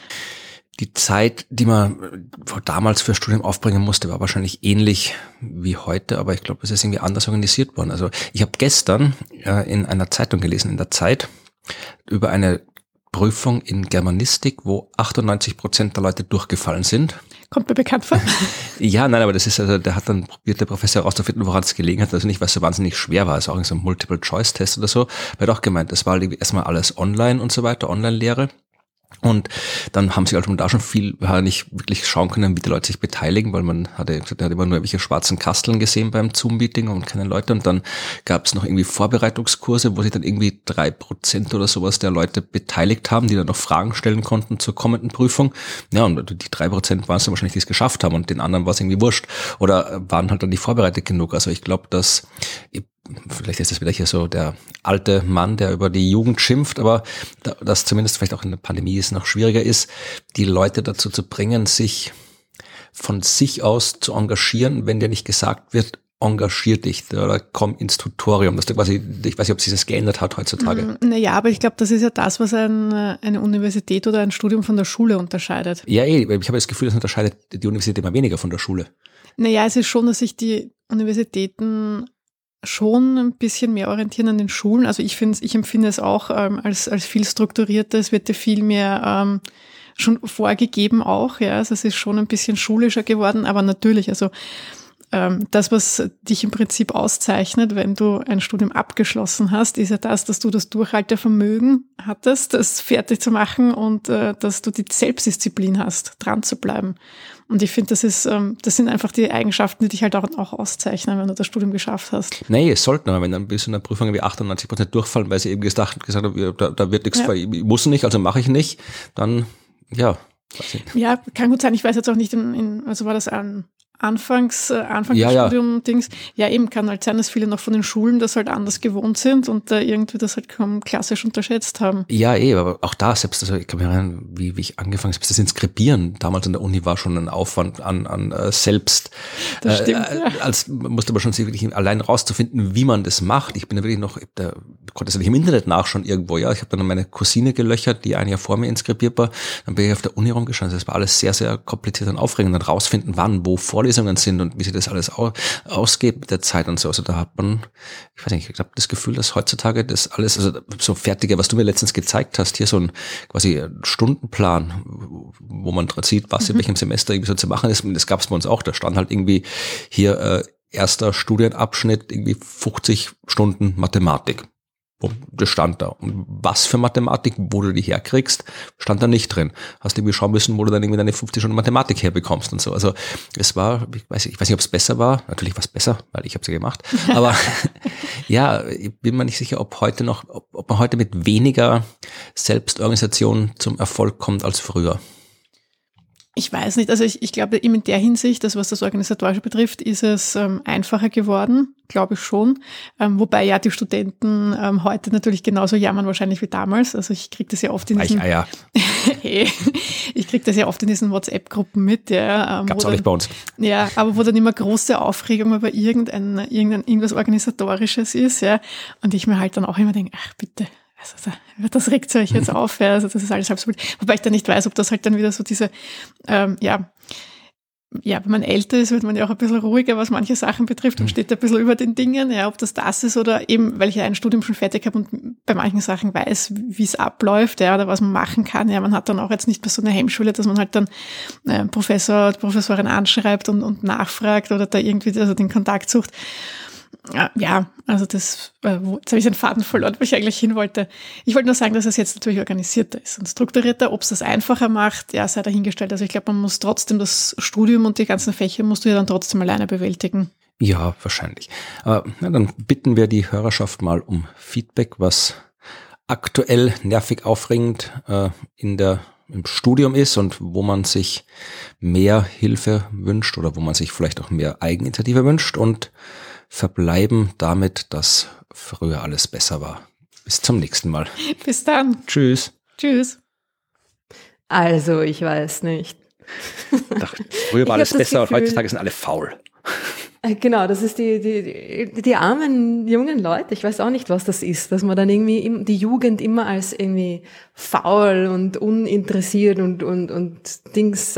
Die Zeit, die man damals für Studium aufbringen musste, war wahrscheinlich ähnlich wie heute, aber ich glaube, es ist irgendwie anders organisiert worden. Also ich habe gestern in einer Zeitung gelesen, in der Zeit, über eine Prüfung in Germanistik, wo 98% der Leute durchgefallen sind. Kommt mir bekannt vor. Ja, nein, aber das ist also, der hat dann probiert, der Professor herauszufinden, woran es gelegen hat. Also nicht, weil es so wahnsinnig schwer war, also auch in so einem Multiple-Choice-Test oder so. Er hat auch gemeint, das war erstmal alles online und so weiter, Online-Lehre. Und dann haben sie halt da schon nicht wirklich schauen können, wie die Leute sich beteiligen, weil man hatte gesagt, er hat immer nur irgendwelche schwarzen Kasteln gesehen beim Zoom-Meeting und keine Leute. Und dann gab es noch irgendwie Vorbereitungskurse, wo sich dann irgendwie 3% oder sowas der Leute beteiligt haben, die dann noch Fragen stellen konnten zur kommenden Prüfung. Ja, und die 3% waren es dann wahrscheinlich, die es geschafft haben und den anderen war es irgendwie wurscht. Oder waren halt dann nicht vorbereitet genug. Also ich glaube, dass vielleicht ist das wieder hier so der alte Mann, der über die Jugend schimpft, aber das zumindest vielleicht auch in der Pandemie es noch schwieriger ist, die Leute dazu zu bringen, sich von sich aus zu engagieren, wenn dir nicht gesagt wird, engagier dich oder komm ins Tutorium. Das ist quasi, ich weiß nicht, ob sich das geändert hat heutzutage. Naja, aber ich glaube, das ist ja das, was eine Universität oder ein Studium von der Schule unterscheidet. Ja, ich habe das Gefühl, das unterscheidet die Universität immer weniger von der Schule. Naja, es ist schon, dass sich die Universitäten schon ein bisschen mehr orientieren an den Schulen. Also ich empfinde es auch als viel strukturierter. Es wird ja viel mehr schon vorgegeben auch. Ja, also es ist schon ein bisschen schulischer geworden. Aber natürlich, also das, was dich im Prinzip auszeichnet, wenn du ein Studium abgeschlossen hast, ist ja das, dass du das Durchhaltevermögen hattest, das fertig zu machen und dass du die Selbstdisziplin hast, dran zu bleiben. Und ich finde, das sind einfach die Eigenschaften, die dich halt auch auszeichnen, wenn du das Studium geschafft hast. Nee, es sollten, aber wenn dann bis in der Prüfung irgendwie 98% durchfallen, weil sie eben gesagt haben, da wird nichts, ich muss nicht, also mache ich nicht, dann, ja. Ja, kann gut sein. Ich weiß jetzt auch nicht, also war das Anfang des Studium-Dings. Ja, eben kann halt sein, dass viele noch von den Schulen das halt anders gewohnt sind und irgendwie das halt kaum klassisch unterschätzt haben. Ja, aber auch da, selbst, also ich kann mich erinnern, wie ich angefangen habe, selbst das Inskribieren damals an der Uni war schon ein Aufwand an selbst. Das stimmt, als musste man schon wirklich allein rauszufinden, wie man das macht. Ich bin da wirklich noch, konnte es ja nicht im Internet nachschauen irgendwo, ja. Ich habe dann meine Cousine gelöchert, die ein Jahr vor mir inskribiert war. Dann bin ich auf der Uni rumgeschaut. Das war alles sehr, sehr kompliziert und aufregend. Dann rausfinden, wann, wo Vorlesungen sind und wie sich das alles ausgeht mit der Zeit und so. Also da hat man, ich weiß nicht, ich habe das Gefühl, dass heutzutage das alles, also so fertiger, was du mir letztens gezeigt hast, hier so ein quasi Stundenplan, wo man sieht, was in welchem Semester irgendwie so zu machen ist. Das gab es bei uns auch. Da stand halt irgendwie hier erster Studienabschnitt, irgendwie 50 Stunden Mathematik. Das stand da. Und was für Mathematik, wo du die herkriegst, stand da nicht drin. Hast irgendwie schauen müssen, wo du dann irgendwie deine 50 Stunden Mathematik herbekommst und so. Also es war, ich weiß nicht, ob es besser war. Natürlich war es besser, weil ich habe es ja gemacht. Aber Ja, ich bin mir nicht sicher, ob man heute mit weniger Selbstorganisation zum Erfolg kommt als früher. Ich weiß nicht, also ich glaube eben in der Hinsicht, was das Organisatorische betrifft, ist es einfacher geworden, glaube ich schon. Wobei ja die Studenten heute natürlich genauso jammern wahrscheinlich wie damals. Also ich kriege das ja oft in diesen ich kriege das ja oft in diesen WhatsApp-Gruppen mit. Ja, gab's auch nicht bei uns. Ja, aber wo dann immer große Aufregung über irgendwas Organisatorisches ist, ja. Und ich mir halt dann auch immer denke, ach bitte. Also das regt euch jetzt auf, ja. Also das ist alles halb so gut. Wobei ich dann nicht weiß, ob das halt dann wieder so diese, wenn man älter ist, wird man ja auch ein bisschen ruhiger, was manche Sachen betrifft und steht ein bisschen über den Dingen, ja, ob das ist oder eben, weil ich ja ein Studium schon fertig habe und bei manchen Sachen weiß, wie es abläuft, ja, oder was man machen kann. Ja, man hat dann auch jetzt nicht mehr so eine Hemmschule, dass man halt dann Professor oder Professorin anschreibt und nachfragt oder da irgendwie also den Kontakt sucht. Ja, also jetzt habe ich den Faden verloren, wo ich eigentlich hin wollte. Ich wollte nur sagen, dass es jetzt natürlich organisierter ist und strukturierter. Ob es das einfacher macht, ja, sei dahingestellt. Also ich glaube, man muss trotzdem das Studium und die ganzen Fächer musst du ja dann trotzdem alleine bewältigen. Ja, wahrscheinlich. Aber dann bitten wir die Hörerschaft mal um Feedback, was aktuell nervig aufregend im Studium ist und wo man sich mehr Hilfe wünscht oder wo man sich vielleicht auch mehr Eigeninitiative wünscht und verbleiben damit, dass früher alles besser war. Bis zum nächsten Mal. Bis dann. Tschüss. Tschüss. Also, ich weiß nicht. Früher war alles besser und heutzutage sind alle faul. Genau, das ist die armen jungen Leute. Ich weiß auch nicht, was das ist, dass man dann irgendwie die Jugend immer als irgendwie faul und uninteressiert und Dings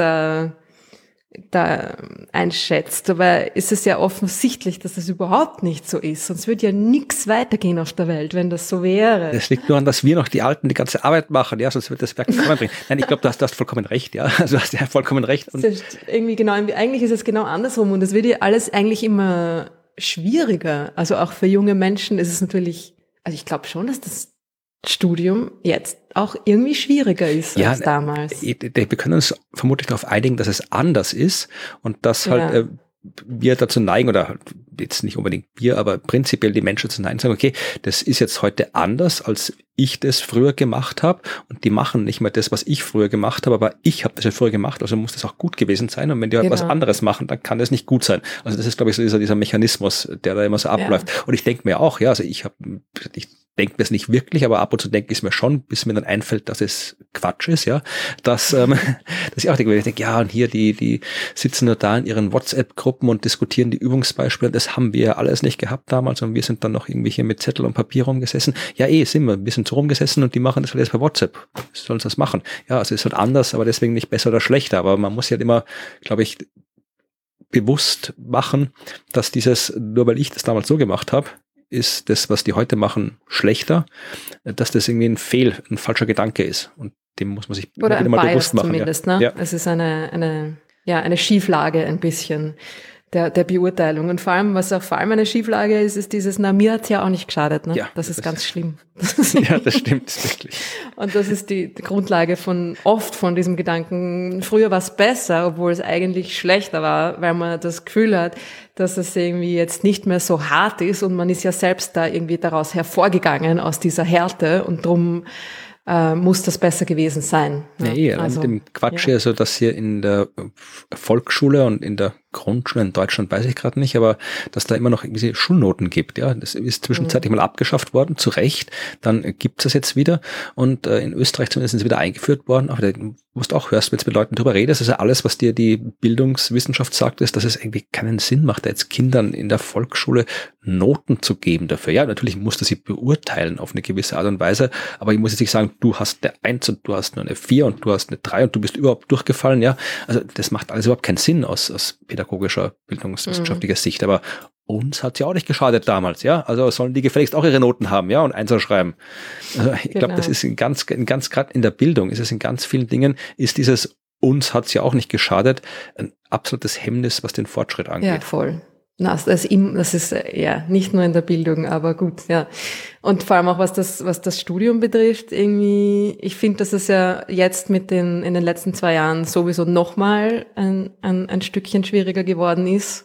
da einschätzt. Aber ist es ja offensichtlich, dass das überhaupt nicht so ist. Sonst würde ja nichts weitergehen auf der Welt, wenn das so wäre. Das liegt nur an, dass wir noch die Alten die ganze Arbeit machen, ja, sonst wird das Werk nicht voranbringen. Nein, ich glaube, du hast vollkommen recht, ja. Also du hast ja vollkommen recht. Und das ist irgendwie genau, eigentlich ist es genau andersrum und es wird ja alles eigentlich immer schwieriger. Also auch für junge Menschen ist es natürlich, also ich glaube schon, dass das Studium jetzt auch irgendwie schwieriger ist als damals. Wir können uns vermutlich darauf einigen, dass es anders ist und dass halt wir dazu neigen, oder jetzt nicht unbedingt wir, aber prinzipiell die Menschen zu neigen, sagen, okay, das ist jetzt heute anders, als ich das früher gemacht habe und die machen nicht mehr das, was ich früher gemacht habe, aber ich habe das ja früher gemacht, also muss das auch gut gewesen sein und wenn die halt was anderes machen, dann kann das nicht gut sein. Also das ist, glaube ich, so dieser Mechanismus, der da immer so abläuft. Und ich denke mir auch, ja, also ich denke mir es nicht wirklich, aber ab und zu denke ich es mir schon, bis mir dann einfällt, dass es Quatsch ist, ja, dass ich auch denke, ja, und hier die sitzen nur da in ihren WhatsApp-Gruppen und diskutieren die Übungsbeispiele, das haben wir ja alles nicht gehabt damals und wir sind dann noch irgendwie hier mit Zettel und Papier rumgesessen. Ja, sind wir sind so rumgesessen und die machen das halt jetzt bei WhatsApp. Sollen sie das machen? Ja, also es ist halt anders, aber deswegen nicht besser oder schlechter, aber man muss ja halt immer, glaube ich, bewusst machen, dass nur weil ich das damals so gemacht habe, ist das, was die heute machen, schlechter, dass das irgendwie ein falscher Gedanke ist. Und dem muss man sich oder wieder mal bewusst machen. Zumindest, ne? Ja. Es ist eine Schieflage ein bisschen der Beurteilung. Und vor allem, was auch vor allem eine Schieflage ist dieses, mir hat's ja auch nicht geschadet, ne? Ja, das ist ganz schlimm. Ja, das stimmt, wirklich. Und das ist die Grundlage von diesem Gedanken, früher war es besser, obwohl es eigentlich schlechter war, weil man das Gefühl hat, dass es irgendwie jetzt nicht mehr so hart ist und man ist ja selbst da irgendwie daraus hervorgegangen aus dieser Härte und drum muss das besser gewesen sein. Nee, also, mit dem Quatsch hier, so dass hier in der Volksschule und in der Grundschule in Deutschland weiß ich gerade nicht, aber dass da immer noch irgendwie Schulnoten gibt, ja, das ist zwischenzeitlich mal abgeschafft worden, zu Recht, dann gibt's das jetzt wieder und in Österreich zumindest ist es wieder eingeführt worden, aber du musst auch hörst, wenn du mit Leuten drüber redest, also alles, was dir die Bildungswissenschaft sagt, ist, dass es irgendwie keinen Sinn macht, jetzt Kindern in der Volksschule Noten zu geben dafür. Ja, natürlich musst du sie beurteilen auf eine gewisse Art und Weise, aber ich muss jetzt nicht sagen, du hast eine 1 und du hast nur eine 4 und du hast eine 3 und du bist überhaupt durchgefallen, ja, also das macht alles überhaupt keinen Sinn aus pädagogischer, bildungswissenschaftlicher Sicht, aber uns hat's ja auch nicht geschadet damals, ja, also sollen die gefälligst auch ihre Noten haben, ja, und Einser schreiben. Also ich glaube, das ist ganz gerade in der Bildung, ist es in ganz vielen Dingen, ist dieses uns hat's ja auch nicht geschadet, ein absolutes Hemmnis, was den Fortschritt angeht. Ja, voll. Das ist ja nicht nur in der Bildung, aber gut, ja. Und vor allem auch was das Studium betrifft, irgendwie, ich finde, dass es ja jetzt in den letzten 2 Jahren sowieso nochmal ein Stückchen schwieriger geworden ist.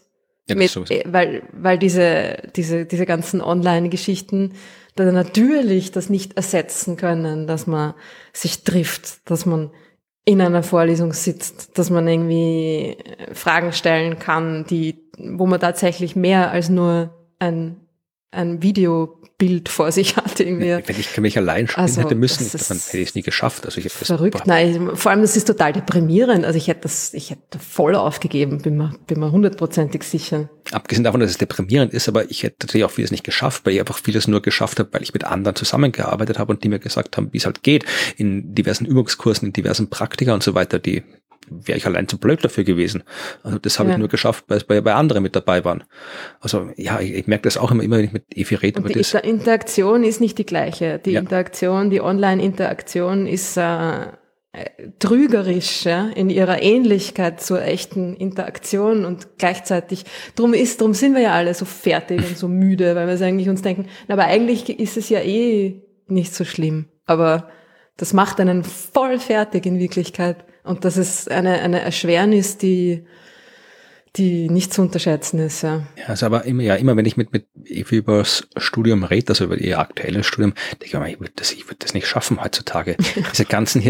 Ja, weil diese ganzen Online-Geschichten dann natürlich das nicht ersetzen können, dass man sich trifft, dass man in einer Vorlesung sitzt, dass man irgendwie Fragen stellen kann, wo man tatsächlich mehr als nur ein Videobild vor sich hat. Irgendwie. Wenn ich mich allein spielen hätte müssen, dann hätte ich es nie geschafft. Also ich habe das verrückt. Nein, vor allem das ist total deprimierend. Also ich hätte voll aufgegeben, bin mir 100%ig sicher. Abgesehen davon, dass es deprimierend ist, aber ich hätte natürlich auch vieles nicht geschafft, weil ich einfach vieles nur geschafft habe, weil ich mit anderen zusammengearbeitet habe und die mir gesagt haben, wie es halt geht, in diversen Übungskursen, in diversen Praktika und so weiter, die wäre ich allein zu blöd dafür gewesen. Also das habe ich nur geschafft, weil es bei anderen mit dabei waren. Also ja, ich merke das auch immer, wenn ich mit Evi rede. Und die Interaktion ist nicht die gleiche. Die Interaktion, die Online-Interaktion ist trügerisch in ihrer Ähnlichkeit zur echten Interaktion und gleichzeitig, drum sind wir ja alle so fertig und so müde, weil wir eigentlich uns denken, aber eigentlich ist es ja nicht so schlimm. Aber das macht einen voll fertig in Wirklichkeit. Und das ist eine Erschwernis, die nicht zu unterschätzen ist, ja. Ja, also aber immer wenn ich mit Evi über das Studium rede, also über ihr aktuelles Studium, denke ich mir, ich würde das nicht schaffen heutzutage. Diese ganzen,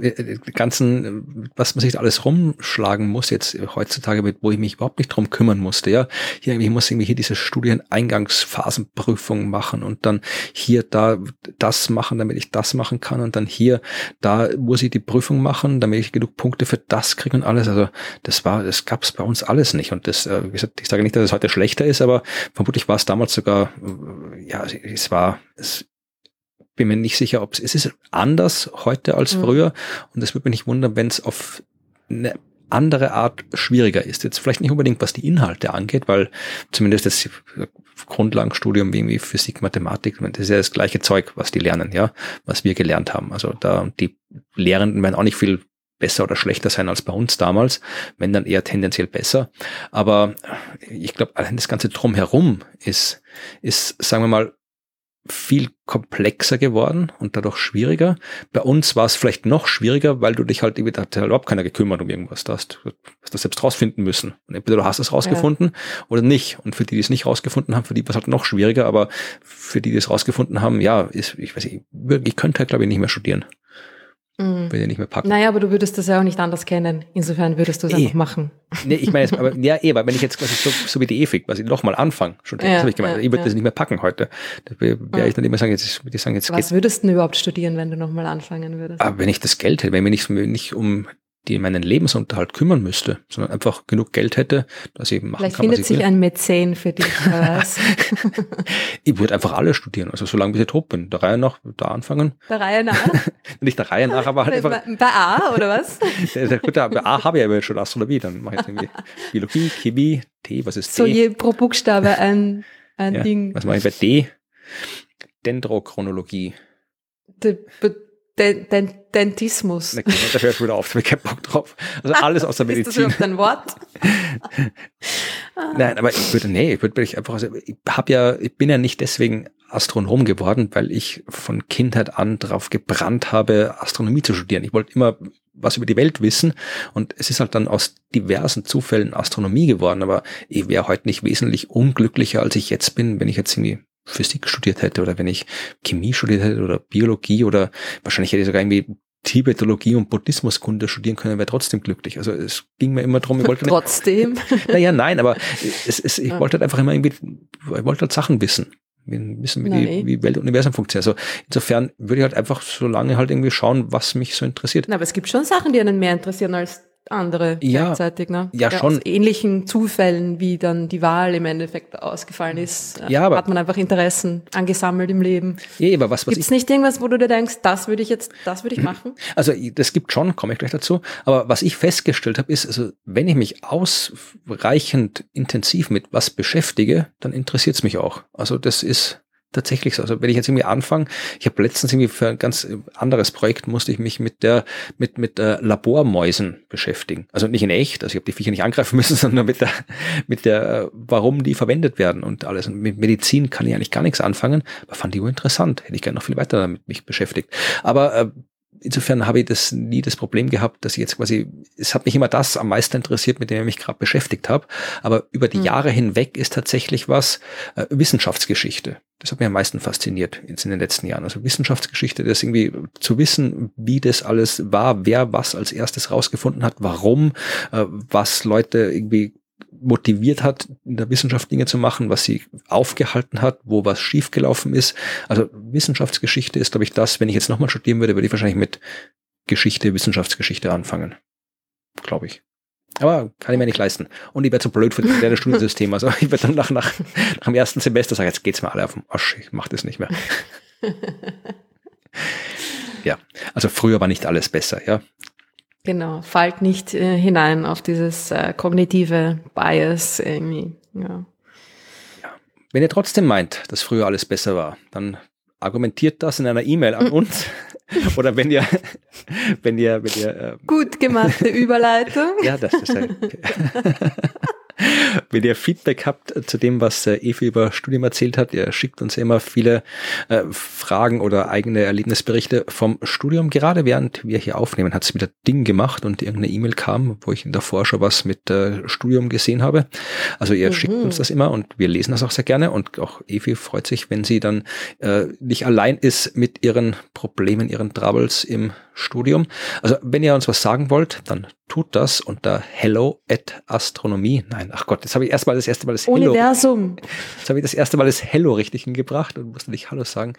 was man sich alles rumschlagen muss jetzt heutzutage, wo ich mich überhaupt nicht drum kümmern musste, ja. Ich muss irgendwie hier diese Studieneingangsphasenprüfung machen und dann hier da das machen, damit ich das machen kann und dann hier, da muss ich die Prüfung machen, damit ich genug Punkte für das kriege und alles. Also das gab's bei uns alles nicht. Und das, wie gesagt, ich sage nicht, dass es heute schlechter ist, aber vermutlich war es damals sogar, bin mir nicht sicher, es ist anders heute als früher. Und es würde mich nicht wundern, wenn es auf eine andere Art schwieriger ist. Jetzt vielleicht nicht unbedingt, was die Inhalte angeht, weil zumindest das Grundlagenstudium wie irgendwie Physik, Mathematik, das ist ja das gleiche Zeug, was die lernen, ja, was wir gelernt haben. Also die Lehrenden werden auch nicht viel besser oder schlechter sein als bei uns damals, wenn dann eher tendenziell besser. Aber ich glaube, allein das Ganze drumherum ist, sagen wir mal, viel komplexer geworden und dadurch schwieriger. Bei uns war es vielleicht noch schwieriger, weil du dich halt überhaupt keiner gekümmert um irgendwas. Du hast das selbst rausfinden müssen. Und entweder du hast es rausgefunden oder nicht. Und für die es nicht rausgefunden haben, für die war es halt noch schwieriger. Aber für die es rausgefunden haben, ich könnte halt, glaube ich, nicht mehr studieren. Würde nicht mehr packen. Naja, aber du würdest das ja auch nicht anders kennen. Insofern würdest du es einfach machen. Nee, ich meine, weil wenn ich jetzt quasi so wie die Ewig, quasi nochmal anfange, das habe ich gemeint, ich würde das nicht mehr packen heute. Da wäre ich dann immer sagen, jetzt was würdest du denn überhaupt studieren, wenn du nochmal anfangen würdest? Aber wenn ich das Geld hätte, wenn ich mich nicht um meinen Lebensunterhalt kümmern müsste, sondern einfach genug Geld hätte, dass ich machen Vielleicht kann, findet sich ein Mäzen für dich, wer weiß. Ich würde einfach alle studieren, also solange bis ich tot bin. Der Reihe nach, da anfangen. Der Reihe nach? Nicht der Reihe nach, aber halt einfach. Bei A, oder was? Bei A habe ich ja schon Astronomie, dann mache ich jetzt irgendwie Biologie, Chemie, T, was ist T? So je pro Buchstabe ein Ding. Was mache ich bei D? Dendrochronologie. Dentismus. Da hört schon wieder auf, da habe ich keinen Bock drauf. Also alles außer Medizin. Ist das überhaupt ein Wort? Nein, aber ich bin ja nicht deswegen Astronom geworden, weil ich von Kindheit an drauf gebrannt habe, Astronomie zu studieren. Ich wollte immer was über die Welt wissen und es ist halt dann aus diversen Zufällen Astronomie geworden, aber ich wäre heute nicht wesentlich unglücklicher, als ich jetzt bin, wenn ich jetzt irgendwie Physik studiert hätte oder wenn ich Chemie studiert hätte oder Biologie oder wahrscheinlich hätte ich sogar irgendwie Tibetologie und Buddhismuskunde studieren können, wäre trotzdem glücklich. Also es ging mir immer darum, ich wollte trotzdem. Nein, aber ich wollte halt einfach immer irgendwie, ich wollte halt Sachen wissen. Wissen, wie die Welt und Universum funktioniert. Also insofern würde ich halt einfach so lange halt irgendwie schauen, was mich so interessiert. Na, aber es gibt schon Sachen, die einen mehr interessieren als andere gleichzeitig, ne? Ja, schon. Aus ähnlichen Zufällen, wie dann die Wahl im Endeffekt ausgefallen ist, hat man einfach Interessen angesammelt im Leben. Ja, aber gibt's nicht irgendwas, wo du dir denkst, das würde ich machen? Also das gibt schon, komme ich gleich dazu. Aber was ich festgestellt habe, ist, also wenn ich mich ausreichend intensiv mit was beschäftige, dann interessiert es mich auch. Also das ist tatsächlich so. Also wenn ich jetzt irgendwie anfange, ich habe letztens irgendwie für ein ganz anderes Projekt musste ich mich mit Labormäusen beschäftigen. Also nicht in echt, also ich habe die Viecher nicht angreifen müssen, sondern mit der warum die verwendet werden und alles. Und mit Medizin kann ich eigentlich gar nichts anfangen, aber fand die interessant. Hätte ich gerne noch viel weiter damit mich beschäftigt. Aber insofern habe ich nie das Problem gehabt, dass ich jetzt quasi, es hat mich immer das am meisten interessiert, mit dem ich mich gerade beschäftigt habe. Aber über die Jahre hinweg ist tatsächlich Wissenschaftsgeschichte. Das hat mich am meisten fasziniert in den letzten Jahren. Also Wissenschaftsgeschichte, das irgendwie zu wissen, wie das alles war, wer was als erstes rausgefunden hat, warum, was Leute irgendwie motiviert hat, in der Wissenschaft Dinge zu machen, was sie aufgehalten hat, wo was schiefgelaufen ist. Also Wissenschaftsgeschichte ist, glaube ich, das, wenn ich jetzt nochmal studieren würde ich wahrscheinlich mit Wissenschaftsgeschichte anfangen. Glaube ich. Aber kann ich mir nicht leisten. Und ich werde zu blöd für das moderne Studiensystem. Also ich werde dann nach dem ersten Semester sagen, jetzt geht's mir alle auf den Arsch, ich mache das nicht mehr. Ja, also früher war nicht alles besser, ja. Genau, fallt nicht hinein auf dieses kognitive Bias irgendwie. Ja. Ja. Wenn ihr trotzdem meint, dass früher alles besser war, dann argumentiert das in einer E-Mail an uns. Oder wenn ihr gut gemachte Überleitung. Ja, das ist wenn ihr Feedback habt zu dem, was Evi über Studium erzählt hat, ihr schickt uns immer viele Fragen oder eigene Erlebnisberichte vom Studium. Gerade während wir hier aufnehmen, hat es wieder Ding gemacht und irgendeine E-Mail kam, wo ich davor schon was mit Studium gesehen habe. Also ihr schickt uns das immer und wir lesen das auch sehr gerne und auch Evi freut sich, wenn sie dann nicht allein ist mit ihren Problemen, ihren Troubles im Studium. Also wenn ihr uns was sagen wollt, dann tut das unter hello@astronomie. Nein, ach Gott, jetzt habe ich das erste Mal das Hello. Universum. Jetzt habe ich das erste Mal das Hello richtig hingebracht und musste nicht Hallo sagen.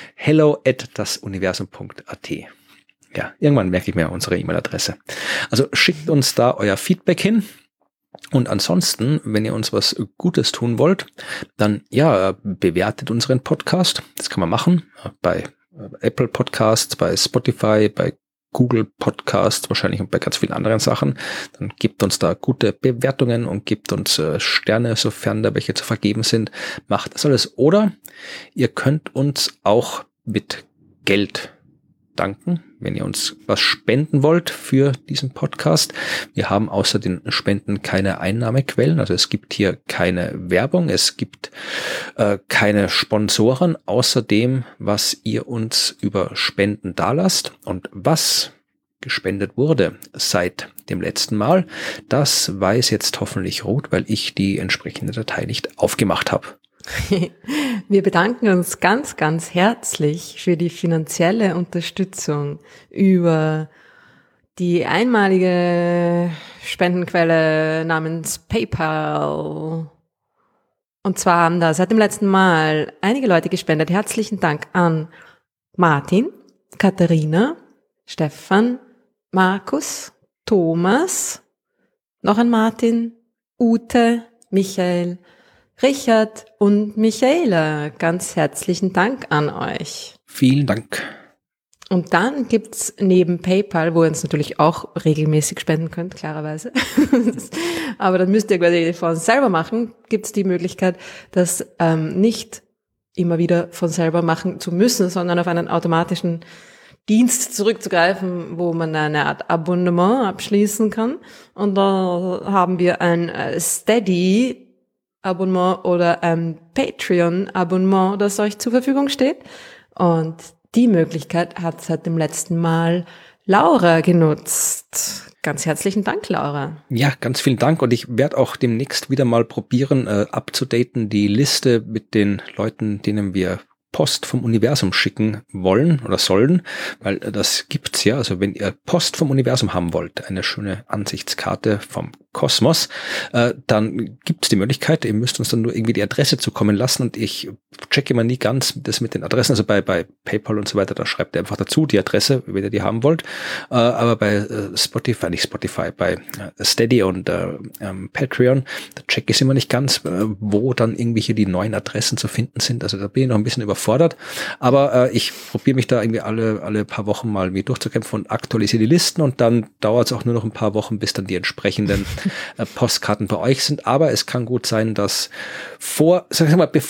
hello@dasuniversum.at. Ja, irgendwann merke ich mir unsere E-Mail-Adresse. Also schickt uns da euer Feedback hin. Und ansonsten, wenn ihr uns was Gutes tun wollt, dann ja, bewertet unseren Podcast. Das kann man machen bei Apple Podcasts, bei Spotify, bei Google Podcasts wahrscheinlich und bei ganz vielen anderen Sachen. Dann gebt uns da gute Bewertungen und gebt uns Sterne, sofern da welche zu vergeben sind. Macht das alles. Oder ihr könnt uns auch mit Geld danken, wenn ihr uns was spenden wollt für diesen Podcast. Wir haben außer den Spenden keine Einnahmequellen, also es gibt hier keine Werbung, es gibt keine Sponsoren, außer dem, was ihr uns über Spenden dalasst. Und was gespendet wurde seit dem letzten Mal, das weiß jetzt hoffentlich Ruth, weil ich die entsprechende Datei nicht aufgemacht habe. Wir bedanken uns ganz, ganz herzlich für die finanzielle Unterstützung über die einmalige Spendenquelle namens PayPal. Und zwar haben da seit dem letzten Mal einige Leute gespendet. Herzlichen Dank an Martin, Katharina, Stefan, Markus, Thomas, noch ein Martin, Ute, Michael, Richard und Michaela, ganz herzlichen Dank an euch. Vielen Dank. Und dann gibt's neben PayPal, wo ihr uns natürlich auch regelmäßig spenden könnt, klarerweise, aber das müsst ihr quasi von selber machen, gibt's die Möglichkeit, das nicht immer wieder von selber machen zu müssen, sondern auf einen automatischen Dienst zurückzugreifen, wo man eine Art Abonnement abschließen kann. Und da haben wir ein Steady Abonnement oder ein Patreon-Abonnement, das euch zur Verfügung steht. Und die Möglichkeit hat seit dem letzten Mal Laura genutzt. Ganz herzlichen Dank, Laura. Ja, ganz vielen Dank. Und ich werde auch demnächst wieder mal probieren, abzudaten die Liste mit den Leuten, denen wir Post vom Universum schicken wollen oder sollen, weil das gibt's ja. Also wenn ihr Post vom Universum haben wollt, eine schöne Ansichtskarte vom Kosmos, dann gibt's die Möglichkeit, ihr müsst uns dann nur irgendwie die Adresse zukommen lassen und ich checke immer nie ganz das mit den Adressen, also bei PayPal und so weiter, da schreibt ihr einfach dazu die Adresse, wenn ihr die haben wollt, aber bei bei Steady und Patreon, da checke ich es immer nicht ganz, wo dann irgendwelche die neuen Adressen zu finden sind, also da bin ich noch ein bisschen überfordert, aber ich probiere mich da irgendwie alle paar Wochen mal wie durchzukämpfen und aktualisiere die Listen und dann dauert es auch nur noch ein paar Wochen, bis dann die entsprechenden Postkarten bei euch sind, aber es kann gut sein, dass bevor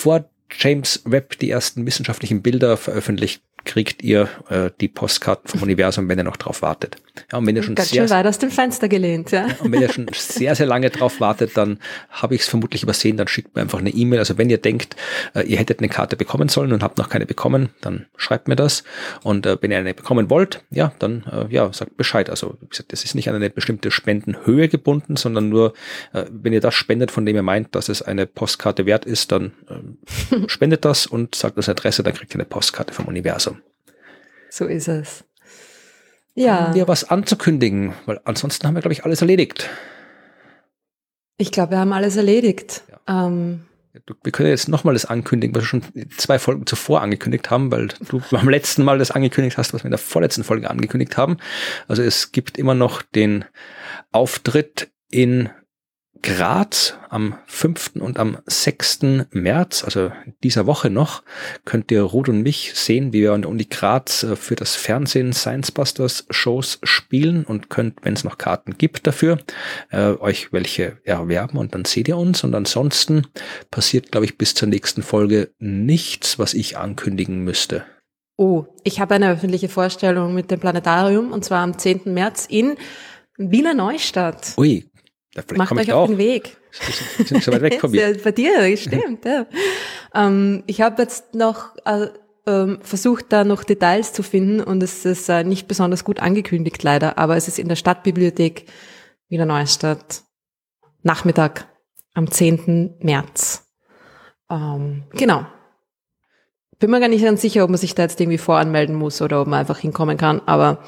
James Webb die ersten wissenschaftlichen Bilder veröffentlicht, kriegt ihr die Postkarten vom Universum, wenn ihr noch drauf wartet. Ja, und wenn ihr schon ganz schön weit aus dem Fenster gelehnt, ja. Und wenn ihr schon sehr, sehr lange drauf wartet, dann habe ich es vermutlich übersehen, dann schickt mir einfach eine E-Mail. Also wenn ihr denkt, ihr hättet eine Karte bekommen sollen und habt noch keine bekommen, dann schreibt mir das. Und wenn ihr eine bekommen wollt, ja, dann sagt Bescheid. Also wie gesagt, das ist nicht an eine bestimmte Spendenhöhe gebunden, sondern nur, wenn ihr das spendet, von dem ihr meint, dass es eine Postkarte wert ist, dann spendet das und sagt das Adresse, dann kriegt ihr eine Postkarte vom Universum. So ist es. Ja. Haben wir was anzukündigen? Weil ansonsten haben wir, glaube ich, alles erledigt. Ich glaube, wir haben alles erledigt. Ja. Wir können jetzt nochmal das ankündigen, was wir schon 2 Folgen zuvor angekündigt haben, weil du beim letzten Mal das angekündigt hast, was wir in der vorletzten Folge angekündigt haben. Also es gibt immer noch den Auftritt in Graz am 5. und am 6. März, also dieser Woche noch, könnt ihr Ruth und mich sehen, wie wir an der Uni Graz für das Fernsehen Science Busters Shows spielen und könnt, wenn es noch Karten gibt dafür, euch welche erwerben und dann seht ihr uns. Und ansonsten passiert, glaube ich, bis zur nächsten Folge nichts, was ich ankündigen müsste. Oh, ich habe eine öffentliche Vorstellung mit dem Planetarium und zwar am 10. März in Wiener Neustadt. Ui. Ja, macht euch auf den Weg. Ist nicht so weit weg von mir. Bei dir, stimmt, ja. Ich habe jetzt noch versucht, da noch Details zu finden und es ist nicht besonders gut angekündigt, leider, aber es ist in der Stadtbibliothek Wiener Neustadt, Nachmittag am 10. März. Genau. Bin mir gar nicht ganz sicher, ob man sich da jetzt irgendwie voranmelden muss oder ob man einfach hinkommen kann, aber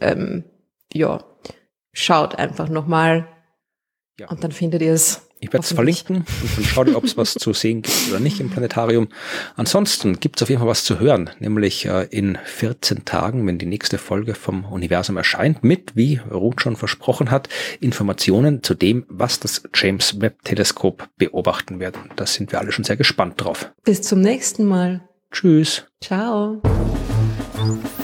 schaut einfach nochmal. Ja. Und dann findet ihr es. Ich werde es verlinken und dann schaut ihr, ob es was zu sehen gibt oder nicht im Planetarium. Ansonsten gibt es auf jeden Fall was zu hören, nämlich in 14 Tagen, wenn die nächste Folge vom Universum erscheint, mit, wie Ruth schon versprochen hat, Informationen zu dem, was das James Webb Teleskop beobachten wird. Da sind wir alle schon sehr gespannt drauf. Bis zum nächsten Mal. Tschüss. Ciao.